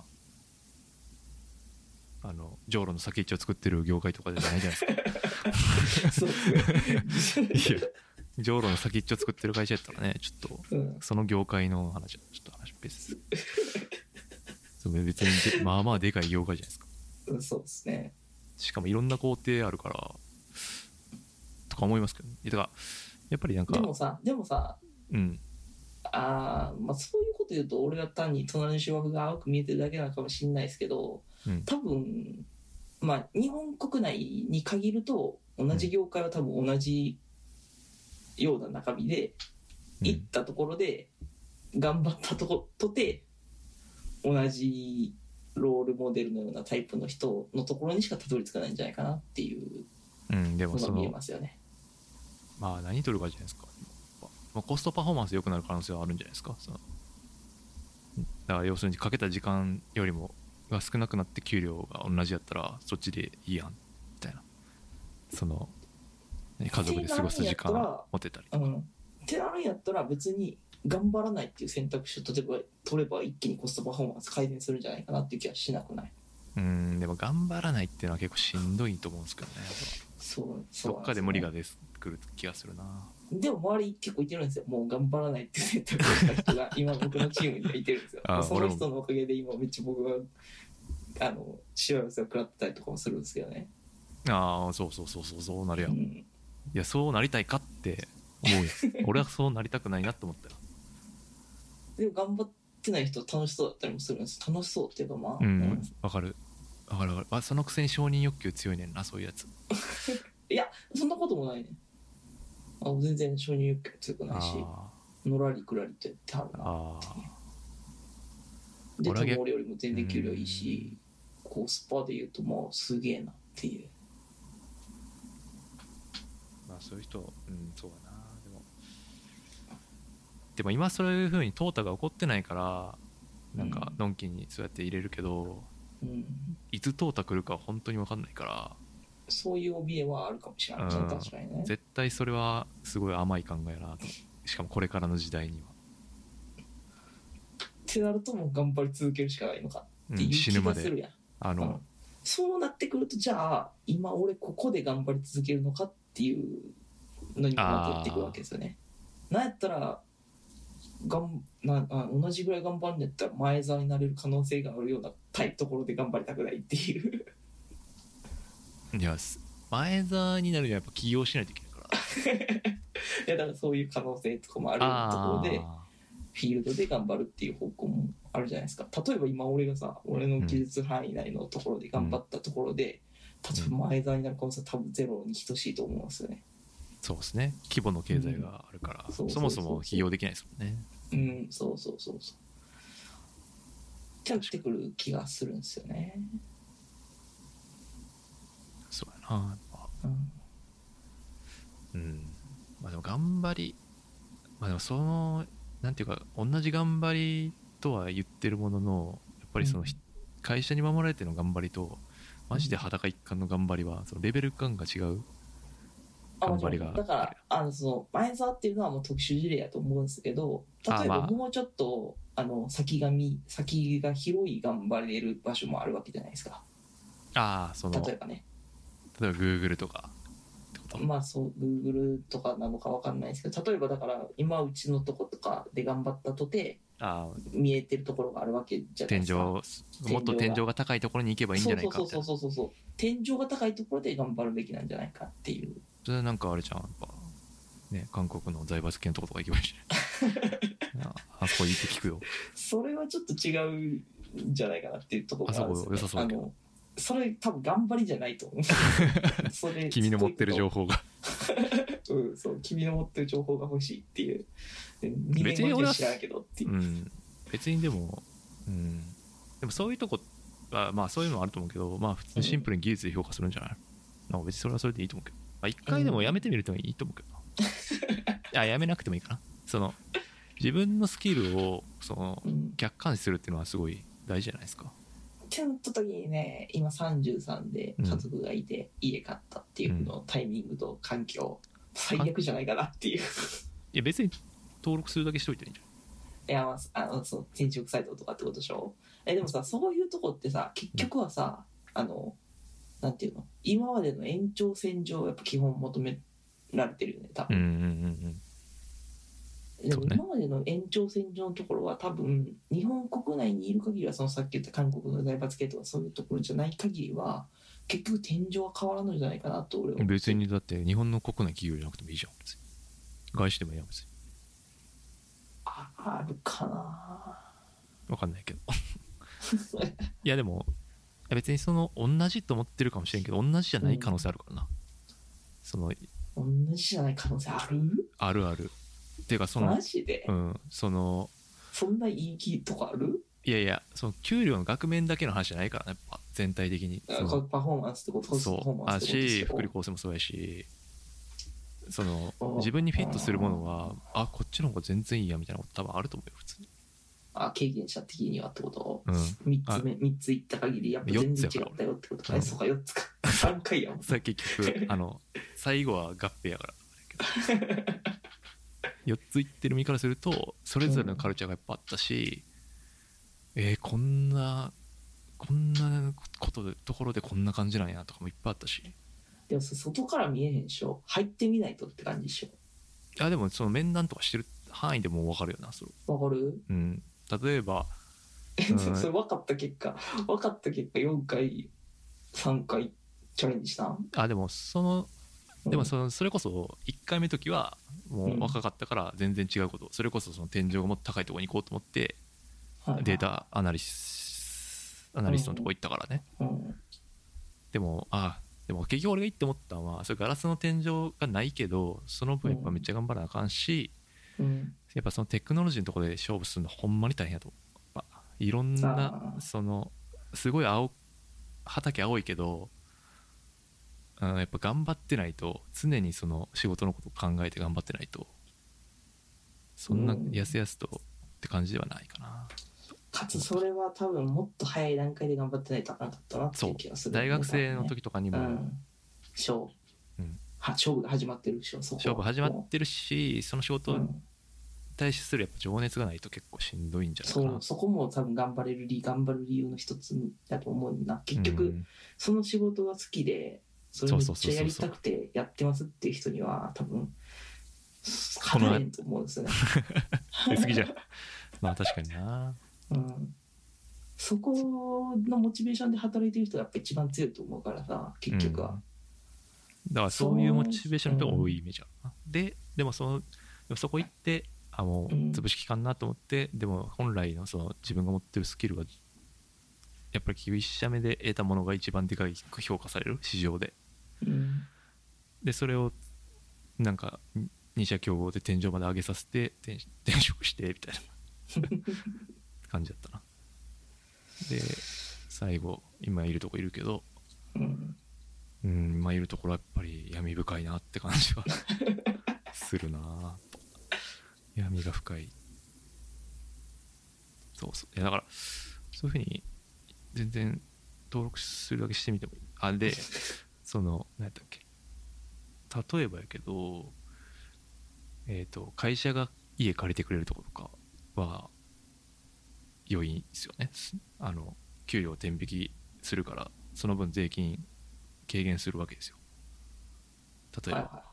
あのジョーロの先っちょを作ってる業界とかじゃないじゃないですかそうですねいやジョーロの先っちょ作ってる会社やったらね、ちょっと、うん、その業界の話はちょっと話別です別にまあまあでかい業界じゃないですか。 うん、そうですね。 しかもいろんな工程あるからとか思いますけど、ね、だからやっぱりなんかでもさでもさ、 うん、 あまあそういうこと言うと俺が単に隣の芝生が青く見えてるだけなのかもしれないですけど、うん、多分まあ日本国内に限ると同じ業界は多分同じような中身で、うん、行ったところで頑張ったとことて同じロールモデルのようなタイプの人のところにしかたどり着かないんじゃないかなっていうのが見えますよね。 うん、まあ何取るかじゃないですか。まあ、コストパフォーマンス良くなる可能性はあるんじゃないですか。そのだから要するにかけた時間よりもが少なくなって給料が同じやったらそっちでいいやんみたいな、その家族で過ごす時間を持てたりとか、うん、 ってなるんやったら別に頑張らないっていう選択肢を例えば取れば一気にコストパフォーマンス改善するんじゃないかなっていう気はしなくない？ うーん、でも頑張らないっていうのは結構しんどいと思うんですけどね。 そうそう、 どっかで無理が出てくる気がするな。 でも周り結構いてるんですよ。もう頑張らないっていう選択をした人が今僕のチームにはいてるんですよ。あその人のおかげで今めっちゃ僕があの幸せを食らってたりとかもするんですけどね。 ああ、そうそうそうそう、そうなるやん、うん、いやそうなりたいかって思うよ俺はそうなりたくないなって思ったよ。 でも頑張ってない人楽しそうだったりもするんです。楽しそうっていうかまあ、 うん、わ、うん、かるわかるわかる。あ、そのくせに承認欲求強いねんな、そういうやついやそんなこともないね。あ、全然承認欲求強くないし、のらりくらりとやってはるな。あで、多分俺よりも全然給料いいし、コスパで言うとまあすげえなっていう。 まあそういう人、うん、そうだな。でもでも今そういう風に淘汰が起こってないからなんかのんきにそうやって入れるけど、うん、いつ淘汰来るか本当に分かんないから、 そういう怯えはあるかもしれない、うん、確かにね。 絶対それはすごい甘い考えやなと。しかもこれからの時代にはってなるともう頑張り続けるしかないのかっていう気がするやん、うん、死ぬまであの、うん、そうなってくるとじゃあ今俺ここで頑張り続けるのかっていうのにもなっていくわけですよね。なんやったらがんなあ同じぐらい頑張るんだったら前澤になれる可能性があるようなたいところで頑張りたくないっていういや前座になるにはやっぱ起業しないといけないからいやだからそういう可能性とかもあるところでフィールドで頑張るっていう方向もあるじゃないですか。例えば今俺がさ俺の技術範囲内のところで頑張ったところで、うん、例えば前座になる可能性は多分ゼロに等しいと思いますよね。 そうですね、規模の経済があるから、うん、そもそも起業できないですもんね。 うんそうそうそうそうってなってくる気がするんですよね。 そうやな、うん、うん、まあでも頑張りまあでもそのなんていうか同じ頑張りとは言ってるもののやっぱりその、うん、会社に守られての頑張りとマジで裸一貫の頑張りはそのレベル感が違う頑張りが。 だからあのその前澤っていうのはもう特殊事例やと思うんですけど、例えばもうちょっとあの先がみ先が広い頑張れる場所もあるわけじゃないですか。 ああ、その例えばね、 例えば Google とかってこと。 まあそう Google とかなのか分かんないですけど、例えばだから今うちのとことかで頑張ったとてあ見えてるところがあるわけじゃないですか。 天井、もっと天井が高いところに行けばいいんじゃないかって。 そうそうそうそうそう、天井が高いところで頑張るべきなんじゃないかっていう。 それなんかあれじゃん、やっぱね、韓国の財閥系のところとか行けばいいしあ, あそこ行って聞くよ。 それはちょっと違うんじゃないかなっていうところがあるんですよ、ね、 あそこ良さそうだけど、 あのそれ多分頑張りじゃないと思うそれ君の持ってる情報がうん、そう君の持ってる情報が欲しいっていう。別に俺は知らんけどっていう、 うん、別にでも、うん、でもそういうとこはまあそういうのもあると思うけど、まあ普通にシンプルに技術で評価するんじゃない、うん、なんか別にそれはそれでいいと思うけど、まあ、一回でもやめてみるといいと思うけどな、うん、あやめなくてもいいかな。その自分のスキルをその客観視するっていうのはすごい大事じゃないですか。 ちゃんと時にね、今さんじゅうさんで家族がいて、うん、家買ったっていうのタイミングと環境、うん、最悪じゃないかなっていう。いや別に登録するだけしといていいんじゃん。 いや、まあ、あのその転職サイトとかってことでしょ。えでもさ、そういうとこってさ結局はさ、うん、あのなんていうの、今までの延長線上やっぱ基本求められてるよね多分。うんうんうんうんでも今までの延長線上のところは多分日本国内にいる限りはそのさっき言った韓国の財閥系とかそういうところじゃない限りは結局天井は変わらないんじゃないかなと俺は。 別にだって日本の国内企業じゃなくてもいいじゃん、別に外資でもいいやん別に。 あ, あるかな分かんないけどいやでも別にその同じと思ってるかもしれんけど同じじゃない可能性あるからな、うん、その同じじゃない可能性あるあるあるっていうかそのマジで、 うん、そのそんないい気とかある。 いやいやその給料の額面だけの話じゃないからね、やっぱ全体的にそのパフォーマンスってこと。 そうあし福利厚生もそうやし、その自分にフィットするものはあこっちの方が全然いいやみたいなこと多分あると思うよ普通に。 あ経験者的にはってこと、 うん、 みっつめみっついった限りやっぱ全然違ったよってことか、ね、そうかよっつかさんかいやもんそれ結局あの最後は合併やからよっついってる身からするとそれぞれのカルチャーがやっぱあったし、うん、えー、こんなこんなことでところでこんな感じなんやとかもいっぱいあったし。 でも外から見えへんでしょ、入ってみないとって感じでしょ。いやでもその面談とかしてる範囲でもう分かるよなそれ。 分かる、 うん、例えば、 うん、それ分かった結果分かった結果よんかいさんかいチャレンジしたん。 あでもそのでもそのそれこそいっかいめの時はもう若かったから全然違うこと、うん、それこそその天井がもっと高いところに行こうと思ってデータアナリスアナリストのとこ行ったからね、 うんうん、 でもあでも結局俺が行って思ったのはそれガラスの天井がないけどその分やっぱめっちゃ頑張らなあかんし、 うん、 やっぱそのテクノロジーのところで勝負するのほんまに大変やと思う、まあ、いろんなそのすごい青畑青いけどあやっぱ頑張ってないと常にその仕事のことを考えて頑張ってないとそんなやすやすとって感じではないかな。 かつそれは多分もっと早い段階で頑張ってないとあかんかったなっていう気がする、ね、 大学生の時とかにも、うん、 勝負、うん、は勝負が始まってるしそこ勝負始まってるしその仕事に対するやっぱ情熱がないと結構しんどいんじゃないかな、 そうそこも多分頑張れる理頑張る理由の一つだと思うな。結局、うん、その仕事が好きでそれめっちゃやりたくてやってますっていう人には多分勝てないと思うんですよね出過ぎじゃんまあ確かにな、 うん、そこのモチベーションで働いてる人がやっぱ一番強いと思うからさ結局は、 だからそういうモチベーションの人が多いイメージあるな、うん、ででもそのでもそこ行ってあもう潰しきかんなと思って、うん、でも本来のその自分が持ってるスキルがやっぱり厳しい目で得たものが一番でかい評価される市場で、 うん、でそれをなんか二社競合で天井まで上げさせて転, 転職してみたいな感じだったな。で最後今いるとこいるけど、 うんうん、今いるところはやっぱり闇深いなって感じはするな。闇が深い。そうそう。いやだからそういうふうに全然登録するだけしてみてもいい。あでその何やったっけ。例えばやけど、えっと会社が家借りてくれるところとかは良いんですよね。あの給料天引きするからその分税金軽減するわけですよ。例えば、はいはいはい、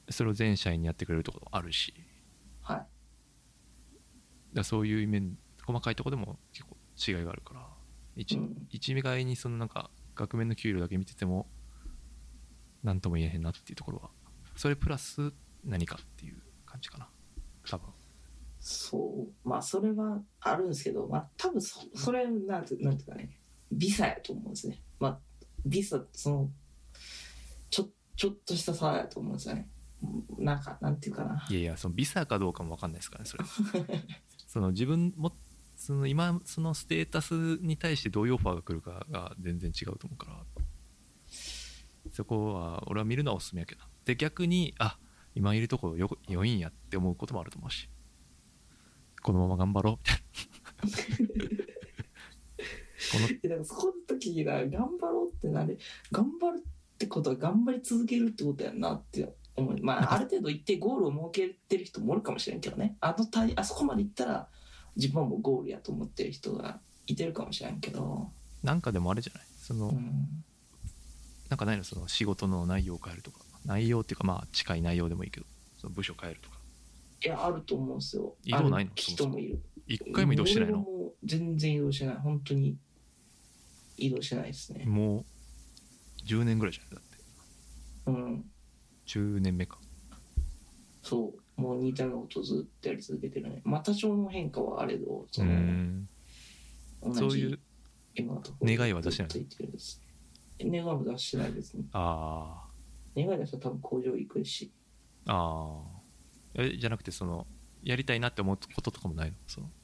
それを全社員にやってくれるところもあるし、 はい、 だそういう面細かいところでも結構違いがあるから一、うん、一味外にそのなんか額面の給料だけ見てても何とも言えへんなっていうところはそれプラス何かっていう感じかな多分。 そうまあそれはあるんですけど、まあ多分 そ, それなんてなんていうかねビザやと思うんですね。まあビザそのちょちょっとした差やと思うんですよね。なんかなんていうかな。 いやいやそのビザかどうかも分かんないですからねそれその自分もその今そのステータスに対してどういうオファーが来るかが全然違うと思うからそこは俺は見るのはおすすめやけどで逆にあ今いるとこよ良いんやって思うこともあると思うしこのまま頑張ろうみたいなこのだからそこの時に頑張ろうってなる頑張るってことは頑張り続けるってことやんなって思う。まあある程度一定ゴールを設けてる人もおるかもしれんけどねあのたあそこまでいったら自分はもうゴールやと思ってる人がいてるかもしれんけどなんかでもあれじゃないその、うん、なんかないのその仕事の内容を変えるとか内容っていうかまあ近い内容でもいいけどその部署変えるとかいやあると思うんですよ。 移動ないの人もいる。 一回も移動してないの？ もう全然移動してない本当に移動してないですね。 もうじゅうねんぐらいじゃないだってうんじゅうねんめかそうもう似たようなことをずっとやり続けてるね。まあ多少の変化はあれどそのうん同じそういう今のところ願いは出してないの？願いは出してないですね。 ああ願い出したら多分工場行くしああえじゃなくてそのやりたいなって思うこととかもないのその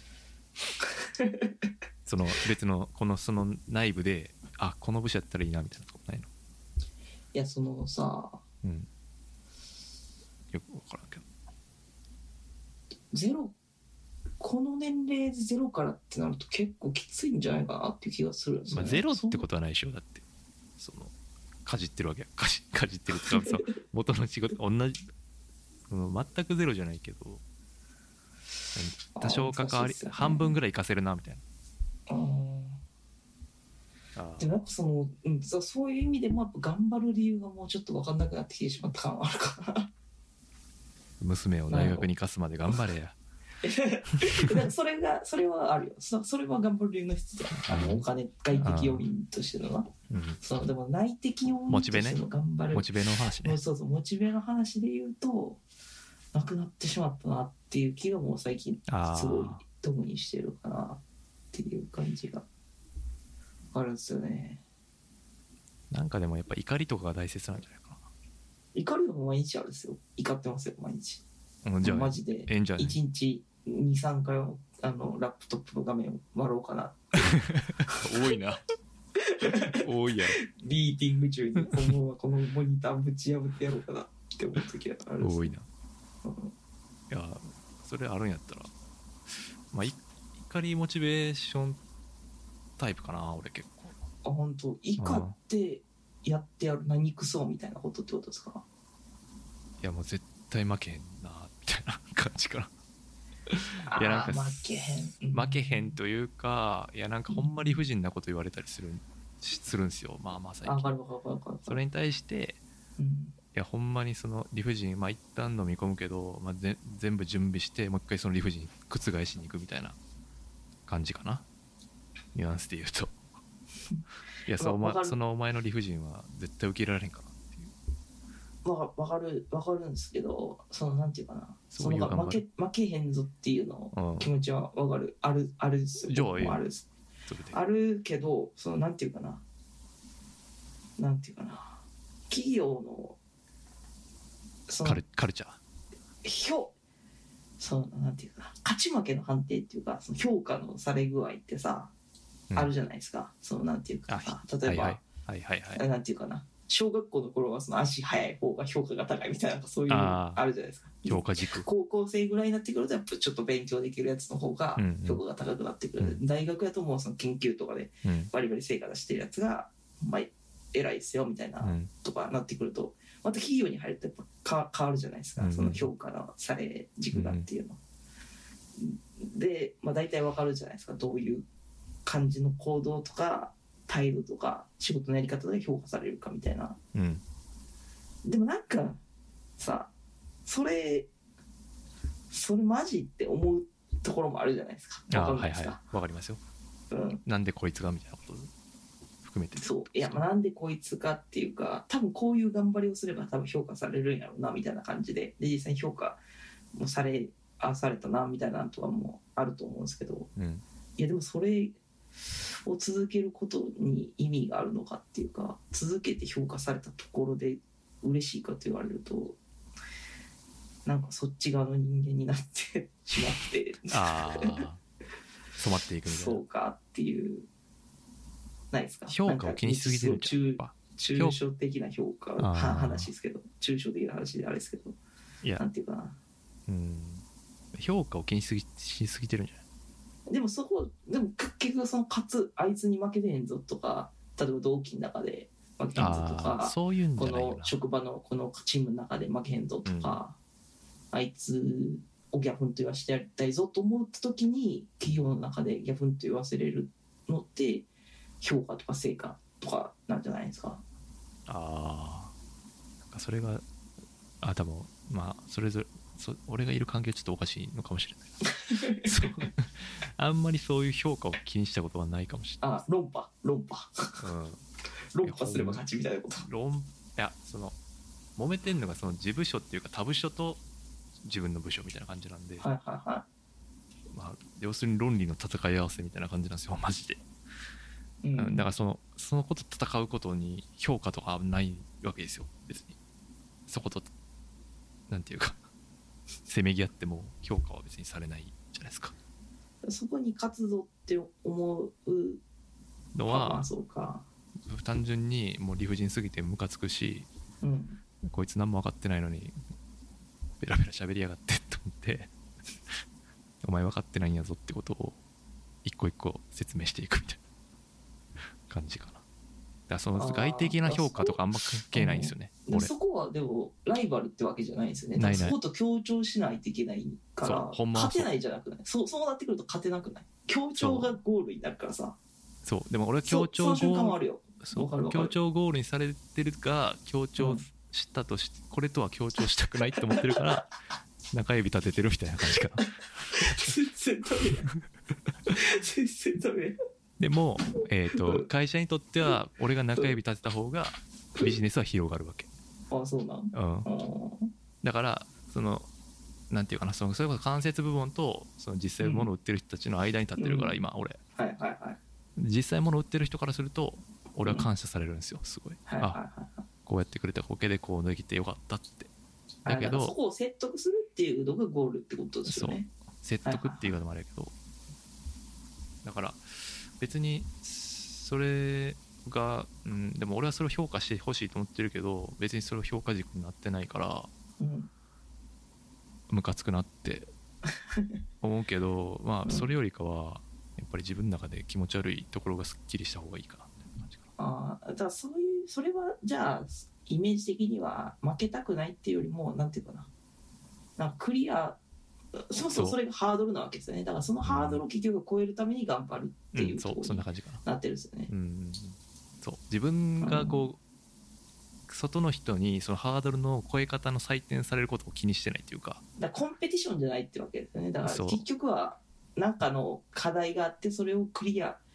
その別のこのその内部であこの部署やったらいいなみたいなとこないの？ いやそのさ、 うん、よく分からんけどゼロこの年齢でゼロからってなると結構きついんじゃないかなっていう気がするんですよね。 まあ、ゼロってことはないでしょだってそのかじってるわけやかじかじってるってかそう元の仕事同じ全くゼロじゃないけど多少関わり、ね、半分ぐらい活かせるなみたいな。 あでもやっぱその、うん、そういう意味でもやっぱ頑張る理由がもうちょっと分かんなくなってきてしまった感はあるから娘を大学に行かすまで頑張れやそれがそれはあるよ そ, それは頑張る理由の一つだあのお金外的要因としてのな、うん、そのでも内的要因としての頑張るモチベの話ねそうそうモチベの話で言うとなくなってしまったなっていう気がもう最近すごい特にしてるかなっていう感じがあるんですよね。 なんかでもやっぱ怒りとかが大切なんじゃないかな。 怒りのも毎日あるんですよ。怒ってますよ毎日。 うん、じゃあマジでいちにちにさんかいはあのラップトップの画面を割ろうかな多いな多いやろ。 ミーティング中にこのこのモニターぶち破ってやろうかなって思う時があるんですよ。 多いな、うん、いやそれあるんやったらまあ怒りモチベーションタイプかな俺結構。 あ本当怒ってやってやる何くそみたいなことってことですか？ いやもう絶対負けへんなみたいな感じかな。 いやなんか負けへん、 負けへんというかいやなんかほんま理不尽なこと言われたりするするんですよ。まあまあ最近それに対して、うん、いやほんまにその理不尽まあ一旦飲み込むけど、まあ、ぜ全部準備してもう一回その理不尽覆しに行くみたいな感じかなニュアンスで言うといやその、 まあわかるそのお前の理不尽は絶対受け入れられへんかなっていうわわかるわかるんですけど、そのなんていうかな、 そういうその負頑張るけ負けへんぞっていうのうん気持ちはわかる、あるあるっすよ。 じゃあ僕もあるっす。 それであるけど、そのなんていうかな、なんていうかな、企業のそのカルカルチャー評そのなんていうかな、勝ち負けの判定っていうか、その評価のされ具合ってさ、 うんあるじゃないですか。そのなんていうかさ、例えば、 はいはいはいはいはいなんていうかな、小学校の頃はその足速い方が評価が高いみたいな、なんかそういうあーあるじゃないですか。 評価軸高校生ぐらいになってくるとやっぱちょっと勉強できるやつの方がうんうん評価が高くなってくる、 うん大学やともうその研究とかでうんバリバリ成果出してるやつが、まあ、偉いっすよみたいなうんとかなってくると、また企業に入るとやっぱか変わるじゃないですか、 うんうんその評価のされ軸がっていうの、で、まあ、大体わかるじゃないですか、どういう感じの行動とか態度とか仕事のやり方で評価されるかみたいな。 うんでもなんかさ、それそれマジって思うところもあるじゃないですか。 あわかーはいはいるんですか。 わかりますよ。 うん、 なんでこいつがみたいなこと含めてそういや、まあ、なんでこいつかっていうか、多分こういう頑張りをすれば多分評価されるんやろうなみたいな感じで、で実際に評価もされあされたなみたいなのとかもあると思うんですけど、 うんいやでもそれを続けることに意味があるのかっていうか、続けて評価されたところで嬉しいかと言われると、なんかそっち側の人間になってしまってああ染まっていくみたいなそうかっていうないですか。 評価を気にしすぎてるんじゃんやっぱ抽象的な評価はあー話ですけど、抽象的な話であれですけど、 いやなんていうかな。 うん評価を気にしすぎしすぎてるんじゃないでもそこでも結局その勝つあいつに負けてへんぞとか、例えば同期の中で負けへんぞとか、 ああそういうんじこゃないよなの職場のこのチームの中で負けへんぞとか、あいつをギャフンと言わせてやりたいぞと思った時に企業の中でギャフンと言わせれるのって評価とか成果とかなんじゃないですか。 ああなんかそれがあ多分まあそれぞれそ俺がいる環境ちょっとおかしいのかもしれないそうあんまりそういう評価を気にしたことはないかもしれないあ、論破論破うん論破すれば勝ちみたいなこと。 論いやその揉めてんのがその自部署っていうか他部署と自分の部署みたいな感じなんで、 はいはいはまあ、要するに論理の戦い合わせみたいな感じなんですよマジで、 い。うん、 うんだからそのそのこと戦うことに評価とかはないわけですよ別に。そことなんていうかせめぎ合っても評価は別にされないじゃないですか。 そこに勝つぞって思うのああはそうか。 単純にもう理不尽すぎてムカつくし、 うん。 こいつ何も分かってないのにベラベラ喋りやがってと思ってお前分かってないんやぞってことを一個一個説明していくみたいな感じかな。だからその外的な評価とかあんま関係ないんですよね。 で俺そこはでもライバルってわけじゃないんですよね。 ないないそこと協調しないといけないかそうらほんまはそう勝てないじゃなくない。そうそうなってくると勝てなくない。協調がゴールになるからさ。 そうでも俺は協調ゴそその瞬間もあールるよ。 そわかるわかるう協調ゴールにされてるが協調したとして、これとは協調したくないって思ってるから中指立ててるみたいな感じかな。 全然ダメだ。全然ダメだ。 でも、えー、と会社にとっては俺が中指立てた方がビジネスは広がるわけ、 あ、そうなん。 うん、 あーだからそのなんていうかな、そのそれこそ関節部門とその実際物を売ってる人たちの間に立ってるから、 うん今俺はいはいはい。 実際物を売ってる人からすると俺は感謝されるんですよすごい、 はいはいあはいはい。 こうやってくれたおかげでこうできてよかったってだけあだからそどこを説得するっていうのがゴールってことですよね。 説得っていう言い方もあるけど、だから別にそれが、うん、でも俺はそれを評価してほしいと思ってるけど別にそれを評価軸になってないからうん。 ムカつくなって思うけどまあそれよりかはやっぱり自分の中で気持ち悪いところがすっきりした方がいいかなって感じかな。 ああ、だからそういうそれはじゃあイメージ的には負けたくないっていうよりもなんていうかな、なんかクリア、そもそもそれがハードルなわけですよね。だからそのハードルを結局超えるために頑張るっていうとこうん、そうそんなろに感じかな。 なってるんですよね。 うんうんうんそう自分がこう外の人にそのハードルの超え方の採点されることを気にしてないっていうか、 だからコンペティションじゃないってわけですよね。だからそう結局は何かの課題があってそれをクリア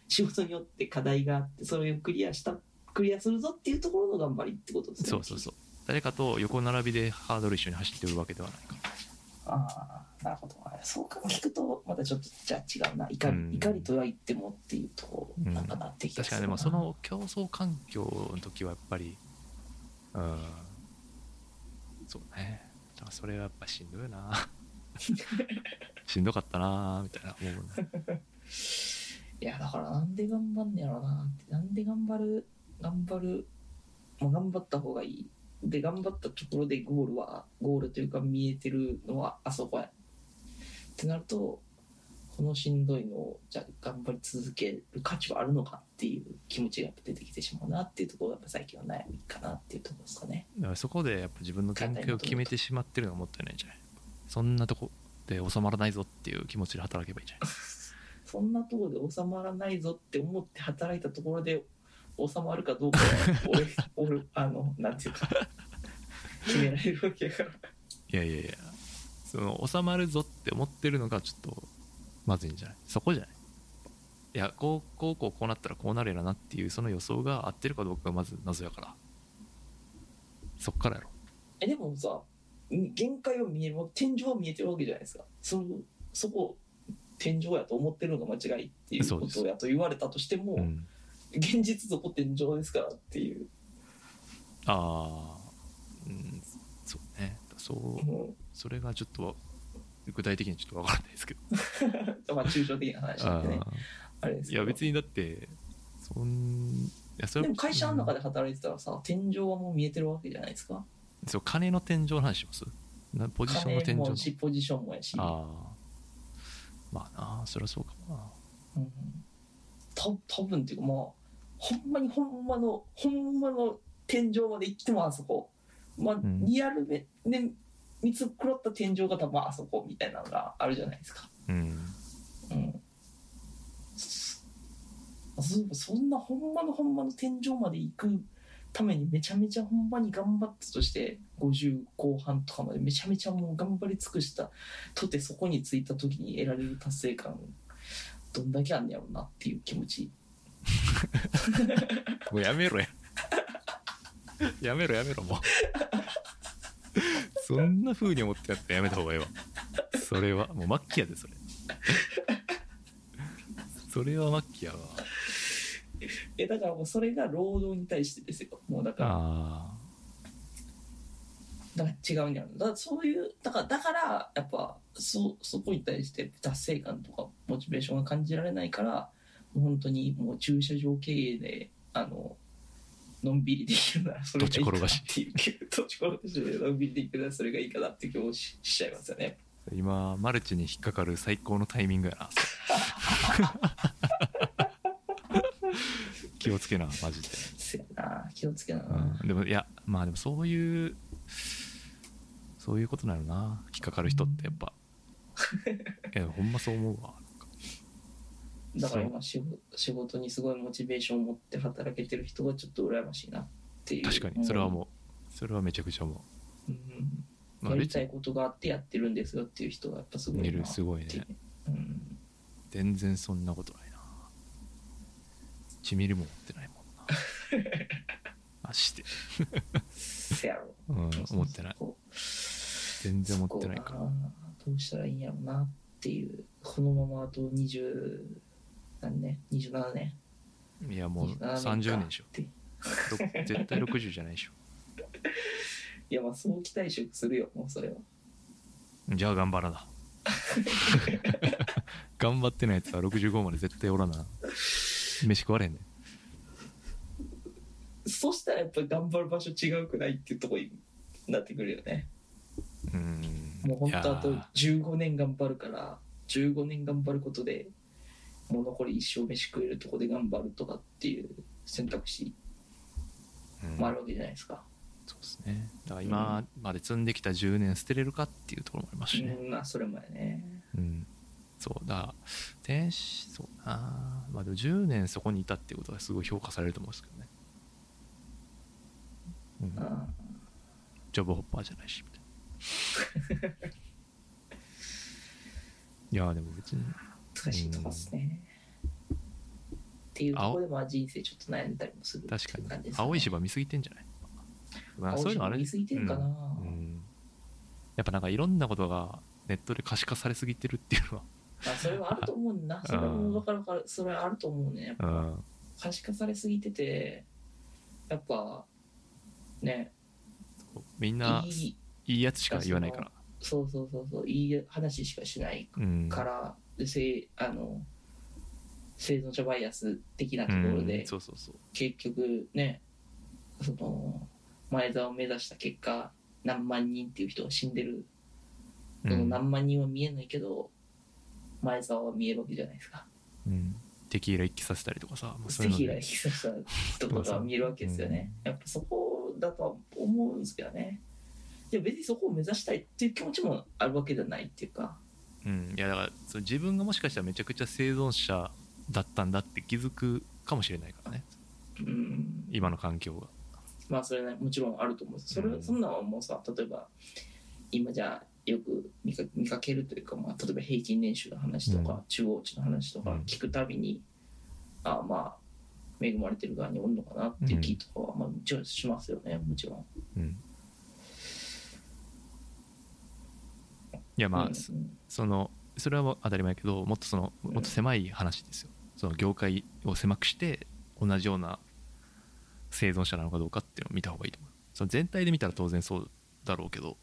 仕事によって課題があってそれをクリアしたクリアするぞっていうところの頑張りってことですね。 そうそうそう、誰かと横並びでハードル一緒に走ってるわけではないから。 ああ、なるほど。そうか聞くとまたちょっとじゃあ違うな、怒り、うん、怒りとは言ってもっていうとなんかなってきた、うん、 確かに。でもその競争環境の時はやっぱり、うん、そうね、だからそれはやっぱしんどいなしんどかったなみたいな思うねいやだからなんで頑張んねやろなって、なんで頑張る頑張る、まあ、頑張った方がいいで、頑張ったところでゴールはゴールというか見えてるのはあそこやってなると、このしんどいのをじゃあ頑張り続ける価値はあるのかっていう気持ちが出てきてしまうなっていうところがやっぱ最近の悩みかなっていうところですかね。 だからそこでやっぱ自分の展開を決めてしまってるのがもったいないんじゃない。そんなとこで収まらないぞっていう気持ちで働けばいいんじゃないそんなところで収まらないぞって思って働いたところで収まるかどうかは俺俺あのなんていうか決められるわけやから。 いやいやいや、その収まるぞって思ってるのがちょっとまずいんじゃない。そこじゃない。いやこうこうこうこうなったらこうなるやろなっていうその予想が合ってるかどうかがまず謎やから、そっからやろ。 えでもさ、限界は見える、天井は見えてるわけじゃないですか。そのそこ天井やと思ってるのが間違いっていうことやと言われたとしても、うん、現実そこ天井ですからっていう。 ああ、うん、そうね。そう、うん、それがちょっと具体的にちょっと分からないですけど。 まあ抽象的な話なんでね。あれですけど。 いや別にだってそんいやそれでも会社の中で働いてたらさ、天井はもう見えてるわけじゃないですか。 そう、金の天井の話します。ポジションの天井の。 金もしポジションもやし。 ああ。まあなあ、そりゃそうかもな。 うん。た多分っていうかまあほんまにほんまのほんまの天井まで行ってもあそこ。まあ、うん、リアルでね見つ黒った天井が多分あそこみたいなのがあるじゃないですか。 うん。 うん。そ, そんなほんまのほんまの天井まで行くためにめちゃめちゃほんまに頑張ったとしてごじゅう後半とかまでめちゃめちゃもう頑張り尽くしたとてそこに着いた時に得られる達成感どんだけあんねやろうなっていう気持ちもうやめろややめろやめろもうそんな風に思ってやってやめた方がいいわ。それはもう末期やでそれそれは末期やわ。 えだからもうそれが労働に対してですよ。もうだからあだから違うんやろ。だからそういうだからだからやっぱそそこに対して達成感とかモチベーションが感じられないから、もう本当にもう駐車場経営であののんびりできるならそれがいいかなっていう土地転がしでのんびりできるならそれがいいかなっていう気も し, しちゃいますよね。 今マルチに引っかかる最高のタイミングやな気をつけなマジで。 せやな気をつけな、 うん、でもいやまあでもそういうそういうことなのな、引っかかる人ってやっぱいやほんまそう思うわ。 だから今仕事にすごいモチベーションを持って働けてる人がちょっと羨ましいなっていう。 確かにそれはもうそれはめちゃくちゃ思う、うんまあ、やりたいことがあってやってるんですよっていう人がやっぱすごいなって。 すごいね、 うん、全然そんなことないな。いちミリも持ってないもんなマジでせやろ、 うん、思ってない、全然思ってないから。どうしたらいいんやろうなっていう。このままあとにじゅう何年にじゅうななねん、いやもうさんじゅうねんでしょ絶対ろくじゅうじゃないでしょいやまあ早期退職するよもうそれは。 じゃあ頑張らな頑張ってないやつはろくじゅうごまで絶対おらな飯食われへんねん。そしたらやっぱり頑張る場所違うくないっていうところになってくるよね。 うんもう本当あとじゅうごねん頑張るからじゅうごねん頑張ることでもう残り一生飯食えるとこで頑張るとかっていう選択肢もあるわけじゃないですか、 うん、そうですね。だから今まで積んできたじゅうねん捨てれるかっていうところもありますしね、 うん、まあそれもやね、 うん、そうだから天使そうな、まあでもじゅうねんそこにいたっていうことはすごい評価されると思うんですけどね、うん、あジョブホッパーじゃないしみたいないやでも別に難しいとこですね、 っていうところでまあ人生ちょっと悩んだりもするっていう確かに感じですかね。 青い芝見すぎてんじゃない、まあ、 青いそういうのあれ芝見すぎてるかな、 うんうん、やっぱなんかいろんなことがネットで可視化されすぎてるっていうのはまあそれはあると思うな。それはもう分かる分かる。それはあると思うね。やっぱ、うん、可視化されすぎてて、やっぱね、 みんないい、いいやつしか言わないから。 そうそうそうそう、いい話しかしないから、うん、でせあの生存者バイアス的なところで、うん、 そうそうそう、 結局ね、その前澤を目指した結果何万人っていう人が死んでる、うん、その何万人は見えないけど前澤は見えるわけじゃないですか、 うん、テキーラ一気させたりとかさ、 まあ、テキーラ一気させた人とかは見えるわけですよね、うん、やっぱそこだとは思うんですけどね。いや別にそこを目指したいっていう気持ちもあるわけじゃないっていうか、 うん、いやだからその自分がもしかしたらめちゃくちゃ生存者だったんだって気づくかもしれないからね、うん、今の環境がまあそれねもちろんあると思うんです。それ、うん、そんなのもさ、例えば今じゃあよく 見 か, 見かけるというか、まあ、例えば平均年収の話とか、うん、中央値の話とか聞くたびに、うん、ああまあ恵まれてる側におるのかなっていう気とかは、うん、まあもちろんしますよね、もちろん、うん、 いやまあ、うん、そのそれは当たり前やけど、もっとそのもっと狭い話ですよ、うん、その業界を狭くして同じような生存者なのかどうかっていうのを見た方がいいと思う。その全体で見たら当然そうだろうけど、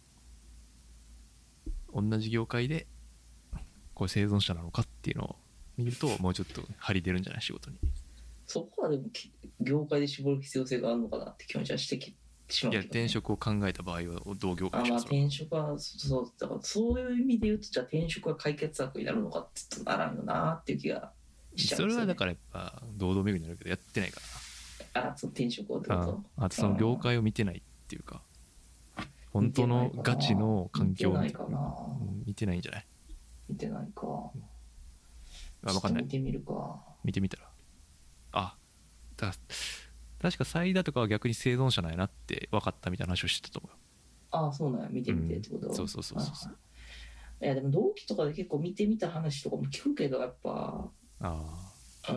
同じ業界でこれ生存者なのかっていうのを見るともうちょっと張り出るんじゃない、仕事に。 そこはでも業界で絞る必要性があるのかなって気持ちはしてきしまうけど、ね、 いや転職を考えた場合は同業界でしょ。 あ、まあ転職はそうだから、そういう意味で言うとじゃあ転職は解決策になるのかって言ったらならんよなっていう気がしちゃうんですよね。 それはだからやっぱ堂々巡りになるけどやってないからなあ、そう転職をってこと。 あ, あとその業界を見てないっていうか、本当のガチの環境を見てないかな。見てないんじゃない。 見てないか、うん、 あ、分かんない。 見てみるか。 見てみたら、あ、だ確かサイダとかは逆に生存者なんやなって分かったみたいな話をしてたと思う。 ああ、そうなんや、見てみてってこと、うん、 そうそうそうそう。 いやでも同期とかで結構見てみた話とかも聞くけど、やっぱああ、うん、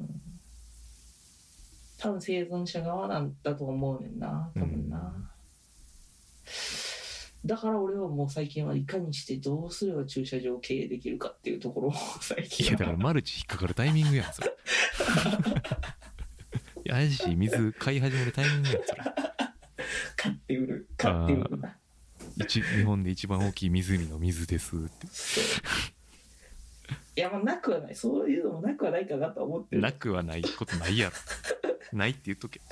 多分生存者側なんだと思うねんな、多分な、うん、だから俺はもう最近はいかにしてどうすれば駐車場を経営できるかっていうところを最近。 いやだからマルチ引っかかるタイミングやんそれ。いや怪しい水買い始めるタイミングやんそれ。 買って売る買って売るな。 日本で一番大きい湖の水ですって。 いやまあなくはない、そういうのもなくはないかなと思ってる。 なくはないことないやろ。ないって言っとけ。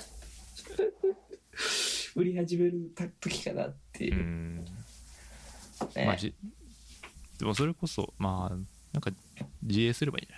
売り始める時かなっていう。うん、 ね、まあ、じでもそれこそまあなんか自営すればいいんじゃない。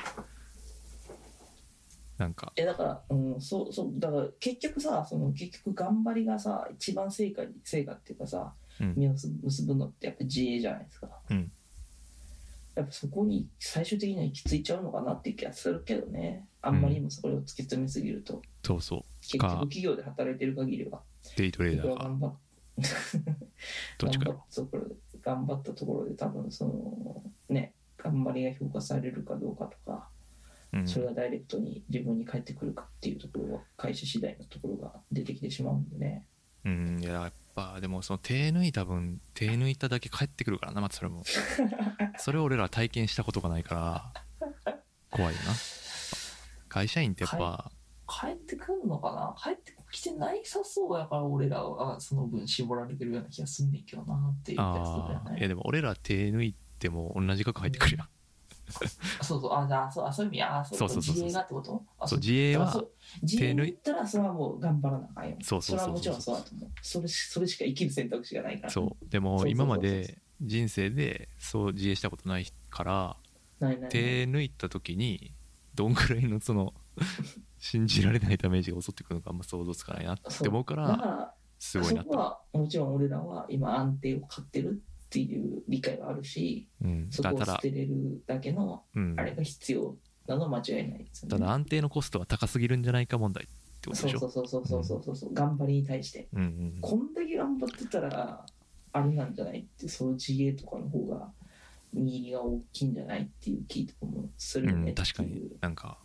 なんかえだから、うん、そうそうだから結局さ、その結局頑張りがさ一番成果成果っていうかさ、うん、実を結ぶのってやっぱ自営じゃないですか。うん、やっぱそこに最終的には行き着いちゃうのかなっていう気がするけどね。あんまりにもそれを突き詰めすぎると、うん、 そうそう結局企業で働いてる限りはデイトレーダーが頑張っどっちか頑張ったところで頑張ったところで多分そのね頑張りが評価されるかどうかとか、うん、それがダイレクトに自分に返ってくるかっていうところは会社次第のところが出てきてしまうんでね。 うん、いややっぱでもその手抜いた分手抜いただけ返ってくるからな、またそれもそれを俺ら体験したことがないから怖いよな。会社員ってやっぱ帰ってくるのかな、帰ってきてないさそうやから俺らはその分絞られてるような気がすんねんけどなっていう気がするよね。 いやでも俺ら手抜いても同じ額入ってくるやん、 うん、そうそう、ああそうあそういう意味、あそうそうそうそう、自営がってこと。 あそう自営は自営言ったらそれはもう頑張らなあかんよ。 そうそうそうそう、それはもちろんそうだと思う。それそれしか生きる選択肢がないから、ね、 そうでも今まで人生でそう自営したことないからないないない、 手抜いた時にどんぐらいのその信じられないダメージが襲ってくるのかあんま想像つかないなって思うからすごいなと。 そこはもちろん俺らは今安定を買ってるっていう理解はあるし、うん、そこを捨てれるだけのあれが必要なのは間違いないですよね。 ただ安定のコストは高すぎるんじゃないか問題ってことでしょ。 そうそうそうそうそうそうそう、うん、頑張りに対して、うんうん、こんだけ頑張ってたらあれなんじゃないって、その自営とかの方が握りが大きいんじゃないっていう気とかもするよね、 うん、確かになんか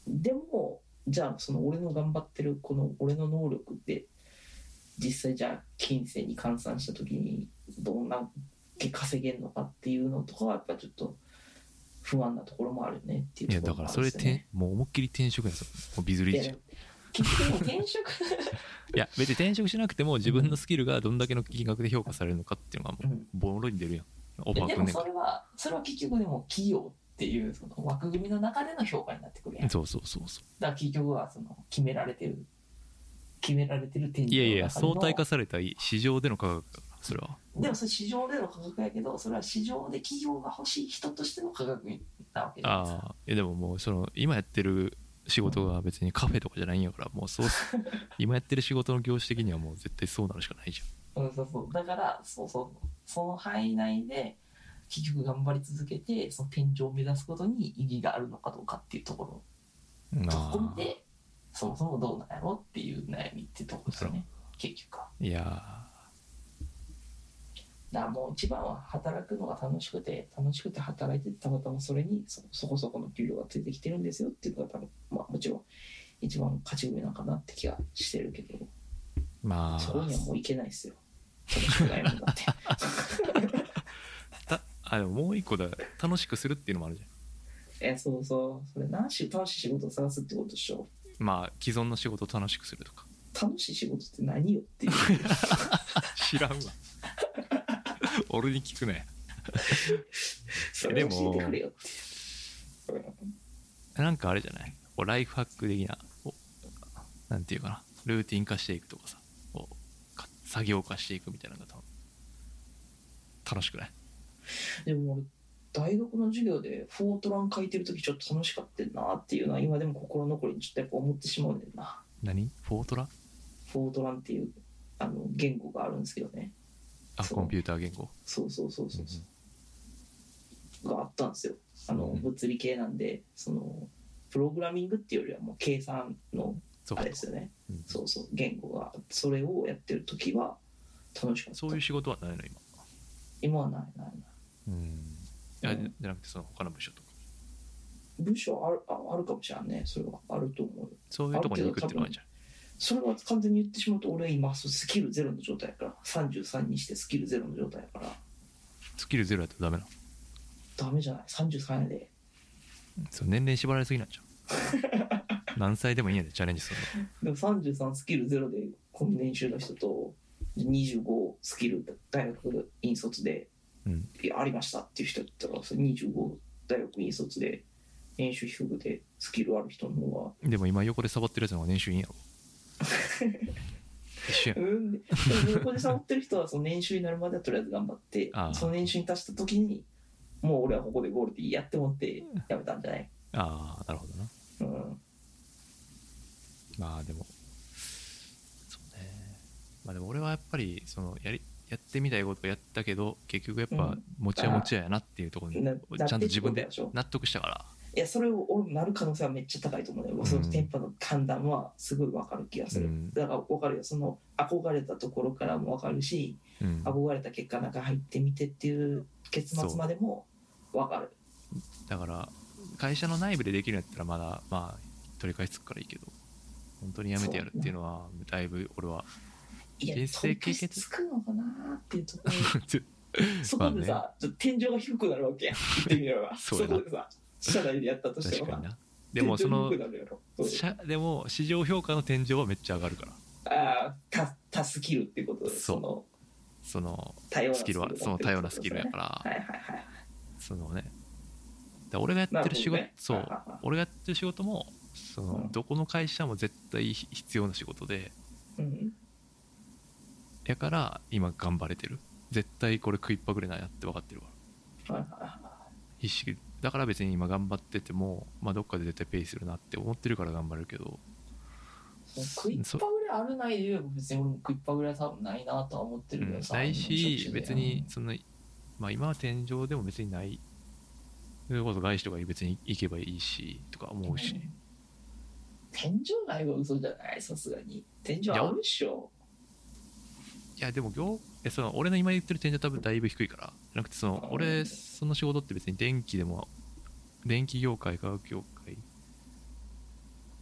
でもじゃあその俺の頑張ってるこの俺の能力って実際じゃあ金銭に換算した時にどんな稼げるのかっていうのとかはやっぱちょっと不安なところもあるねっていういやだところもあからそれるんですよね。 てもう思いっきり転職なんですよもうビズリーチ。 いや結局転職いや別に転職しなくても自分のスキルがどんだけの金額で評価されるのかっていうのがもうボロに出るやん。オファーでもくんねんかそれはそれは結局でも企業っていうその枠組みの中での評価になってくるやん。 ら。そうそうそうそう。 だから結局はその決められてる決められてる天井の中でのいやいや相対化された市場での価格だからそれは。 でもそれ市場での価格やけどそれは市場で企業が欲しい人としての価格なわけじゃないですか。 ああいやでももうその今やってる仕事が別にカフェとかじゃないんやからもうそう今やってる仕事の業種的にはもう絶対そうなるしかないじうん、そうそうだからそうそうその範囲内で結局頑張り続けてその天井を目指すことに意義があるのかどうかっていうとこゃん。 ろとあ込めてそもそもどうなんやろっていう悩みっていうところですよね結局は。 いやだからもう一番は働くのが楽しくて楽しくて働いててたまたまそれに そ, そこそこの給料がついてきてるんですよっていうのが多分、まあ、もちろん一番勝ち組なのかなって気がしてるけどまあそこにはもういけないですよ楽しくないもんだってたあでももう一個だ楽しくするっていうのもあるじゃん。 えそうそうそれ何し楽しい仕事を探すってことでしょ。 まあ既存の仕事を楽しくするとか。 楽しい仕事って何よっていう知らんわ俺に聞くねそれ教えてくれよっていう、 なんかあれじゃないこうライフハック的なこうなんていうかなルーティン化していくとかさこうか作業化していくみたいなのが多分楽しくない？ でも俺大学の授業でフォートラン書いてる時ちょっと楽しかったなっていうのは今でも心残りにちょっとやっぱ思ってしまうんだよな。 何フォートラフォートランっていうあの言語があるんですけどね。 あコンピューター言語そうそうそうそうそう、 うんうん、 があったんですよ。あの、うん、物理系なんでそのプログラミングっていうよりはもう計算のあれですよね。そう、うん、そうそう言語がそれをやってる時は楽しかった。 そういう仕事はないの今？ 今はないないない。 うん。いや、うん、じゃなくてその他の部署とか。 部署ある あ, あるかもしれないね。それはあると思う。 そういうところに行くっていうのはじゃん。 それは完全に言ってしまうと俺は今スキルゼロの状態やからさんじゅうさんにしてスキルゼロの状態やから。 スキルゼロやったらダメなの？ ダメじゃない。さんじゅうさんやで。 そう年齢縛られすぎなんじゃん。何歳でもいいんやでチャレンジするの。 でもさんじゅうさんスキルゼロでこの年収の人とにじゅうごスキル大学院卒で、うん、いやありましたっていう人だったらそれにじゅうご大学院卒で年収低くでスキルある人の方が。 でも今横でサボってるやつの方が年収いいんやろ。一緒やん。 うん、でも横でサボってる人はその年収になるまではとりあえず頑張ってその年収に達した時にもう俺はここでゴールでいいやって思ってやめたんじゃない？ ああなるほどな。うん。まあでもそうね。まあでも俺はやっぱりそのやりやってみたいことをやったけど結局やっぱもちやもちややなっていうところに、うん、ちゃんと自分で納得したから。 いやそれを俺なる可能性はめっちゃ高いと思うね、うん、そのテンポの判断はすごい分かる気がする、うん、だから分かるよその憧れたところからも分かるし、うん、憧れた結果なんか入ってみてっていう結末までも分かる。 だから会社の内部でできるんやったらまだまあ取り返しつくからいいけど本当にやめてやるっていうのはだいぶ俺は人生経験つくのかなっていうところそこでさ、まあね、ちょっと天井が低くなるわけやん言ってみればそこでさ社内でやったとしても確かにな。でもそのでも市場評価の天井はめっちゃ上がるから。ああた多スキルっていうことでそのそのスキルはその多様なスキルやから、はいはいはい、そのねだ俺がやってる仕事、ね、そう、はいはいはい、俺がやってる仕事もその、うん、どこの会社も絶対必要な仕事で、うん、やから今頑張れてる。絶対これ食いっぱぐれないなって分かってるから、はいはいはい、必死だから別に今頑張ってても、まあ、どっかで絶対ペイするなって思ってるから頑張れるけど食いっぱぐれあるないで言えば別に俺も食いっぱぐれは多分ないなとは思ってるけどさ、 うん、ないし別にその、まあ、今は天井でも別にないそれこそ外資とか別に行けばいいしとか思うし、うん、 天井ないは嘘じゃないさすがに天井あるっしょ。 いやでも業その俺の今言ってる天井多分だいぶ低いからじゃなくてその俺その仕事って別に電気でも電気業界化学業界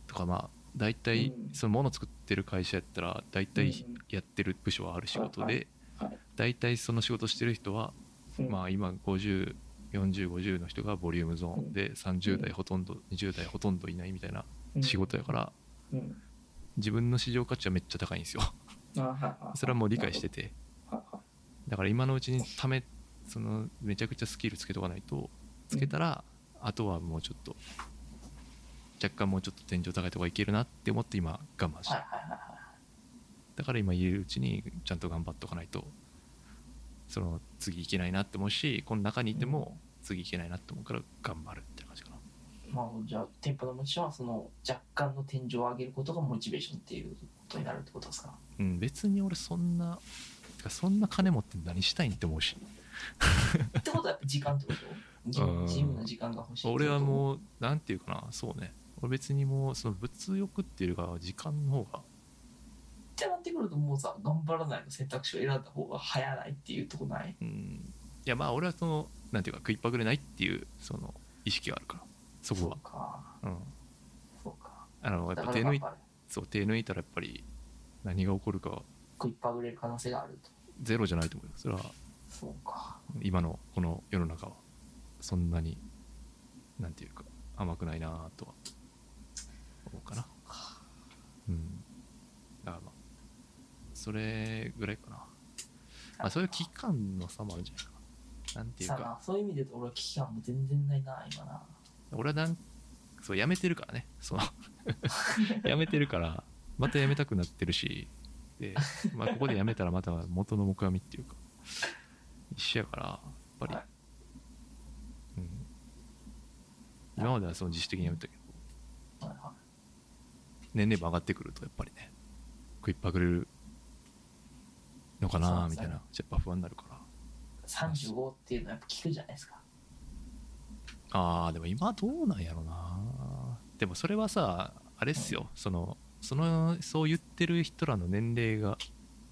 とかまあ大体その物作ってる会社やったら大体やってる部署はある仕事で、大体その仕事してる人はまあ今ごじゅう、よんじゅう、ごじゅうの人がボリュームゾーンでさんじゅう代ほとんどにじゅう代ほとんどいないみたいな仕事やから、自分の市場価値はめっちゃ高いんですよ。それはもう理解してて、だから今のうちにためそのめちゃくちゃスキルつけとかないと、つけたらあとはもうちょっと若干もうちょっと天井高いとこいけるなって思って今我慢して、だから今言えるうちにちゃんと頑張っとかないとその次いけないなって思うし、この中にいても次いけないなって思うから頑張るって感じかな。 まあじゃあ店舗の持ちはその若干の天井を上げることがモチベーションっていうことになるってことですか？ うん、別に俺そんなそんな金持って何したいんって思うしってことはやっぱ時間ってこと自由な時間が欲しい。 俺はもうなんていうかな、そうね、俺別にもうその物欲っていうか時間の方がってなってくるともうさ、頑張らないの選択肢を選んだ方が早ないっていうとこない？ うん、いやまあ俺はそのなんていうか食いっぱぐれないっていうその意識があるから、そこはそうか、 うん、 そうか、 あのやっぱ手抜いそう手抜いたらやっぱり何が起こるか食いっぱぐれる可能性があると。 ゼロじゃないと思うよ。それはそうか、今のこの世の中はそんなになんていうか甘くないなとは思うかな。うん、だからまあそれぐらいかな。まあそういう期間の差もあるんじゃないかな。なんていうかそういう意味で言うと俺は期間も全然ないな今な。 俺はなんそうやめてるからね、そうやめてるからまたやめたくなってるし、で、まあ、ここでやめたらまた元の木阿弥っていうか一緒やからやっぱり、はい、うん、今まではその自主的にやめたけど、はいはい、年齢も上がってくるとやっぱりね食いっぱぐれるのかなみたいな、やっぱ不安になるから。 さんじゅうごっていうのはやっぱ聞くじゃないですか。 ああでも今どうなんやろな。でもそれはさあれっすよ、うん、そのそのそう言ってる人らの年齢が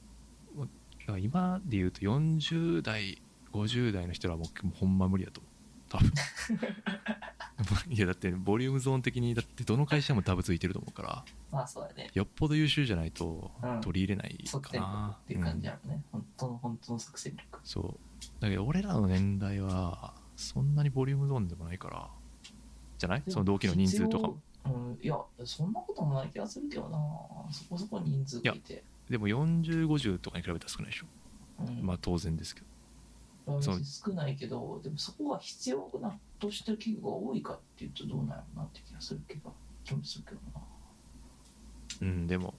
今で言うとよんじゅう代ごじゅう代の人らはもうほんま無理だと思う多分いやだってボリュームゾーン的にだってどの会社もダブついてると思うから、 まあそうだね、 よっぽど優秀じゃないと取り入れないかな、 うん、っていう感じあるね、うん、本当の本当の作戦力。 そうだけど俺らの年代はそんなにボリュームゾーンでもないからじゃない？その同期の人数とかも、 うん、いやそんなこともない気がするけどな。そこそこ人数がいて、いやでもよんじゅう、ごじゅうとかに比べたら少ないでしょ、うん、まあ当然ですけど、 少ないけどでもそこが必要なとしてる企業が多いかっていうとどうなのなって気がするけど気もするけどな。うんでも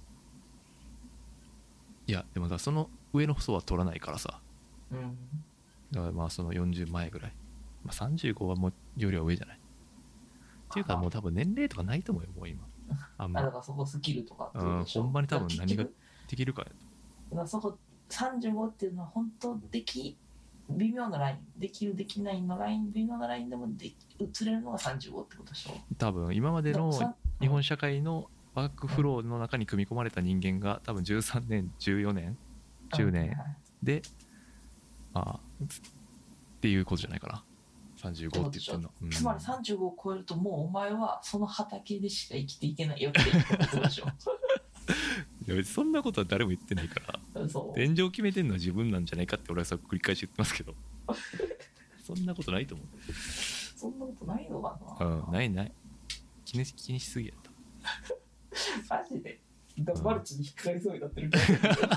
いやでもさその上の層は取らないからさ、うん、だからまあそのよんじゅう前ぐらい、まあ、さんじゅうごはもうよりは上じゃないっていうかもう多分年齢とかないと思うよもう今あんまあだからそこスキルとかっていうでしょ、 うん、ほんまに多分何ができるかやと。 だからそこさんじゅうごっていうのは本当でき微妙なラインできるできないのライン微妙なラインでもで移れるのがさんじゅうごってことでしょ。 多分今までの日本社会のワークフローの中に組み込まれた人間が多分じゅうさんねんじゅうよねんじゅうねんで、まあっていうことじゃないかな。さんじゅうごって言ってるの、うん、 つまりさんじゅうごを超えるともうお前はその畑でしか生きていけないよっていうことでしょいやそんなことは誰も言ってないから天井決めてんのは自分なんじゃないかって俺はさ繰り返し言ってますけどそんなことないと思う。 そんなことないのかな。 うんないない気にし、気にしすぎやったマジでマルチに引っかかりそうになってるけど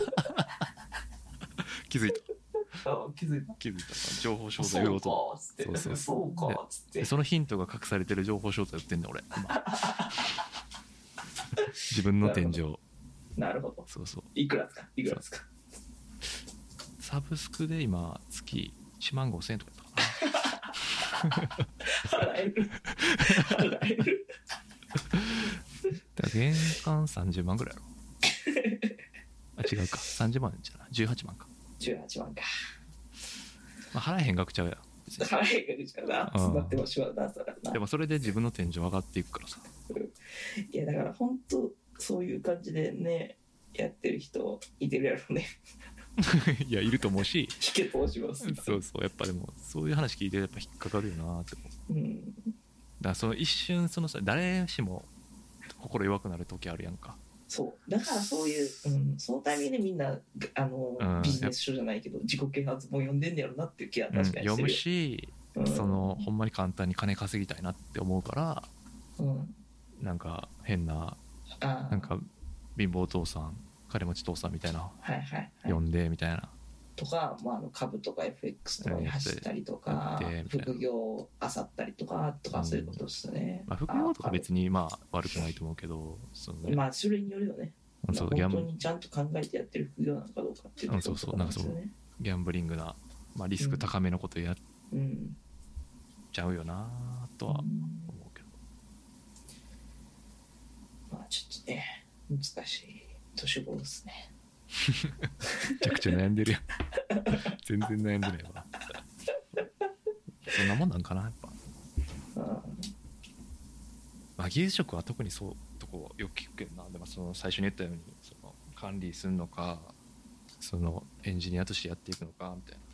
気づいた気づいた気づいた情報商材言おうとそうそうそうかっつってそのヒントが隠されてる情報商材売ってんだ俺自分の天井。 なるほど。 そうそう。 いくらですかいくらですか。 サブスクで今月いちまんごせんえんとかやったかな払える払えるだから年間さんじゅうまんぐらいやろあ違うかさんじゅうまんじゃないじゅうはちまんかじゅうはちまんか、 まあ、払えへん額ちゃうや払えへん額ちゃうな詰まってもしまうなそらな。 でもそれで自分の天井上がっていくからさいやだから本当そういう感じでねやってる人いてるやろねいやいると思うし引け通しますそうそうやっぱでもそういう話聞いてやっぱ引っかかるよなって思う、うん、だからその一瞬そのさ誰しも心弱くなる時あるやんか。 そうだからそういう、うん、そのタイミングでみんなあの、うん、ビジネス書じゃないけど自己啓発本読んでんねやろなっていう気は確かにしてる、 うん、読むし、うん、そのほんまに簡単に金稼ぎたいなって思うから、うん、なんか変ななんか貧乏父さん金持ち父さんみたいな、はいはいはい、読んでみたいなとか、まあ、あの株とか エフエックス とかに走ったりとか、副業を漁ったりとかとかそういうことですね、 うんまあ、副業とか別にまあ悪くないと思うけどその、ね、 まあ種類によるよね。そう本当にちゃんと考えてやってる副業なのかどうかっていうところとかなんですよね。そうそうなんかそうギャンブリングな、まあ、リスク高めのことやっちゃうよなとは思うけど、 うん、まあちょっとね難しい年頃ですね。 めちゃくちゃ悩んでるやん。全然悩んでないわ。そんなもんなんかなやっぱ。まあ技術職は特にそうとこよく聞くけどな。でもその最初に言ったようにその管理するのかそのエンジニアとしてやっていくのかみたいな。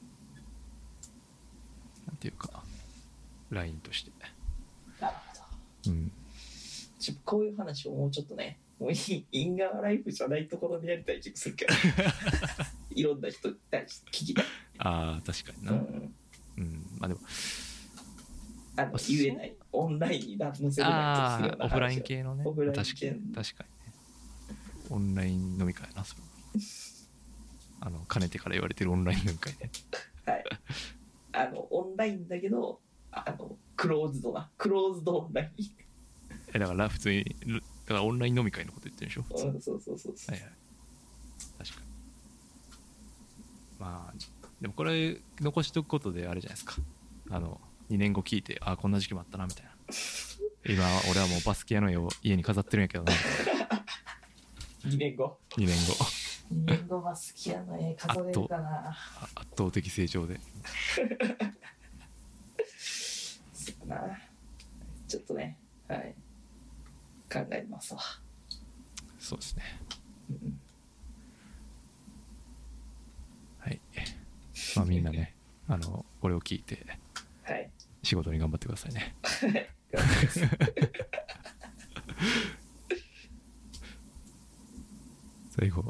なんていうかラインとして。 なるほど。うん。ちょこういう話をもうちょっとね。もういいインガーライフじゃないところでやりたい気がするけどいろんな人に対して聞きたい。 ああ確かにな、うん、うん、まあでもあの言えないオンラインに載せれないとするような話オフライン系のねオフライン系確かに確かにねオンライン飲み会なそれあのかねてから言われてるオンライン飲み会ねはいあのオンラインだけどあのクローズドなクローズドオンラインえだから普通にだからオンライン飲み会のこと言ってるでしょ。 そうそうそうそう。 はいはい。確かに。まあでもこれ残しておくことであれじゃないですか。あのにねんご聞いてあこんな時期もあったなみたいな。今俺はもうバスケ屋の絵を家に飾ってるんやけどな。 にねんご。 にねんご。 にねんごバスケ屋の絵飾れるかな。 圧倒的成長で。 そうな。ちょっとねはい。考えますわ。 そうですね、うん、はいまあみんなねあのこれを聞いて、はい、仕事に頑張ってくださいね最後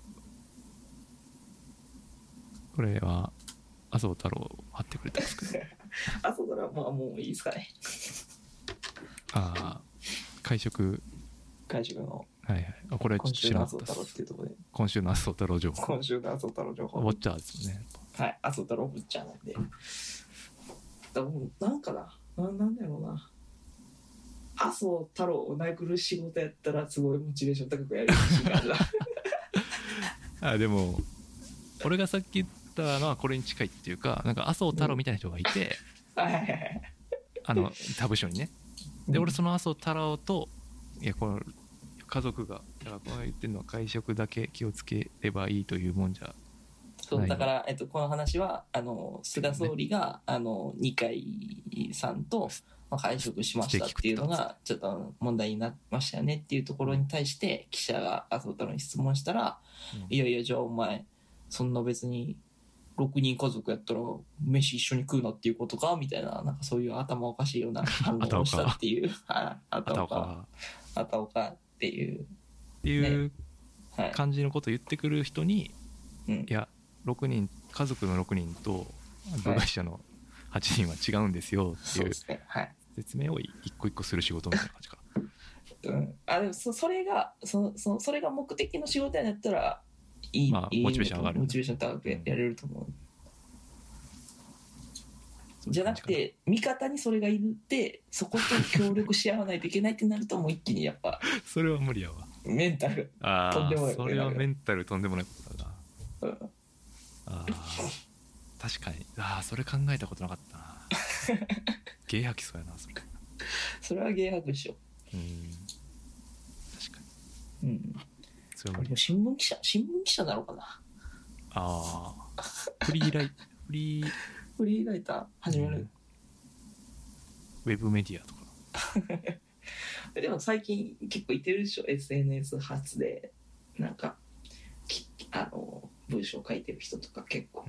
これは麻生太郎貼ってくれたんですかね麻生太郎はまあもういいですかねああ会食会食のはいはい、あこれ今週の麻生太郎っていうところで今週の麻生太郎情報今週の麻生太郎情報ウォッチャーですよねはい麻生太郎ウォッチャーなんでだもうなんかなななんだろうな麻生太郎を殴る仕事やったらすごいモチベーション高くやる自信があるなあでも俺がさっき言ったのはこれに近いっていうかなんか麻生太郎みたいな人がいて、うん、あの他部署にねで俺その麻生太郎といやこの家族がだからこう言ってるのは会食だけ気をつければいいというもんじゃそうだから、えっと、この話はあの菅総理が、ね、あの二階さんと会食しましたっていうのがちょっと問題になりましたよねっていうところに対して記者が麻生太郎に質問したら、うん、いやいやじゃあお前そんな別にろくにん家族やったら飯一緒に食うなっていうことかみたいななんかそういう頭おかしいような反応をしたっていうあたおかあたおかっていうっていう感じのことを言ってくる人に、はい、いやろくにん家族のろくにんと部外者のはちにんは違うんですよっていう説明を一個一個する仕事みたいな感じかな、うん、あでも そ, それが そ, そ, それが目的の仕事になったらいい、 まあ、モチベーション上がるモチベーション高くやれると思う、うん、じゃなくて味方にそれがいるってそこと協力し合わないといけないってなるともう一気にやっぱそれは無理やわメンタルあとんでもないことになるそれはメンタルとんでもないことだな、うん、あ確かにあそれ考えたことなかったなゲー吐きそうやなそれそれはゲー吐くでしょうん確かにうんそれも新聞記者新聞記者だろうかなあフリーライフリーフリーライター始める、うん、 ウェブメディアとかでも最近結構いてるでしょ エスエヌエス 発でなんかあの文章書いてる人とか結構、うん、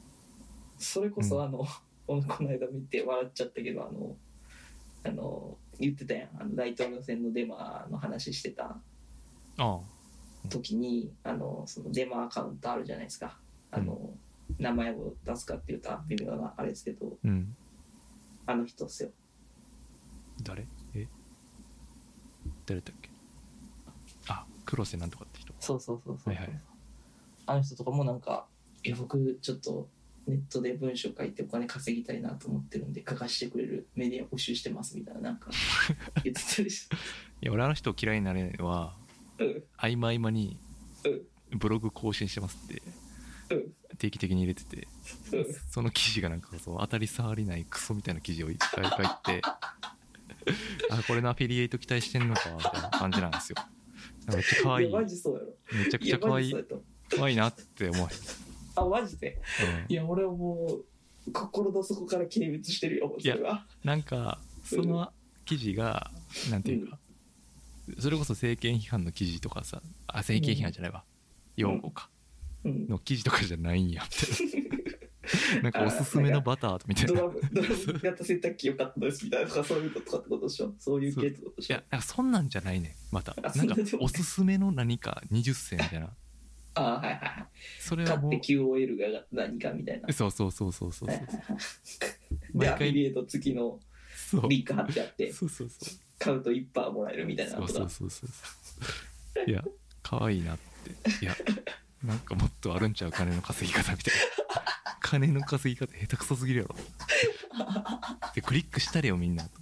それこそあの、うん、この間見て笑っちゃったけどあのあの言ってたやん、あの大統領選のデマの話してたあ時に、あのそのデマアカウントあるじゃないですか。あの、うん、名前を出すかっていうと微妙なあれですけど、 うん、 あの人っすよ。 誰？え？誰だっけ？あ、黒瀬なんとかって人。 そうそうそうそう、 はいはい、 あの人とかもなんか、いや僕ちょっとネットで文章書いてお金稼ぎたいなと思ってるんで書かしてくれるメディア募集してますみたいななんか言ってたりしていや俺あの人嫌いになれるのは、うん、合間合間にブログ更新してますって、うん、定期的に入れてて、うん、その記事がなんかそう当たり障りないクソみたいな記事をいっぱい書いてあこれのアフィリエイト期待してんのかみたいな感じなんですよ。めっちゃ可愛い。いやマジそうやろ。めちゃくちゃ可愛い。可愛いなって思う。 あマジで、うん、いや俺はもう心の底から軽蔑してるよそれは。いやなんかその記事が、うん、なんていうか、うん、それこそ政権批判の記事とかさ、あ政権批判じゃないわ、うん、用語か、うん、の記事とかじゃないんやみたいななんかおすすめのバターみたいな、ドラムドラムやった洗濯機よかったですみたいなとかそういうことかってことでしょ。そういう系ってことでしょ。 いやなんかそんなんじゃないね。またなんかおすすめの何かにじゅっせんみたいなああはいはいはい。それはもう買って キューオーエル が何かみたいな。 そうそうそうそうそうそう。 でアフィリエイト付きのリンク貼ってあって、 そうそうそう。 買うと いちパーセント もらえるみたいなことだ。そうそうそうそう。いや可愛いなって。いやなんかもっとあるんちゃう金の稼ぎ方みたいな。金の稼ぎ方下手くそすぎるやろ。でクリックしたれよみんな。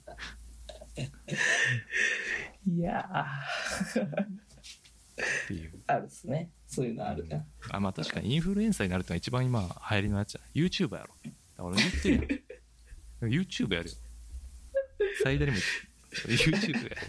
いやっていうあるっすね。そういうのあるな、うん、 あまあ確かにインフルエンサーになるってのは一番今流行りのやつじゃない。 YouTuber やろ。だから言ってるやんYouTube やるよ最大でも YouTube やる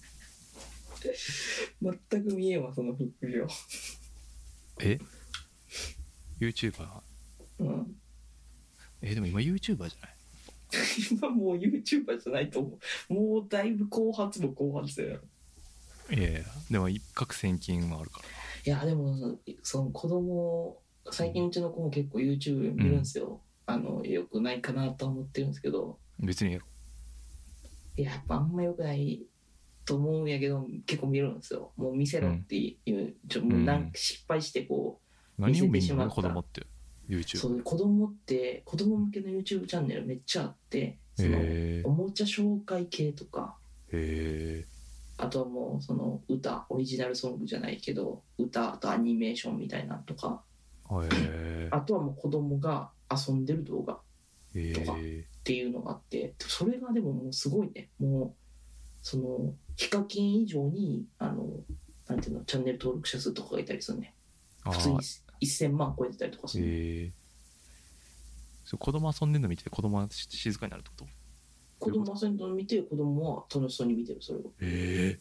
全く見えんわその副業。 え YouTuber？ うんえでも今 YouTuber じゃない今もう YouTuber じゃないと思う。もうだいぶ後発も後発だよ。 いやいやでも一攫千金はあるから。 いやでもその子供最近うちの子も結構 YouTube 見るんですよ、うん、あのよくないかなと思ってるんですけど。 別にやろ。 いややっぱあんまよくないと思うんやけど結構見るんですよ。もう見せろっていう、うん、ちょもうなんか失敗してこう見せてしまった。 何を見るの子供って YouTube。 そう子供って子供向けの YouTube チャンネルめっちゃあって、そのおもちゃ紹介系とか、 へあとはもうその歌オリジナルソングじゃないけど歌とアニメーションみたいなとか、 へあとはもう子供が遊んでる動画とかっていうのがあって、それがでももうすごいね。もうそのヒカキン以上にあのなんていうのチャンネル登録者数とかがいたりするね。普通にせんまん超えてたりとかする、ね。 へそう子供遊んでるの見て子供は静かになるってこと？ 子供遊んでるの見て子供は楽しそうに見てるそれを。 へえ。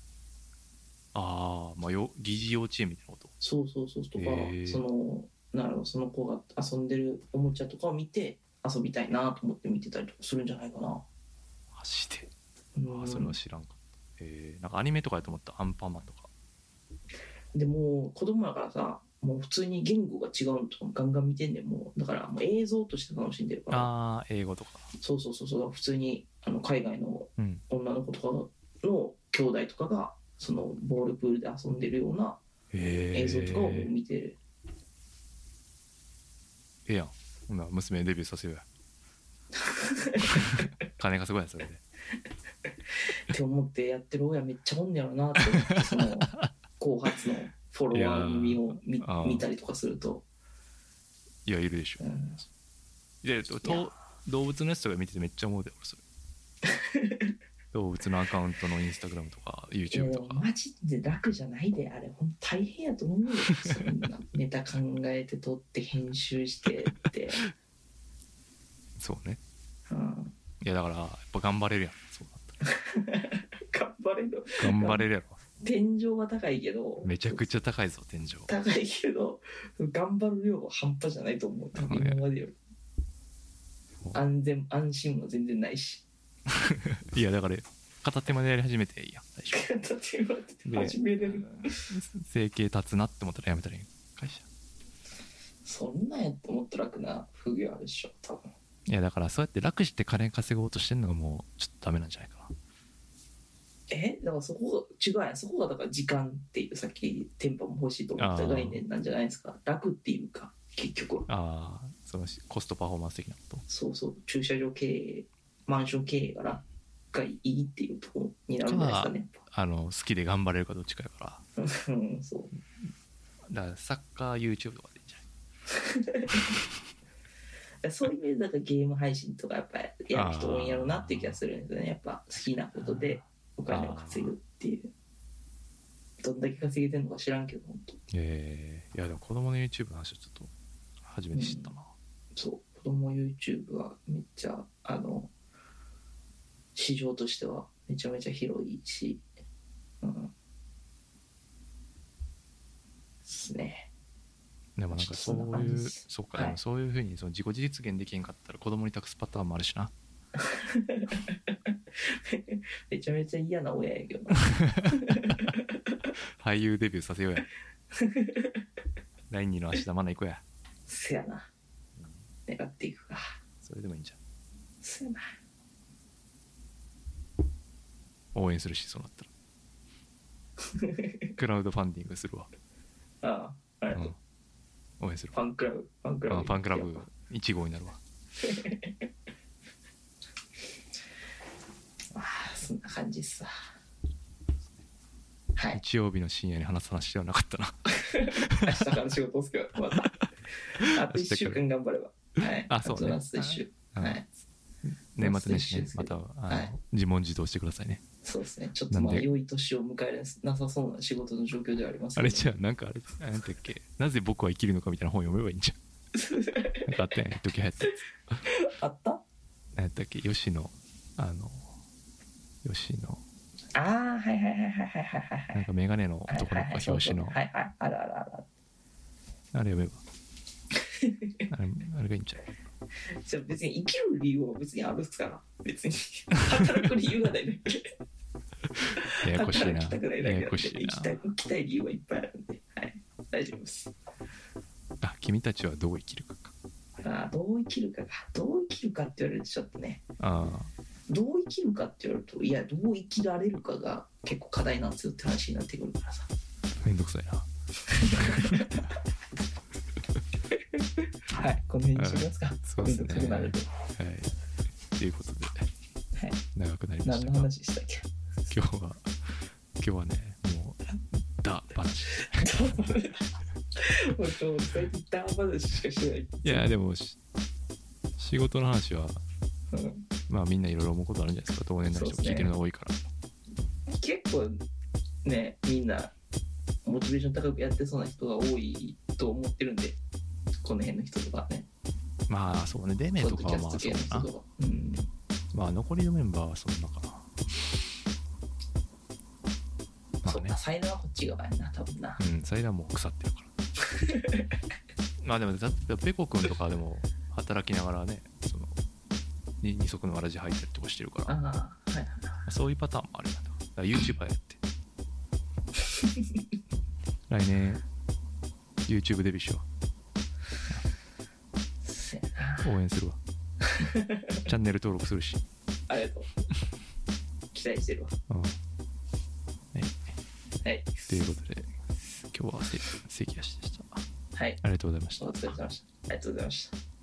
ああまあよ疑似幼稚園みたいなこと。 そうそうそうとかそのなるその子が遊んでるおもちゃとかを見て遊びたいなと思って見てたりとかするんじゃないかな。マジで。ああそれは知らんかった。えー、なんかアニメとかやと思った。アンパンマンとか。 でも子供だからさもう普通に言語が違うのとかもガンガン見てんねん。もうだからもう映像として楽しんでるから。 ああ英語とか。 そうそうそうそう普通にあの海外の女の子とかの兄弟とかがそのボールプールで遊んでるような映像とかを見てる。 ええやん。ほんなら娘デビューさせようや。金稼ごうやそれで。 って思ってやってる親めっちゃおんねやろなって思ってその後発のフォロワーの見を 見, 見たりとかするといやいるでしょ、うん、でと動物のやつとか見ててめっちゃ思うで俺それ動物のアカウントのインスタグラムとか YouTube とかマジで楽じゃないであれほんと大変やと思うよそんなネタ考えて撮って編集してってそうね、 うん、 いやだからやっぱ頑張れるやんそう頑張れる頑張れるやろ。 天井は高いけどめちゃくちゃ高いぞ天井高いけど頑張る量は半端じゃないと思う多分今までより安全安心も全然ないしいやだから片手までやり始めていいやん最初片手まで始めれる生計立つなって思ったらやめたらいい会社そんなんやってもっと楽な副業あるでしょ多分。 いやだからそうやって楽して金稼ごうとしてんのがもうちょっとダメなんじゃないかな。 えだからそこが違うやん。そこがだから時間っていう、さっき電波も欲しいと思った概念なんじゃないですか。楽っていうか結局。 ああ、そのコストパフォーマンス的なこと。 そうそう、駐車場経営、マンション経営が楽がいいっていうところになるんじゃないですかね。 あの好きで頑張れるかどっちかやから。 うんそう。 だからサッカー YouTube とかでいいんじゃないそういう意味でだからゲーム配信とかやっぱりやる人多いんやろうなっていう気がするんですよね。やっぱ好きなことでお金を稼ぐっていう。どんだけ稼げてんのか知らんけど本当。 ええー、いやでも子供の YouTube の話をちょっと初めて知ったな。うん、 そう子供 YouTube はめっちゃあの市場としてはめちゃめちゃ広いし、うん、ですね。 でもなんかそういうそっか、はい、でもそういうふうにその自己実現できんかったら子供に託すパターンもあるしな。 めちゃめちゃ嫌な親やけどな。 俳優デビューさせようや。第二の足玉の行こうや。 せやな、うん、願っていくか。 それでもいいんじゃん。 せやな、 応援するし、そうなったらクラウドファンディングするわ。 ああ、ありがとう、うん、 応援する。 ファンクラブファンクラブ、 ファンクラブいち号になるわ。 ああ、そんな感じっすわ。はい、 日曜日の深夜に話す話ではなかったな。 明日から仕事ですけど、またあといっしゅうかん頑張れば、はい、 あ、そうね、 あといっ週、はい、 年末年始ね、またあの、はい、自問自答してくださいね。 そうですね、ちょっとまあ良い年を迎えなさそうな仕事の状況ではありますけど、 あれじゃあなんかあれなんだっけ、なぜ僕は生きるのかみたいな本読めばいいんじゃん。なんかあったやん、時流行ったやつ。 あった？ なんだっけ、吉野、あの吉野、 ああ、はいはいはいはいはいはいはい。 なんかメガネの男の子が表紙の、 はいはい、あるあるある。 あれ読めば。あれ、あれがいいんちゃう。 じゃあ別に生きる理由は別にあるっすから、別に働く理由がないだけ。 ややこしいな。 働きたくないだけで、 ややこしいな。 生きたい、生きたい理由はいっぱいあるんで、はい、大丈夫です。 あ、君たちはどう生きるかか。 あ、どう生きるかか、どう生きるかって言われるとちょっとね。 ああ。 どう生きるかって言われると、いや、どう生きられるかが結構課題なんですよって話になってくるからさ。 めんどくさいな。 はい、この辺にしてみますか。 そうですね。 めんどくさくなると。 はい。ということで、はい、長くなりました。 何の話したっけ。 今日は今日はね、もうダ話。 もう最近ダ話しかしない。 いやでも仕事の話は、うん、まあみんないろいろ思うことあるんじゃないですか。同年代の人も聞いてるのが多いから。 ね、結構ね、みんなモチベーション高くやってそうな人が多いと思ってるんで、この辺の人とかね。 まあそうね、デメとかはまあそうだな。うん、まあ残りのメンバーはそんなかな。まあね、 サイダーはこっち側やな、多分な。 うん、サイダーも腐ってるから。まあでもだってペコ君とかでも働きながらね、その二足のわらじ履いたりとかしてるから。あ、はいはい、そういうパターンもあるなと。だから YouTuber やって。来年 YouTube デビューしよう。応援するわ。チャンネル登録するし。 ありがとう。期待してるわ。うん。はい。はい。 ということで今日は関谷でした。 はい。 ありがとうございました。 お疲れ様でした。ありがとうございました。